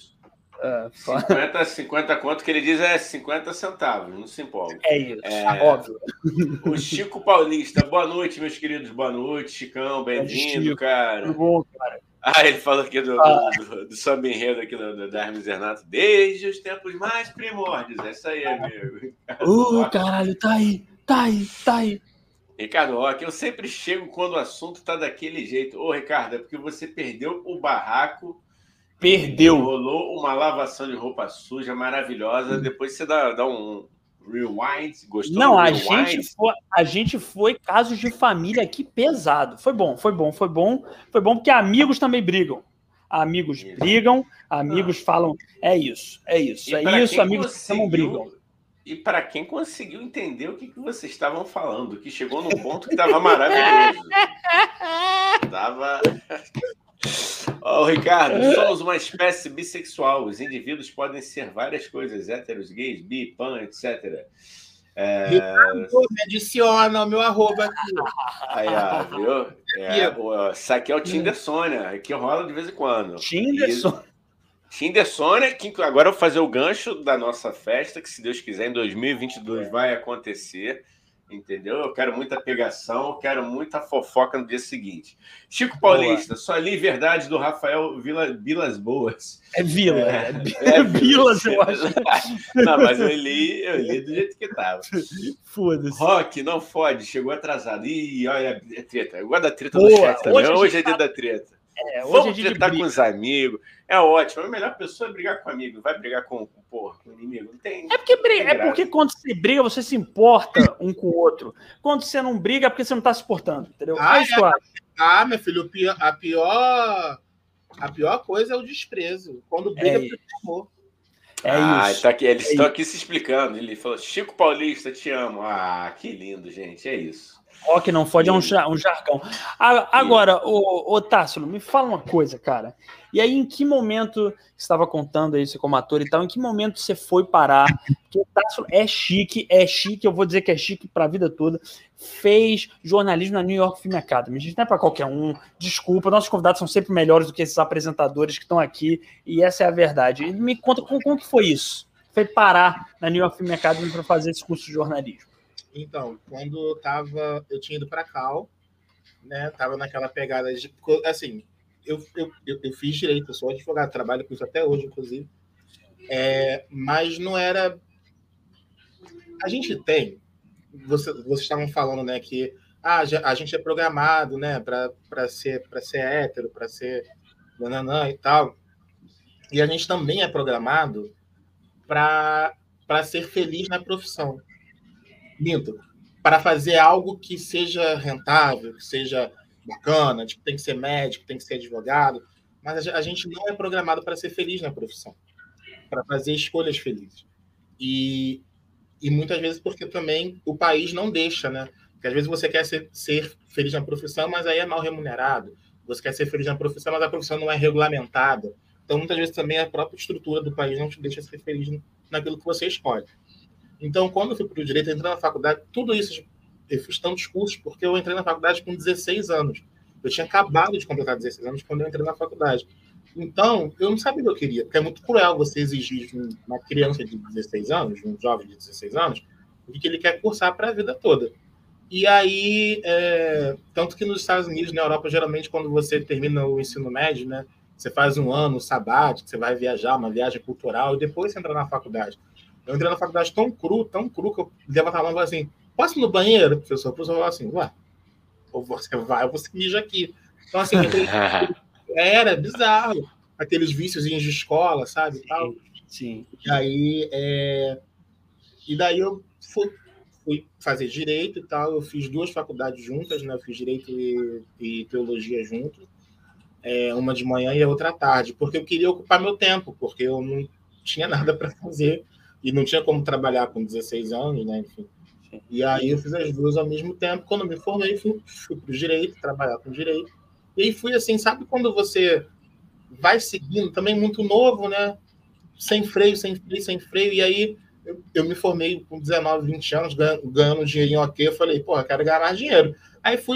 50 conto que ele diz 50 centavos, não se empolga. É isso, óbvio. O Chico Paulista, boa noite, meus queridos, boa noite, Chicão, bem-vindo, cara. Tudo bom, cara? Ele falou aqui do samba enredo aqui da Hermes Renato, desde os tempos mais primórdios, é isso aí, amigo. Caralho, tá aí. Ricardo Roque, eu sempre chego quando o assunto tá daquele jeito. Ricardo, é porque você perdeu o barraco. Perdeu. Rolou uma lavação de roupa suja maravilhosa. Depois você dá um rewind. Gostou? Não, a gente foi casos de família aqui pesado. Foi bom, porque amigos também brigam. Amigos brigam, amigos falam. É isso. Amigos não brigam. E para quem conseguiu entender o que vocês estavam falando, que chegou num ponto que estava maravilhoso. Ricardo, somos uma espécie bissexual. Os indivíduos podem ser várias coisas, héteros, gays, bi, pan, etc. Me adiciona o meu arroba aqui. Aí, viu? Isso aqui é o Tinder Sônia, que rola de vez em quando. Tinder Sônia, que agora eu vou fazer o gancho da nossa festa, que se Deus quiser, em 2022 vai acontecer. Entendeu? Eu quero muita pegação, eu quero muita fofoca no dia seguinte. Chico Paulista, só li verdade do Rafael Vilas Boas. Vilas, eu acho. Não, mas eu li do jeito que tava. Foda-se. Rock, não fode, chegou atrasado. Ih, olha a treta. Eu gosto da treta do chat também. Hoje é dia da treta. Vamos tretar com os amigos. É ótimo. A melhor pessoa é brigar com amigo. Vai brigar com o inimigo. Não tem. Porque quando você briga, você se importa um com o outro. Quando você não briga, é porque você não tá se importando. Entendeu? Isso eu acho. Meu filho, a pior coisa é o desprezo. Quando briga, é amor. Isso. Eles estão aqui se explicando. Ele falou: Chico Paulista, te amo. Que lindo, gente. É isso. Rock não fode, é um jargão. Agora, ô Tássilo, me fala uma coisa, cara. E aí, em que momento, você estava contando aí, você como ator e tal, em que momento você foi parar? Porque o Tássilo é chique, eu vou dizer que é chique pra vida toda. Fez jornalismo na New York Film Academy. A gente não é pra qualquer um, desculpa, nossos convidados são sempre melhores do que esses apresentadores que estão aqui, e essa é a verdade. E me conta como que foi isso? Foi parar na New York Film Academy para fazer esse curso de jornalismo? Então, quando eu tinha ido para Cal, né? Tava naquela pegada de, assim, eu fiz direito, eu sou advogado, trabalho com isso até hoje, inclusive. Mas não era. A gente tem. Vocês estavam falando, né, que a gente é programado, né, para ser hétero, para ser nananã e tal. E a gente também é programado para ser feliz na profissão. Minto. Para fazer algo que seja rentável, que seja bacana, tipo, tem que ser médico, tem que ser advogado, mas a gente não é programado para ser feliz na profissão, para fazer escolhas felizes. E muitas vezes porque também o país não deixa, né? Porque às vezes você quer ser feliz na profissão, mas aí é mal remunerado. Você quer ser feliz na profissão, mas a profissão não é regulamentada. Então, muitas vezes também a própria estrutura do país não te deixa ser feliz naquilo que você escolhe. Então, quando eu fui para o direito, eu entrei na faculdade, tudo isso, eu fiz tantos cursos, porque eu entrei na faculdade com 16 anos. Eu tinha acabado de completar 16 anos quando eu entrei na faculdade. Então, eu não sabia o que eu queria, porque é muito cruel você exigir de uma criança de 16 anos, de um jovem de 16 anos, o que ele quer cursar para a vida toda. E aí, tanto que nos Estados Unidos, na Europa, geralmente, quando você termina o ensino médio, né, você faz um ano sabático, você vai viajar, uma viagem cultural, e depois você entra na faculdade. Eu entrei na faculdade tão cru, que eu levantava a mão e falava assim, posso ir no banheiro, professor? O professor falava assim, ué, ou você vai ou você mija aqui. Então, assim, era bizarro. Aqueles viciozinhos de escola, sabe? Sim, tal. sim. E aí, e daí eu fui fazer direito e tal. Eu fiz 2 faculdades juntas, né? Eu fiz direito e teologia juntos. Uma de manhã e a outra à tarde, porque eu queria ocupar meu tempo, porque eu não tinha nada para fazer e não tinha como trabalhar com 16 anos, né? Enfim. E aí eu fiz as 2 ao mesmo tempo. Quando eu me formei, fui para o direito, trabalhar com direito. E aí fui assim, sabe quando você vai seguindo, também muito novo, né? Sem freio. E aí eu me formei com 19, 20 anos, ganhando um dinheirinho ok. Eu falei, porra, quero ganhar mais dinheiro. Aí fui.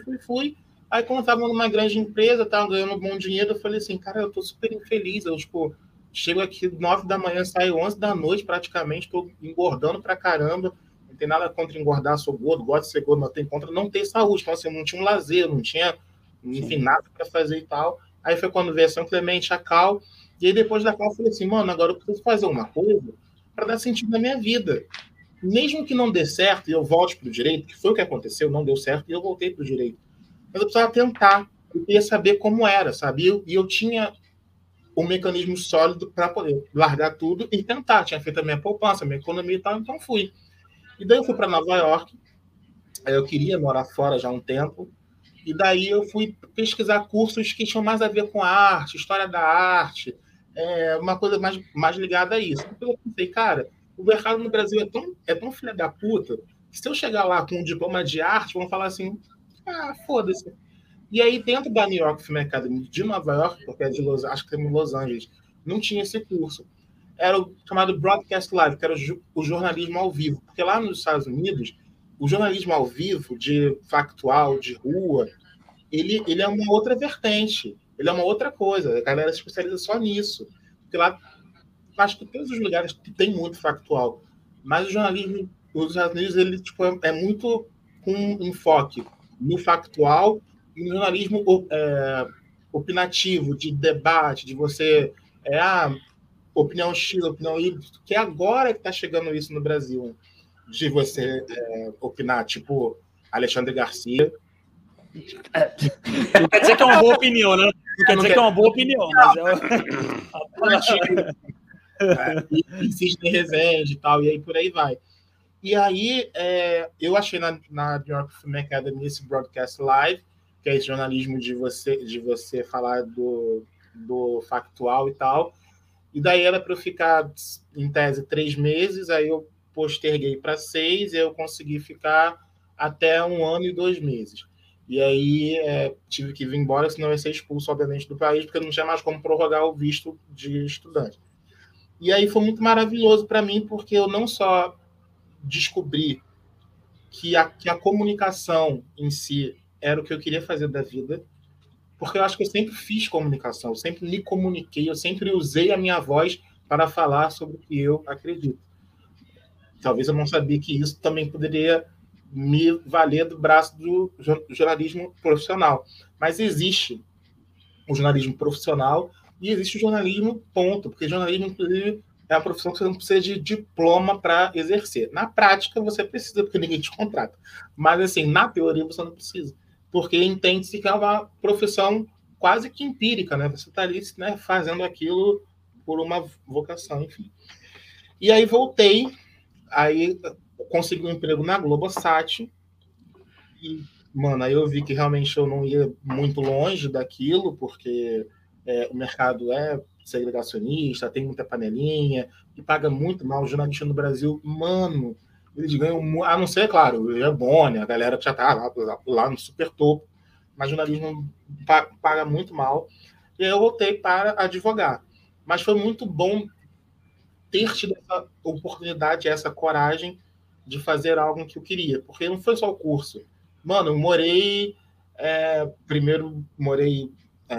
Aí quando eu estava numa grande empresa, estava ganhando um bom dinheiro, eu falei assim, cara, eu tô super infeliz. Eu, tipo, chego aqui 9 da manhã, saio 11 da noite praticamente, estou engordando pra caramba. Não tem nada contra engordar, sou gordo, gosto de ser gordo, mas tem contra não ter saúde. Então, assim, eu não tinha um lazer, não tinha, enfim, nada para fazer e tal. Aí foi quando veio a São Clemente, a Cal, e aí depois da Cal eu falei assim, mano, agora eu preciso fazer uma coisa para dar sentido na minha vida. Mesmo que não dê certo e eu volte para o direito, que foi o que aconteceu, não deu certo e eu voltei para o direito. Mas eu precisava tentar, eu queria saber como era, sabe? E eu tinha um mecanismo sólido para poder largar tudo e tentar. Tinha feito a minha poupança, a minha economia e tal, então fui. E daí eu fui para Nova York, eu queria morar fora já há um tempo, e daí eu fui pesquisar cursos que tinham mais a ver com a arte, história da arte, uma coisa mais ligada a isso. Então eu pensei, cara, o mercado no Brasil é tão filha da puta, que se eu chegar lá com um diploma de arte, vão falar assim, foda-se. E aí, dentro da New York Film Academy de Nova York, porque é de acho que tem em Los Angeles, não tinha esse curso. Era o chamado Broadcast Live, que era o jornalismo ao vivo. Porque lá nos Estados Unidos, o jornalismo ao vivo, de factual, de rua, ele é uma outra vertente. Ele é uma outra coisa. A galera se especializa só nisso. Porque lá, acho que todos os lugares tem muito factual. Mas o jornalismo nos Estados Unidos, ele tipo, é muito com enfoque no factual e no jornalismo opinativo, de debate, de você... opinião X, opinião Y, que agora que está chegando isso no Brasil, de você opinar, tipo Alexandre Garcia. Não quer dizer que é uma boa opinião, né? Não quer dizer que é uma boa opinião, mas e Sidney Rezende e tal, e aí por aí vai. E aí eu achei na New York Film Academy esse Broadcast Live, que é esse jornalismo de você falar do factual e tal. E daí era para eu ficar, em tese, 3 meses, aí eu posterguei para 6, e aí eu consegui ficar até 1 ano e 2 meses. E aí tive que vir embora, senão eu ia ser expulso, obviamente, do país, porque eu não tinha mais como prorrogar o visto de estudante. E aí foi muito maravilhoso para mim, porque eu não só descobri que a comunicação em si era o que eu queria fazer da vida, porque eu acho que eu sempre fiz comunicação, eu sempre me comuniquei, eu sempre usei a minha voz para falar sobre o que eu acredito. Talvez eu não sabia que isso também poderia me valer do braço do jornalismo profissional. Mas existe o jornalismo profissional e existe o jornalismo ponto, porque jornalismo, inclusive, é uma profissão que você não precisa de diploma para exercer. Na prática, você precisa, porque ninguém te contrata. Mas, assim, na teoria, você não precisa. Porque entende-se que é uma profissão quase que empírica, né? Você está ali, né, fazendo aquilo por uma vocação, enfim. E aí voltei, aí consegui um emprego na Globosat, e, mano, aí eu vi que realmente eu não ia muito longe daquilo, porque o mercado é segregacionista, tem muita panelinha, e paga muito mal. Os jornalistas no Brasil, mano, eles ganham, a não ser, claro, é bom, né? A galera já tá lá no super topo, mas o jornalismo paga muito mal. E aí eu voltei para advogar. Mas foi muito bom ter tido essa oportunidade, essa coragem de fazer algo que eu queria, porque não foi só o curso. Mano, eu morei... primeiro morei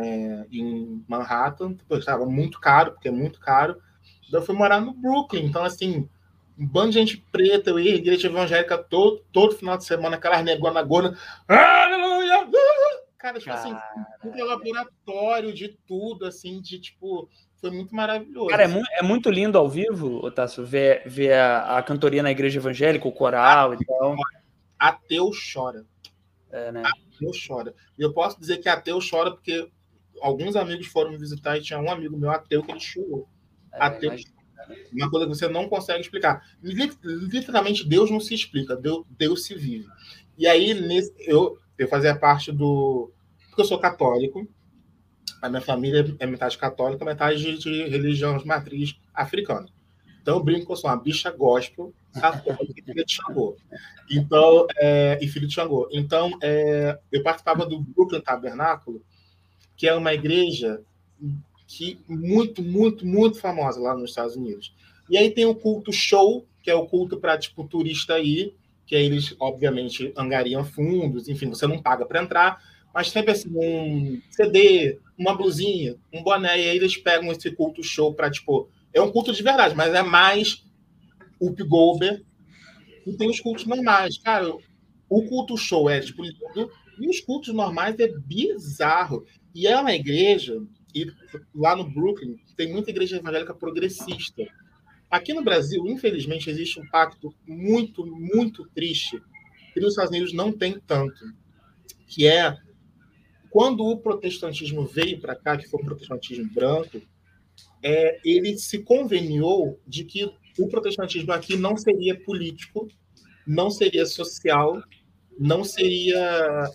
em Manhattan, depois estava muito caro, porque é muito caro. Daí eu fui morar no Brooklyn. Então, assim, um bando de gente preta, eu ia à igreja evangélica todo final de semana, aquelas negonas gordas. Aleluia! Cara, tipo assim, um laboratório de tudo, assim, de tipo... Foi muito maravilhoso. Cara, é muito lindo ao vivo, Otácio, ver a cantoria na igreja evangélica, o coral e tal. Ateu chora. Né? Ateu chora. E eu posso dizer que ateu chora porque alguns amigos foram me visitar e tinha um amigo meu ateu que ele chorou. Ateu. Uma coisa que você não consegue explicar. Literalmente, Deus não se explica, Deus se vive. E aí, eu fazia parte do... Porque eu sou católico, a minha família é metade católica, metade de religião de matriz africana. Então, eu brinco que eu sou uma bicha gospel, católica e filha de Xangô. Então, e filho de Xangô. Então, eu participava do Brooklyn Tabernáculo, que é uma igreja que muito, muito, muito famosa lá nos Estados Unidos. E aí tem o culto show, que é o culto para, tipo, turista ir, que aí eles, obviamente, angariam fundos, enfim, você não paga para entrar, mas sempre assim, um CD, uma blusinha, um boné, e aí eles pegam esse culto show para, tipo, é um culto de verdade, mas é mais Whoopi Goldberg, e tem os cultos normais. Cara, o culto show é, tipo, lindo, e os cultos normais é bizarro. E é uma igreja, e lá no Brooklyn, tem muita igreja evangélica progressista. Aqui no Brasil, infelizmente, existe um pacto muito, muito triste, que nos Estados Unidos não tem tanto, que é quando o protestantismo veio para cá, que foi um protestantismo branco, ele se conveniou de que o protestantismo aqui não seria político, não seria social, não seria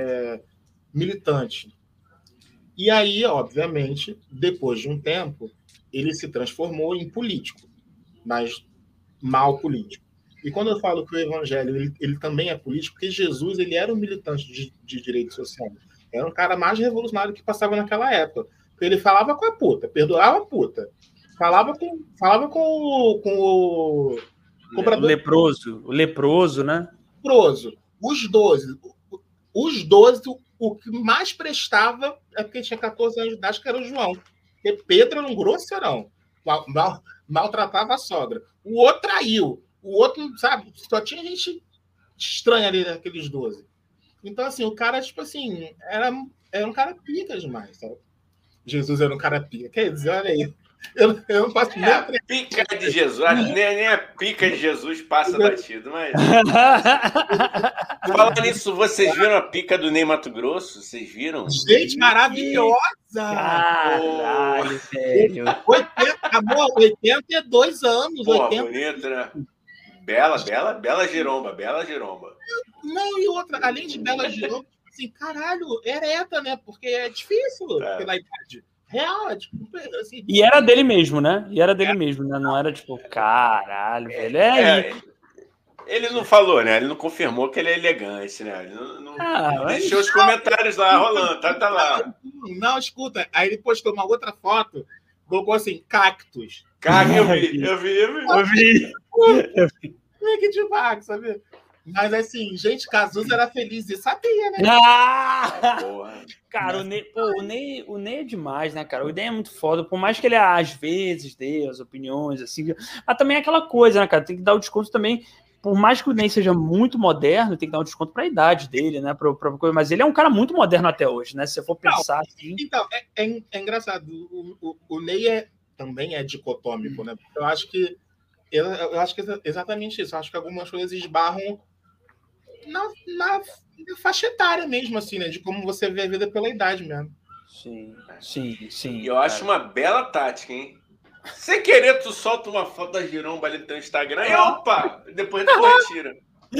militante. E aí, obviamente, depois de um tempo, ele se transformou em político, mas mal político. E quando eu falo que o evangelho ele também é político, porque Jesus ele era um militante de direitos sociais. Era um cara mais revolucionário que passava naquela época. Ele falava com a puta, perdoava a puta. Falava com o leproso, né? Leproso. Os 12, o que mais prestava é porque tinha 14 anos de idade, que era o João. Porque Pedro era um grosseirão. Maltratava a sogra. O outro traiu. O outro, sabe, só tinha gente estranha ali naqueles 12. Então, assim, o cara, tipo assim, era um cara pica demais, sabe? Jesus era um cara pica. Quer dizer, olha aí. Eu não posso nem... A pica de Jesus, nem a pica de Jesus passa batido, mas... Falando nisso, vocês viram a pica do Ney Matogrosso? Vocês viram? Gente, maravilhosa! Caralho, velho. 82 anos. Porra, bonita, né? Bela giromba. Não, e outra, além de bela giromba, assim, caralho, ereta, né? Porque é difícil pela idade. Real, é tipo, assim... E era dele mesmo, né? Não era tipo, caralho, velho. Ele não falou, né? Ele não confirmou que ele é elegante, né? Ele não deixou os comentários lá rolando, tá lá. Não, escuta. Aí ele postou uma outra foto, colocou assim, cactus. Eu vi. Que devagar, sabe? Mas assim, gente, Cazuza era feliz e sabia, né? Cara, o Ney é demais, né, cara? O Ney é muito foda, por mais que ele às vezes dê as opiniões, assim, mas também é aquela coisa, né, cara? Tem que dar o desconto também. Por mais que o Ney seja muito moderno, tem que dar um desconto para a idade dele, né? Mas ele é um cara muito moderno até hoje, né? Se você for pensar assim. Então, é engraçado. O Ney também é dicotômico, né? Eu acho que é exatamente isso. Eu acho que algumas coisas esbarram na faixa etária mesmo, assim, né? De como você vê a vida pela idade mesmo. Sim. E eu acho uma bela tática, hein? Sem querer, tu solta uma foto da Giromba ali no teu Instagram e opa! Depois tu retira.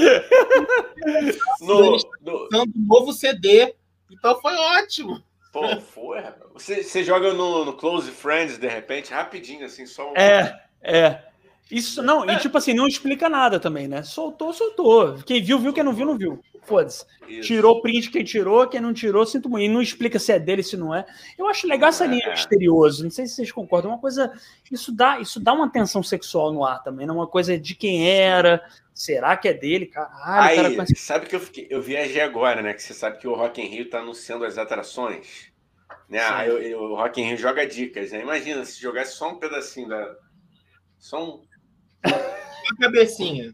No novo CD. Então foi ótimo. Pô, foi, rapaz. Você joga no Close Friends, de repente, rapidinho, assim, só um... Isso, não, e tipo assim, não explica nada também, né? Soltou. Quem viu, quem não viu, não viu. Foda-se. Tirou o print, quem tirou, quem não tirou, sinto muito. E não explica se é dele, se não é. Eu acho legal essa linha misteriosa. Não sei se vocês concordam. Uma coisa. Isso dá uma tensão sexual no ar também, né? Uma coisa de quem era. Será que é dele? Caralho, aí, sabe que eu viajei agora, né? Que você sabe que o Rock in Rio tá anunciando as atrações. Né? Aí o Rock in Rio joga dicas, né? Imagina se jogasse só um pedacinho da. Só uma cabecinha.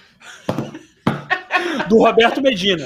Do Roberto Medina.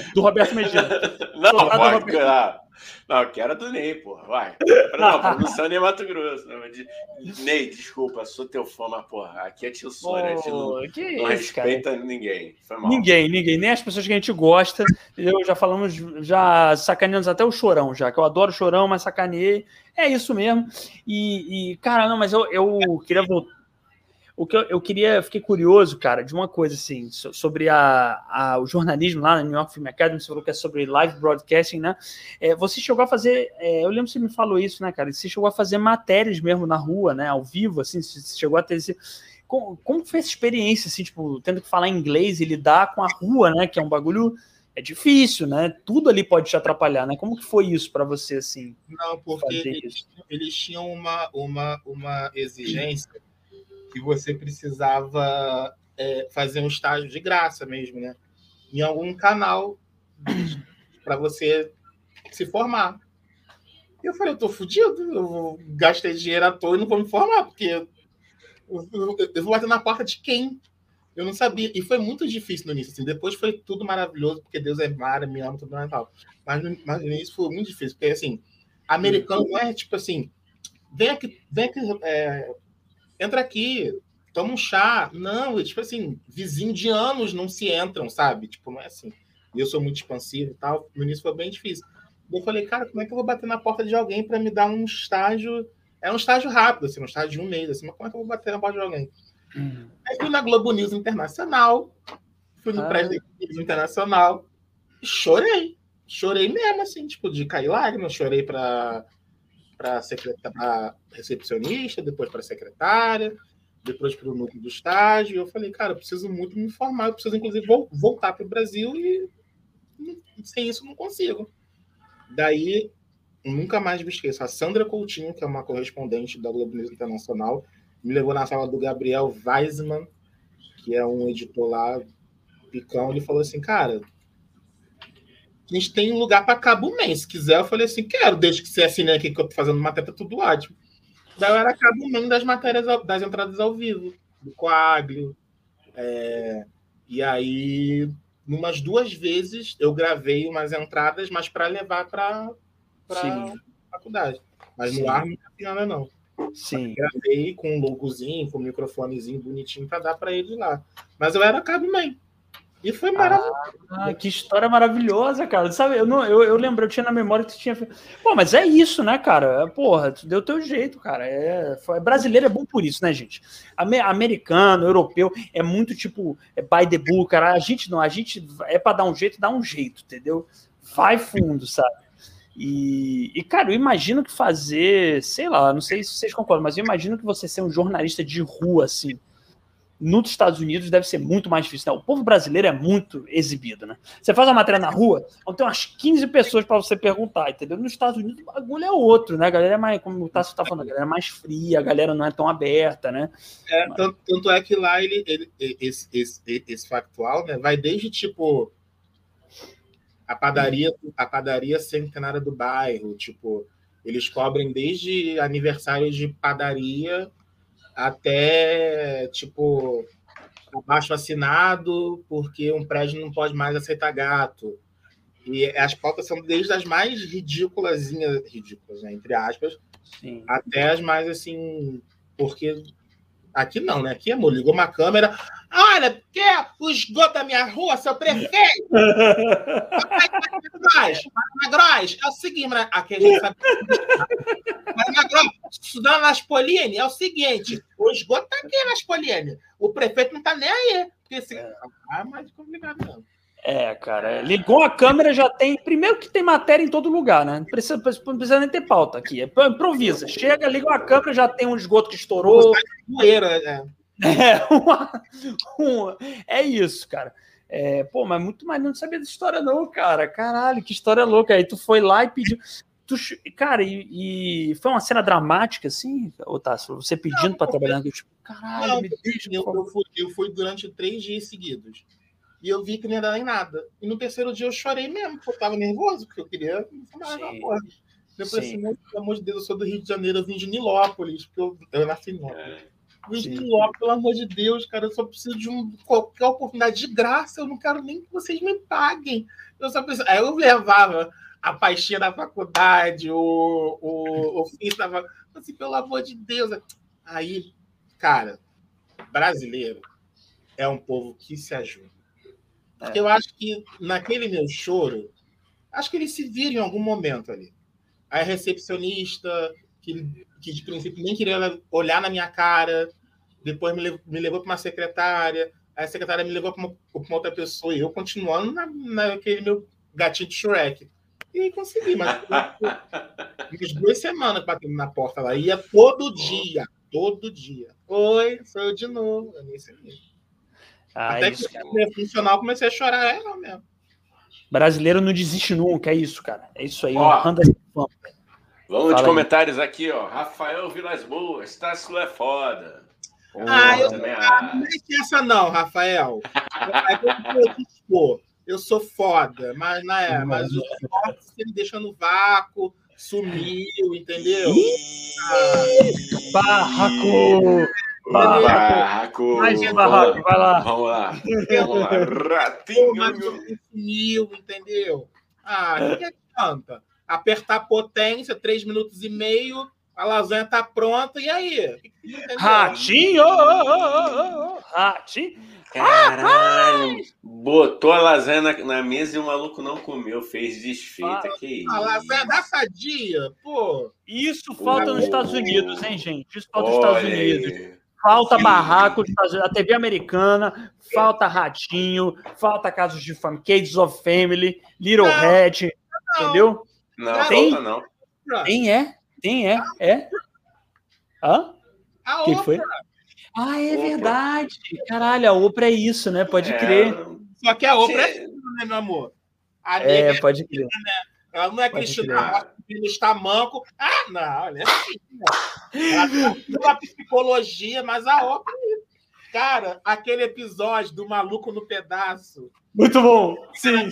Não, que era do Ney, porra. Vai. Produção Ney Mato Grosso. Ney, desculpa, sou teu fã, mas, porra, aqui é tio Sônia. Não respeita ninguém. Foi mal. Ninguém. Nem as pessoas que a gente gosta. Já sacaneamos até o Chorão, já, que eu adoro o Chorão, mas sacaneei. É isso mesmo. Cara, não, mas eu queria voltar. Fiquei curioso, cara, de uma coisa assim, sobre o jornalismo lá na New York Film Academy. Você falou que é sobre live broadcasting, né? Você chegou a fazer, eu lembro que você me falou isso, né, cara? Você chegou a fazer matérias mesmo na rua, né? Ao vivo, assim, você chegou a ter esse... Como foi essa experiência, assim, tipo, tendo que falar inglês e lidar com a rua, né? Que é um bagulho... É difícil, né? Tudo ali pode te atrapalhar, né? Como que foi isso para você, assim? Não, porque eles tinham uma exigência que você precisava fazer um estágio de graça mesmo, né? Em algum canal para você se formar. E eu falei, eu tô fudido, eu gastei dinheiro à toa e não vou me formar, porque eu vou bater na porta de quem? Eu não sabia. E foi muito difícil no início. Assim. Depois foi tudo maravilhoso, porque Deus é mar, me ama, tudo mais e tal. Mas no início foi muito difícil, porque, assim, americano não é tipo assim, vem aqui, entra aqui, toma um chá. Não, tipo assim, vizinho de anos não se entram, sabe? Tipo, não é assim. E eu sou muito expansivo e tal. No início foi bem difícil. Eu falei, cara, como é que eu vou bater na porta de alguém para me dar um estágio? É um estágio rápido, assim, um estágio de um mês, assim, mas como é que eu vou bater na porta de alguém? Aí fui na Globo News Internacional, fui no Press News Internacional e chorei. Chorei mesmo, assim, tipo, de cair lágrimas. Chorei para recepcionista, depois para secretária, depois para o núcleo do estágio. E eu falei, cara, eu preciso muito me formar, eu preciso, inclusive, voltar para o Brasil e sem isso não consigo. Daí, nunca mais me esqueço. A Sandra Coutinho, que é uma correspondente da Globo News Internacional, me levou na sala do Gabriel Weisman, que é um editor lá, picão. Ele falou assim, cara, a gente tem lugar para cabo mês. Se quiser, eu falei assim, quero, desde que você assine aqui que eu tô fazendo matéria, tudo ótimo. Daí eu era cabo mês das matérias, das entradas ao vivo, do Coaglio. E aí, umas 2 vezes, eu gravei umas entradas, mas para levar para a faculdade. Mas no ar não tinha nada, não. Sim. Gravei com um logozinho, com um microfonezinho bonitinho para dar para ele lá. Mas eu era cabo mês. E foi maravilhoso. Que história maravilhosa, cara. Sabe, eu lembro, eu tinha na memória que tu tinha... Pô, mas é isso, né, cara? Porra, tu deu teu jeito, cara. Brasileiro é bom por isso, né, gente? Americano, europeu, é muito tipo, by the book, cara. A gente é pra dar um jeito, dá um jeito, entendeu? Vai fundo, sabe? E, cara, eu imagino que fazer, sei lá, não sei se vocês concordam, mas eu imagino que você ser um jornalista de rua, assim, nos Estados Unidos deve ser muito mais difícil. Né? O povo brasileiro é muito exibido, né? Você faz uma matéria na rua, vão ter umas 15 pessoas para você perguntar, entendeu? Nos Estados Unidos o bagulho é outro, né? A galera é mais, como o Tasso tá falando, a galera é mais fria, a galera não é tão aberta, né? Tanto é que lá esse factual, né, vai desde tipo a padaria centenária do bairro, tipo, eles cobrem desde aniversário de padaria até, tipo, abaixo assinado, porque um prédio não pode mais aceitar gato. E as pautas são desde as mais ridículas, né, entre aspas, até as mais, assim, Porque aqui não, né? Aqui, amor, ligou uma câmera. Olha, quer o esgoto da minha rua, seu prefeito? Magrós, é o seguinte, né? Aqui a gente sabe. Mas, Magrós, estudando nas Poliene, é o seguinte: o esgoto tá aqui nas Poliene. O prefeito não tá nem aí. Porque assim, mais complicado não. Cara, ligou a câmera, já tem. Primeiro que tem matéria em todo lugar, né? Não precisa nem ter pauta aqui. Improvisa. Chega, liga a câmera, já tem um esgoto que estourou. É isso, cara. Mas muito mais não sabia dessa história, não, cara. Caralho, que história louca. Aí tu foi lá e pediu. Cara, e foi uma cena dramática, assim, Otávio? Você pedindo para trabalhar aqui, tipo, caralho, não, me deixa. Eu fui durante 3 dias seguidos. E eu vi que não ia dar em nada. E no terceiro dia eu chorei mesmo, porque eu tava nervoso, porque eu queria falar uma porra. Depois, assim, pelo amor de Deus, eu sou do Rio de Janeiro, eu vim de Nilópolis, porque eu nasci em Nilópolis. Vim de Nilópolis, pelo amor de Deus, cara, eu só preciso de qualquer oportunidade de graça, eu não quero nem que vocês me paguem. Eu só preciso. Aí eu levava a pastinha da faculdade, o ofício da faculdade, assim, pelo amor de Deus. Aí, cara, brasileiro é um povo que se ajuda. Porque eu acho que naquele meu choro, acho que eles se viram em algum momento ali. A recepcionista, que de princípio nem queria olhar na minha cara, depois me levou para uma secretária, a secretária me levou para uma outra pessoa, e eu continuando naquele meu gatinho de Shrek. E consegui, mas umas 2 semanas batendo na porta lá. Ia todo dia. Oi, sou eu de novo. Eu nem sei mesmo. Até que o funcional comecei a chorar, não mesmo. Brasileiro não desiste nunca, é isso, cara. É isso aí. Vamos de comentários aqui, ó. Rafael Vilas Boas, Tássilo é foda. Não é essa não, Rafael. Eu sou foda, mas o foda você me deixa no vácuo, sumiu, entendeu? Barraco! Mais um barraco, vai lá. Vamos lá. Ratinho. Mas sumiu, entendeu? O que adianta? Apertar potência, 3 minutos e meio, a lasanha tá pronta, e aí? Ratinho! Ratinho! Caralho! Botou a lasanha na mesa e o maluco não comeu, fez desfeita. Que isso? A lasanha da Sadia, pô! Isso falta nos Estados Unidos, hein, gente? Isso falta nos Estados Unidos. Falta barraco, a TV americana, falta Ratinho, falta Casos de Família, Cases of Family, Little Red, entendeu? Não, tem? Falta não. Tem. Hã? Quem Oprah. foi? É verdade. Caralho, a Oprah é isso, né? Pode crer. Só que a Oprah é tudo, né, meu amor? Pode crer. Né? Ela não é Cristina Rocha, ele está manco. Não, ela é assim, né? Ela tem uma psicologia, mas a Oprah... Cara, aquele episódio do Maluco no Pedaço. Muito bom. Sim.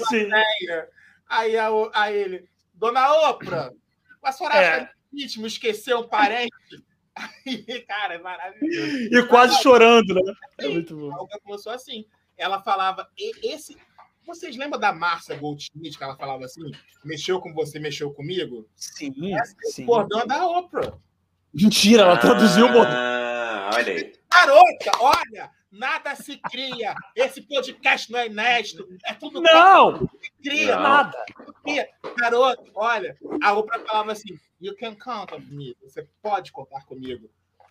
Aí ele... Dona Oprah, a senhora acha legítimo esquecer um parente? Aí, cara, é maravilhoso. E quase chorando, né? É muito bom. A Oprah começou assim. Ela falava... Vocês lembram da Márcia Goldschmidt, que ela falava assim? Mexeu com você, mexeu comigo? Sim. O bordão da Oprah. Mentira, ela traduziu o bordão. Olha aí. Garota, olha, nada se cria. Esse podcast não é inédito. É tudo... Não! Cria nada. Garoto, olha, a Oprah falava assim, you can count on me. Você pode contar comigo.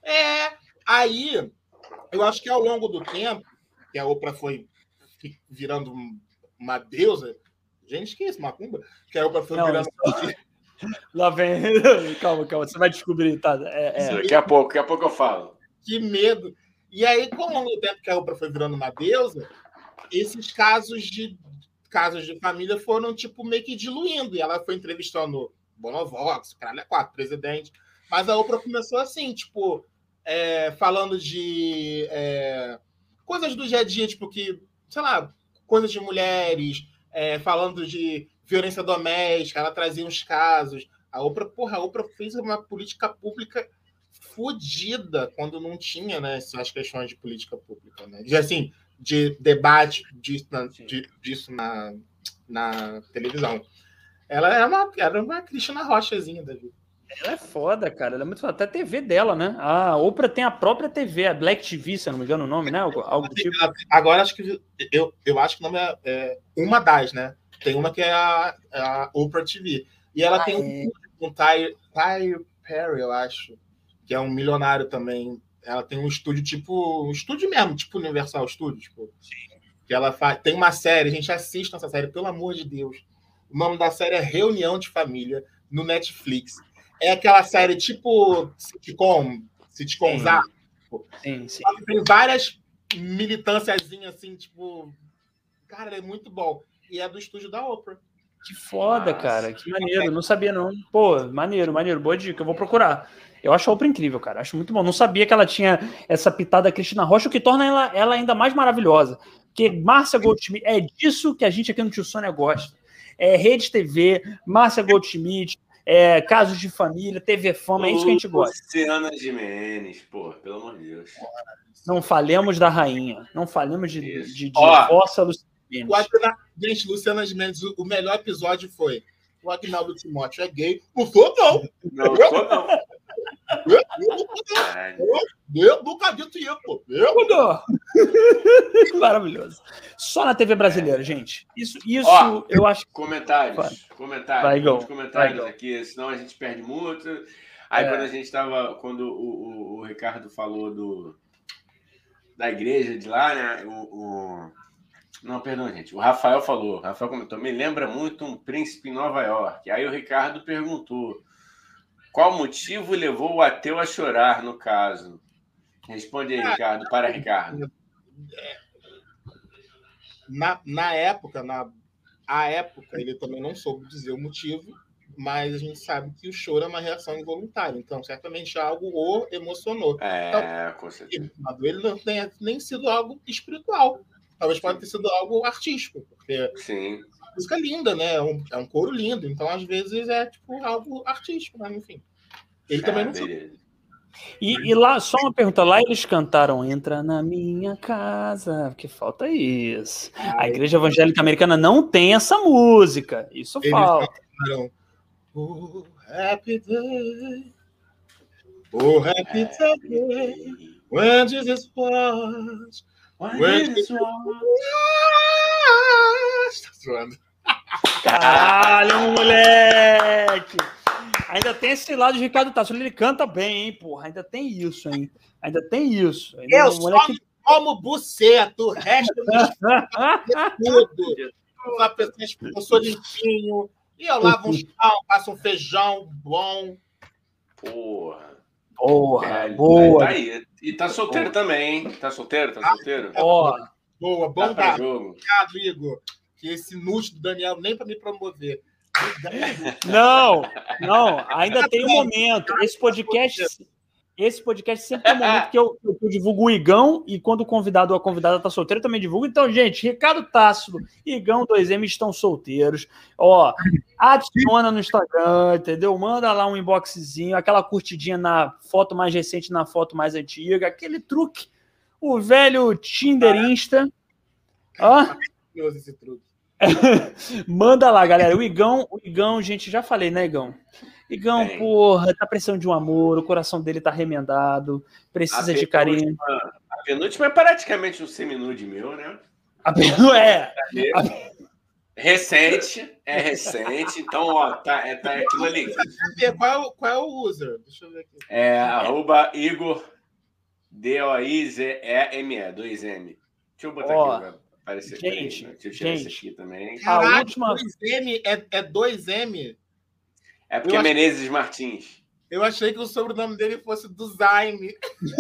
Aí, eu acho que ao longo do tempo, que a Oprah foi virando uma deusa. Gente, que é isso, macumba? Que a Oprah foi virando... Lá vem. Calma, você vai descobrir, tá? Daqui a pouco eu falo. Que medo. E aí, com o longo do tempo que a Oprah foi virando uma deusa, esses casos de família foram, tipo, meio que diluindo. E ela foi entrevistando Bonovox, caralho, 4 presidente. Mas a Oprah começou assim, tipo, falando de coisas do dia a dia, tipo, que, sei lá, coisas de mulheres, falando de violência doméstica, ela trazia uns casos. A Oprah fez uma política pública fodida quando não tinha, né, essas questões de política pública, né? De debate disso na televisão. Ela era uma Cristina Rochazinha da vida. Ela é foda, cara. Ela é muito foda. Até a TV dela, né? A Oprah tem a própria TV, a Black TV, se eu não me engano o nome, né? Algo do tipo. Agora acho que eu acho que o nome é uma das, né? Tem uma que é a Oprah TV. E ela tem um Tyler Perry, eu acho, que é um milionário também. Ela tem um estúdio um estúdio mesmo, tipo Universal Studios, tipo. Sim. Que ela tem uma série, a gente assiste essa série, pelo amor de Deus. O nome da série é Reunião de Família, no Netflix. É aquela série tipo sitcomzada. Sim, sim. Tem várias militânciazinhas assim, tipo... Cara, é muito bom. E é do estúdio da Oprah. Que foda, cara. Que maneiro. Não sabia, não. Pô, maneiro. Boa dica. Eu vou procurar. Eu acho a Oprah incrível, cara. Acho muito bom. Não sabia que ela tinha essa pitada Cristina Rocha, o que torna ela ainda mais maravilhosa. Porque Márcia Goldschmidt, é disso que a gente aqui no Tio Sônia gosta. É Rede TV, Márcia Goldschmidt, Casos de Família, TV Fama, é isso que a gente gosta. Luciana Gimenez, pô, pelo amor de Deus. Não falemos da rainha. Não falemos de Vossa Luciana Gimenez. Gente, Luciana Gimenez, o melhor episódio foi o Agnaldo Timóteo é gay. Não sou, não. Não sou, não. Eu nunca disse isso. Maravilhoso. Só na TV brasileira, gente. Isso eu acho. Comentários. Muitos comentários aqui, senão a gente perde muito. Aí quando a gente estava. Quando o Ricardo falou da igreja de lá, né? Não, perdão, gente. O Rafael falou. O Rafael comentou: me lembra muito um príncipe em Nova York. Aí o Ricardo perguntou: qual motivo levou o ateu a chorar, no caso? Responde aí, Ricardo. Para Ricardo. Na época, ele também não soube dizer o motivo, mas a gente sabe que o choro é uma reação involuntária. Então, certamente algo o emocionou. Com certeza. Ele não tem nem sido algo espiritual. Talvez pode ter sido algo artístico, porque a música é linda, né? É um coro lindo. Então, às vezes, é tipo algo artístico, mas enfim. Ele também não sabe. E lá, só uma pergunta, lá eles cantaram Entra na Minha Casa, porque falta isso. A Igreja Evangélica Americana não tem essa música, isso falta. Cantaram, oh, happy day, oh, happy day, when Jesus was, when Jesus was. Tá zoando. Caralho, moleque! Ainda tem esse lado de Ricardo Tasso. Ele canta bem, hein, porra. Ainda tem isso, hein? Ainda tem isso. Eu só como buceto, o resto tudo. Eu sou limpinho. E eu lavo um chão, faço um feijão bom. Porra, boa. Tá aí. E tá solteiro também, hein? Tá solteiro? Boa, bom pra jogo. Obrigado, Igor. Que esse nude do Daniel nem pra me promover. Não, ainda tem um momento. Esse podcast sempre tem um momento que eu divulgo o Igão, e quando o convidado ou a convidada tá solteiro, eu também divulgo. Então, gente, Ricardo Tássilo, Igão 2M estão solteiros. Adiciona no Instagram, entendeu? Manda lá um inboxzinho, aquela curtidinha na foto mais recente, na foto mais antiga, aquele truque, o velho Tinder Insta. Esse truque. Manda lá, galera. O Igão, gente, já falei, né, Igão? Igão, porra, tá precisando de um amor, o coração dele tá remendado, precisa de carinho. A penúltima é praticamente um seminude meu, né? Recente, então, tá aquilo ali. Qual é o user? Deixa eu ver aqui. @Igor DOIZEME, 2M. Deixa eu botar aqui, aparecer. Gente, deixa eu tirar esse aqui também. Caraca, a última 2M é 2M? É porque é Menezes Martins. Eu achei que o sobrenome dele fosse do Zaime.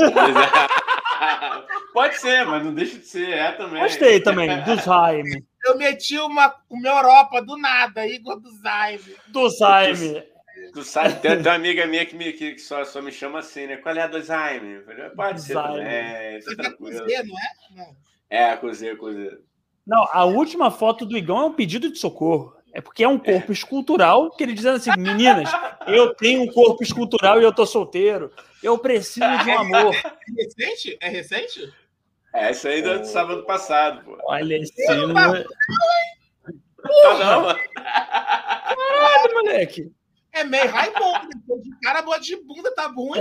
Pode ser, mas não deixa de ser. Também. Gostei também, do Zaime. Eu meti uma Europa do nada, Igor do Zaime. Do Zaime. Tem uma amiga minha que só me chama assim, né? Qual é a do Zaime? Pode ser também. Tá tranquilo. Não é? Não. Cozer. Não, a última foto do Igão é um pedido de socorro. É porque é um corpo escultural que ele dizendo assim, meninas, eu tenho um corpo escultural e eu tô solteiro. Eu preciso de um amor. É recente? Isso aí do sábado passado, pô. Olha esse não. Caralho, moleque. É meio Raimundo. Depois de cara, boa de bunda, tá ruim.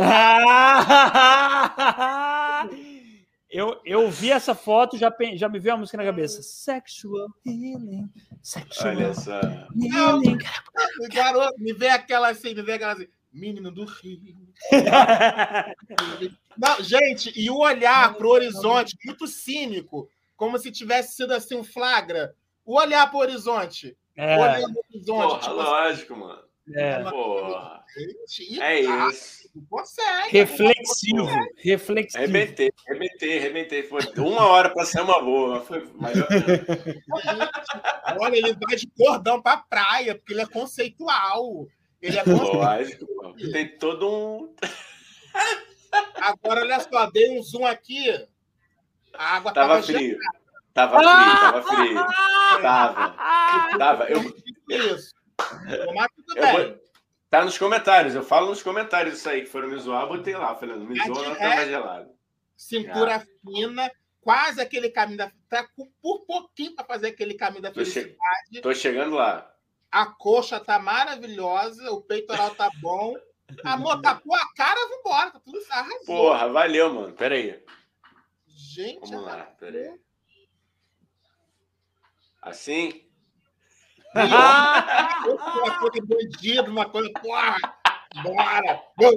Eu vi essa foto e já me veio a música na cabeça. Sexual Healing. Sexual Olha só. Healing. Garoto, me vê aquela assim, menino do Rio. Não, gente, e o olhar pro horizonte, muito cínico, como se tivesse sido assim um flagra. O olhar pro horizonte. Olhando pro horizonte. Porra, tipo lógico, mano. É. Porra. Gente, É isso. não consegue. Reflexivo. Arrebentei. Foi 1 hora para ser uma boa. Foi melhor. Olha, ele vai de cordão pra praia, porque ele é conceitual. Ele é Lógico, pô. Tem todo um. Agora, olha só, dei um zoom aqui. A água Tava frio. Tava frio. Tava. Isso. Mas tudo bem. Tá nos comentários. Eu falo nos comentários isso aí, que foram me zoar, botei lá, falando, me zoa, não tava gelado. Cintura fina, quase aquele caminho da... Tá por pouquinho para fazer aquele caminho da felicidade. Tô chegando lá. A coxa tá maravilhosa, o peitoral tá bom. Amor, tapou a cara, vambora, tá tudo arrasou. Porra, valeu, mano. Pera aí. Gente, vamos lá, pera aí. Assim? Uma coisa bandida, uma coisa... Porra, bora!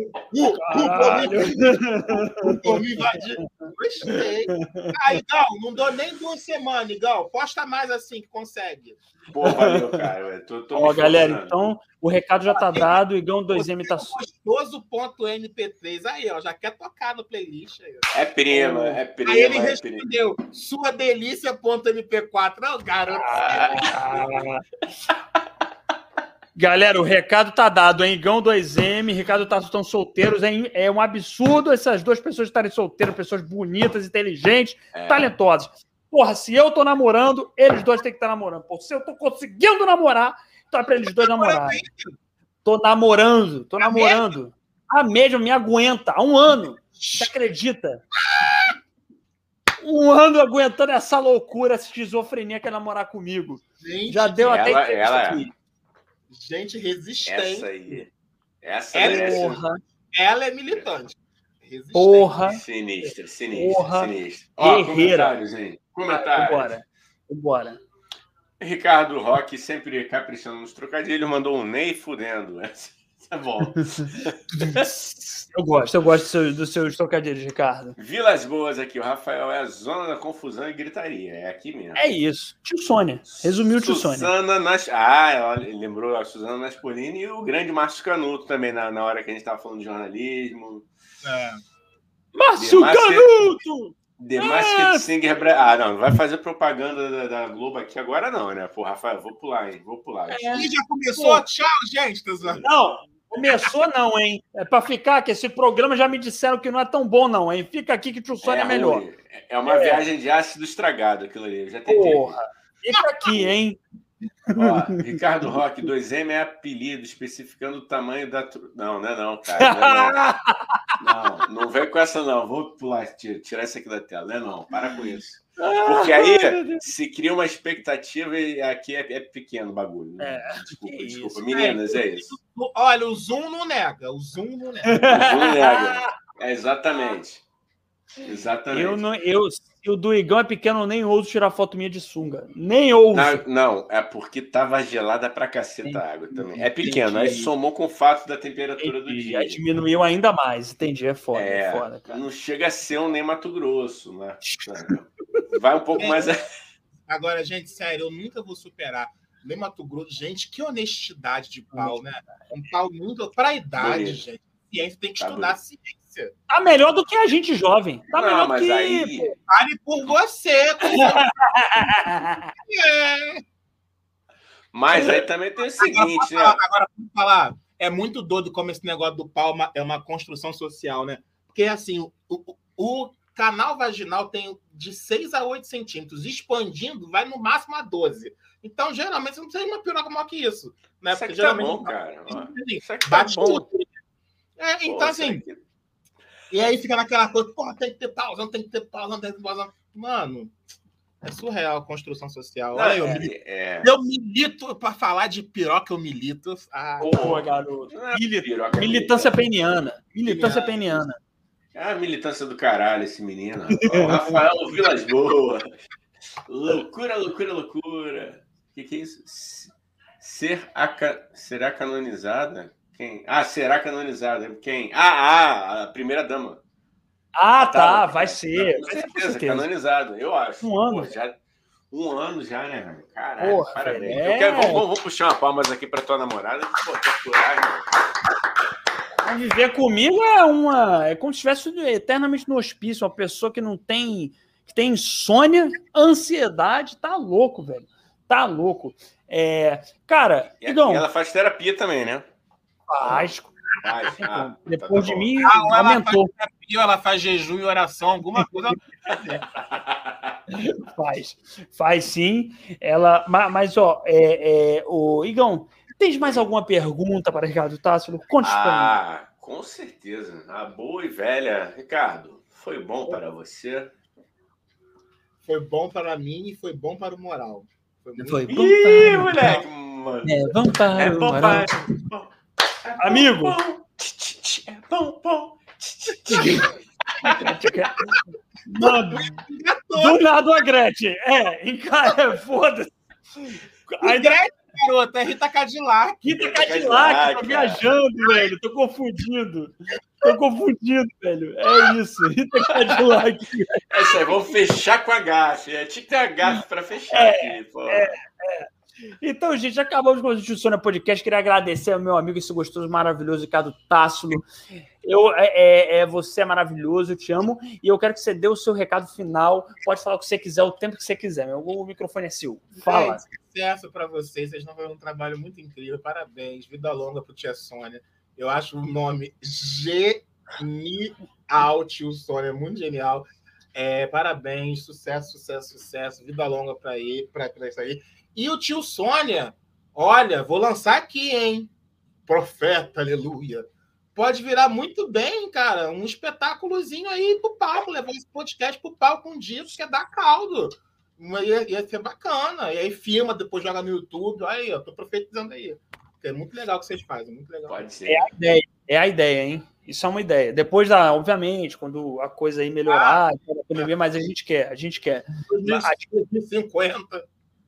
Vamos invadir. Gostei. Aí, Igão, não dou nem 2 semanas, Igão. Posta mais assim que consegue. Pô, valeu, cara. Tô Ó, galera, então o recado já tá dado. O Igão 2M tá... Gostoso.mp3. Aí, ó, já quer tocar no playlist. Aí, é prima. Aí ele respondeu, sua delícia.mp4. Não, garoto. Galera, o recado tá dado, hein? Igão 2M, Ricardo Tasso estão solteiros. É um absurdo essas 2 pessoas estarem solteiras, pessoas bonitas, inteligentes, talentosas. Porra, se eu tô namorando, eles 2 têm que estar namorando. Pô, se eu tô conseguindo namorar, então é pra eles 2 namorarem. Tô namorando. A mesma me aguenta há 1 ano. Você acredita? 1 ano aguentando essa loucura, essa esquizofrenia que é namorar comigo. Gente, já deu até entrevista aqui. Gente resistente. Essa ela é militante. Resistente. Porra. Sinistra. Porra. Ó, guerreira. Comentários, hein? Comentários. Bora. Ricardo Roque, sempre caprichando nos trocadilhos, mandou um Ney fudendo. Tá bom. Eu gosto dos seus trocadilhos, Ricardo. Vilas Boas aqui, o Rafael é a zona da confusão e gritaria. É aqui mesmo. É isso. Tio Sônia. Resumiu o Tio Sônia. Ela lembrou a Suzana Naspolini e o grande Márcio Canuto também, na hora que a gente estava falando de jornalismo. Márcio Canuto! The Masked Singer... não vai fazer propaganda da Globo aqui agora não, né? Pô, Rafael, vou pular, hein? E já começou? Tchau, gente. Não, começou não, hein? É pra ficar, que esse programa já me disseram que não é tão bom não, hein? Fica aqui que o Tio Sônia é melhor. É uma viagem de ácido estragado aquilo ali, eu já tentei. Porra, fica aqui, hein? Ó, Ricardo Roque, 2M é apelido, especificando o tamanho da... Não, cara. Não vem com essa, não. Vou pular, tirar isso aqui da tela. Não, para com isso. Porque aí se cria uma expectativa e aqui é pequeno o bagulho. Né? Desculpa. Meninas, é isso. Olha, o Zoom não nega. Exatamente. Se o do Igão é pequeno, eu nem ouso tirar foto minha de sunga. Nem ouso. Não, é porque tava gelada pra caceta a água também. É pequeno, aí somou com o fato da temperatura do dia. Aí diminuiu ainda mais, entendi. É foda, cara. Não chega a ser um nem Mato Grosso, né? Vai um pouco mais... Agora, gente, sério, eu nunca vou superar nem Mato Grosso. Gente, que honestidade de pau, né? Um pau muito... Pra idade, gente. Ciência tem que estudar a ciência. Tá melhor do que a gente jovem. Tá melhor mas do que... Aí... Fale por você. Mas aí também tem o seguinte, né? Agora, vamos falar. É muito doido como esse negócio do pau é uma construção social, né? Porque, assim, o canal vaginal tem de 6 a 8 centímetros. Expandindo, vai no máximo a 12. Então, geralmente, você não precisa ir uma piroca maior que isso. Né? Isso porque aqui geralmente... tá bom, cara. Isso aqui bate tá bom. tudo. Então, assim... E aí fica naquela coisa, porra, tem que ter pausão. Mano, É surreal a construção social. Não, Olha, eu milito para falar de piroca, eu milito. Pô, garoto. Militância peniana. Militância peniana. É a militância do caralho, esse menino. O Rafael Vilas Boas. Loucura, loucura, loucura. O que é isso? Será canonizada? Quem? Será canonizada. Quem? A primeira dama. Tá, vai ser. Com certeza, canonizado, eu acho. Um ano. Um ano já, né, velho? Caralho, porra, parabéns. Vamos puxar uma palmas aqui pra tua namorada. Pô, que coragem, Viver comigo é como se estivesse eternamente no hospício. Uma pessoa que não tem... que tem insônia, ansiedade. Tá louco, velho. Tá louco. Cara, Igão... E ela faz terapia também, né? Faz. Depois de mim, aumentou. Ela faz jejum e oração, alguma coisa. Faz sim. Mas o Igão, tens mais alguma pergunta para Ricardo Tássilo? Conte para mim. Com certeza. A boa e velha. Ricardo, foi bom para você? Foi bom para mim e foi bom para o moral. Foi bom para moleque, mano. Vamos para o moral. Amigo. Bom. Mano, do nada a Gretchen. Foda-se. Gretchen, garota, é Rita Cadillac. Rita Cadillac, tô viajando, velho. Tô confundindo, velho. É isso, Rita Cadillac. É isso aí, vamos fechar com a gafe. Tinha que ter a gafe pra fechar aqui, pô. Então, gente, acabamos com o Insônia Podcast. Queria agradecer ao meu amigo, esse gostoso, maravilhoso Ricardo Tássilo. Você é maravilhoso, eu te amo. E eu quero que você dê o seu recado final. Pode falar o que você quiser, o tempo que você quiser. O microfone é seu. Fala. Sucesso para vocês. Vocês vão fazer um trabalho muito incrível. Parabéns. Vida longa pro Tia Sônia. Eu acho o nome genial, Tio Sônia. Muito genial. Parabéns. Sucesso. Vida longa para isso aí. E o Tio Sônia, olha, vou lançar aqui, hein? Profeta, aleluia. Pode virar muito bem, cara, um espetáculozinho aí pro palco, levar esse podcast pro palco um dia, porque dá caldo. Ia ser bacana. E aí filma, depois joga no YouTube. Olha aí, tô profetizando aí. É muito legal o que vocês fazem, muito legal. Pode ser. É a ideia, hein? Isso é uma ideia. Depois, obviamente, quando a coisa aí melhorar, mas a gente quer. 2050.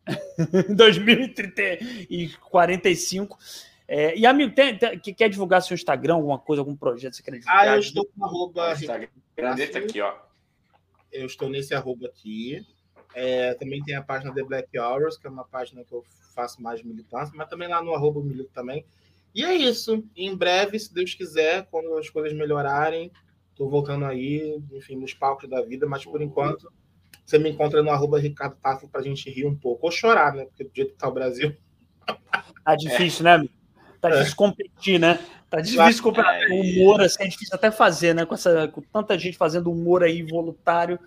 2045. E, amigo, que quer divulgar seu Instagram, alguma coisa, algum projeto que você quer divulgar? Eu estou com @ Instagram dele tá aqui, ó. Eu estou nesse @ aqui. Também tem a página The Black Hours, que é uma página que eu faço mais militância, mas também lá no @ milito também. E é isso. Em breve, se Deus quiser, quando as coisas melhorarem, estou voltando aí, enfim, nos palcos da vida, mas por enquanto você me encontra no @ Ricardo Tássilo pra gente rir um pouco. Ou chorar, né? Porque do jeito que tá o Brasil. Tá difícil, né, amigo? Tá difícil competir, né? Tá difícil comprar humor, assim, é difícil até fazer, né? Com tanta gente fazendo humor aí voluntário.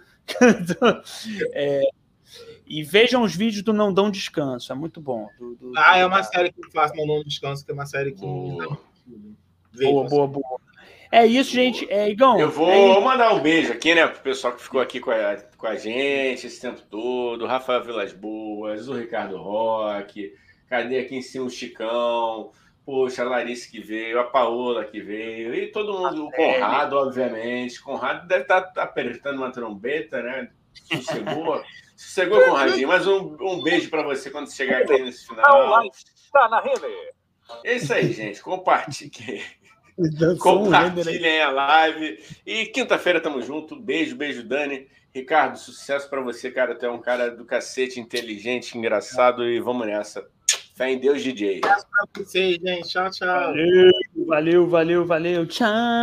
E vejam os vídeos do Não Dão Descanso, é muito bom. É uma série que eu faço, Não Dão Descanso, que é uma série que... Boa. É isso, gente. Igão. Eu vou mandar um beijo aqui, né, pro pessoal que ficou aqui com a gente esse tempo todo. O Rafael Vilas Boas, o Ricardo Roque. Cadê aqui em cima o Chicão? Poxa, a Larissa que veio, a Paola que veio. E todo mundo, o Conrado, obviamente. Conrado deve estar apertando uma trombeta, né? Sossegou, Conradinho. Mas um beijo para você quando chegar aqui nesse final. Tá na rede. É isso aí, gente. Compartilhem a live. E quinta-feira tamo junto. Beijo, Dani. Ricardo, sucesso para você, cara. Tu é um cara do cacete, inteligente, engraçado. E vamos nessa. Fé em Deus, DJ. Sucesso pra vocês, gente. Tchau. Valeu. Tchau.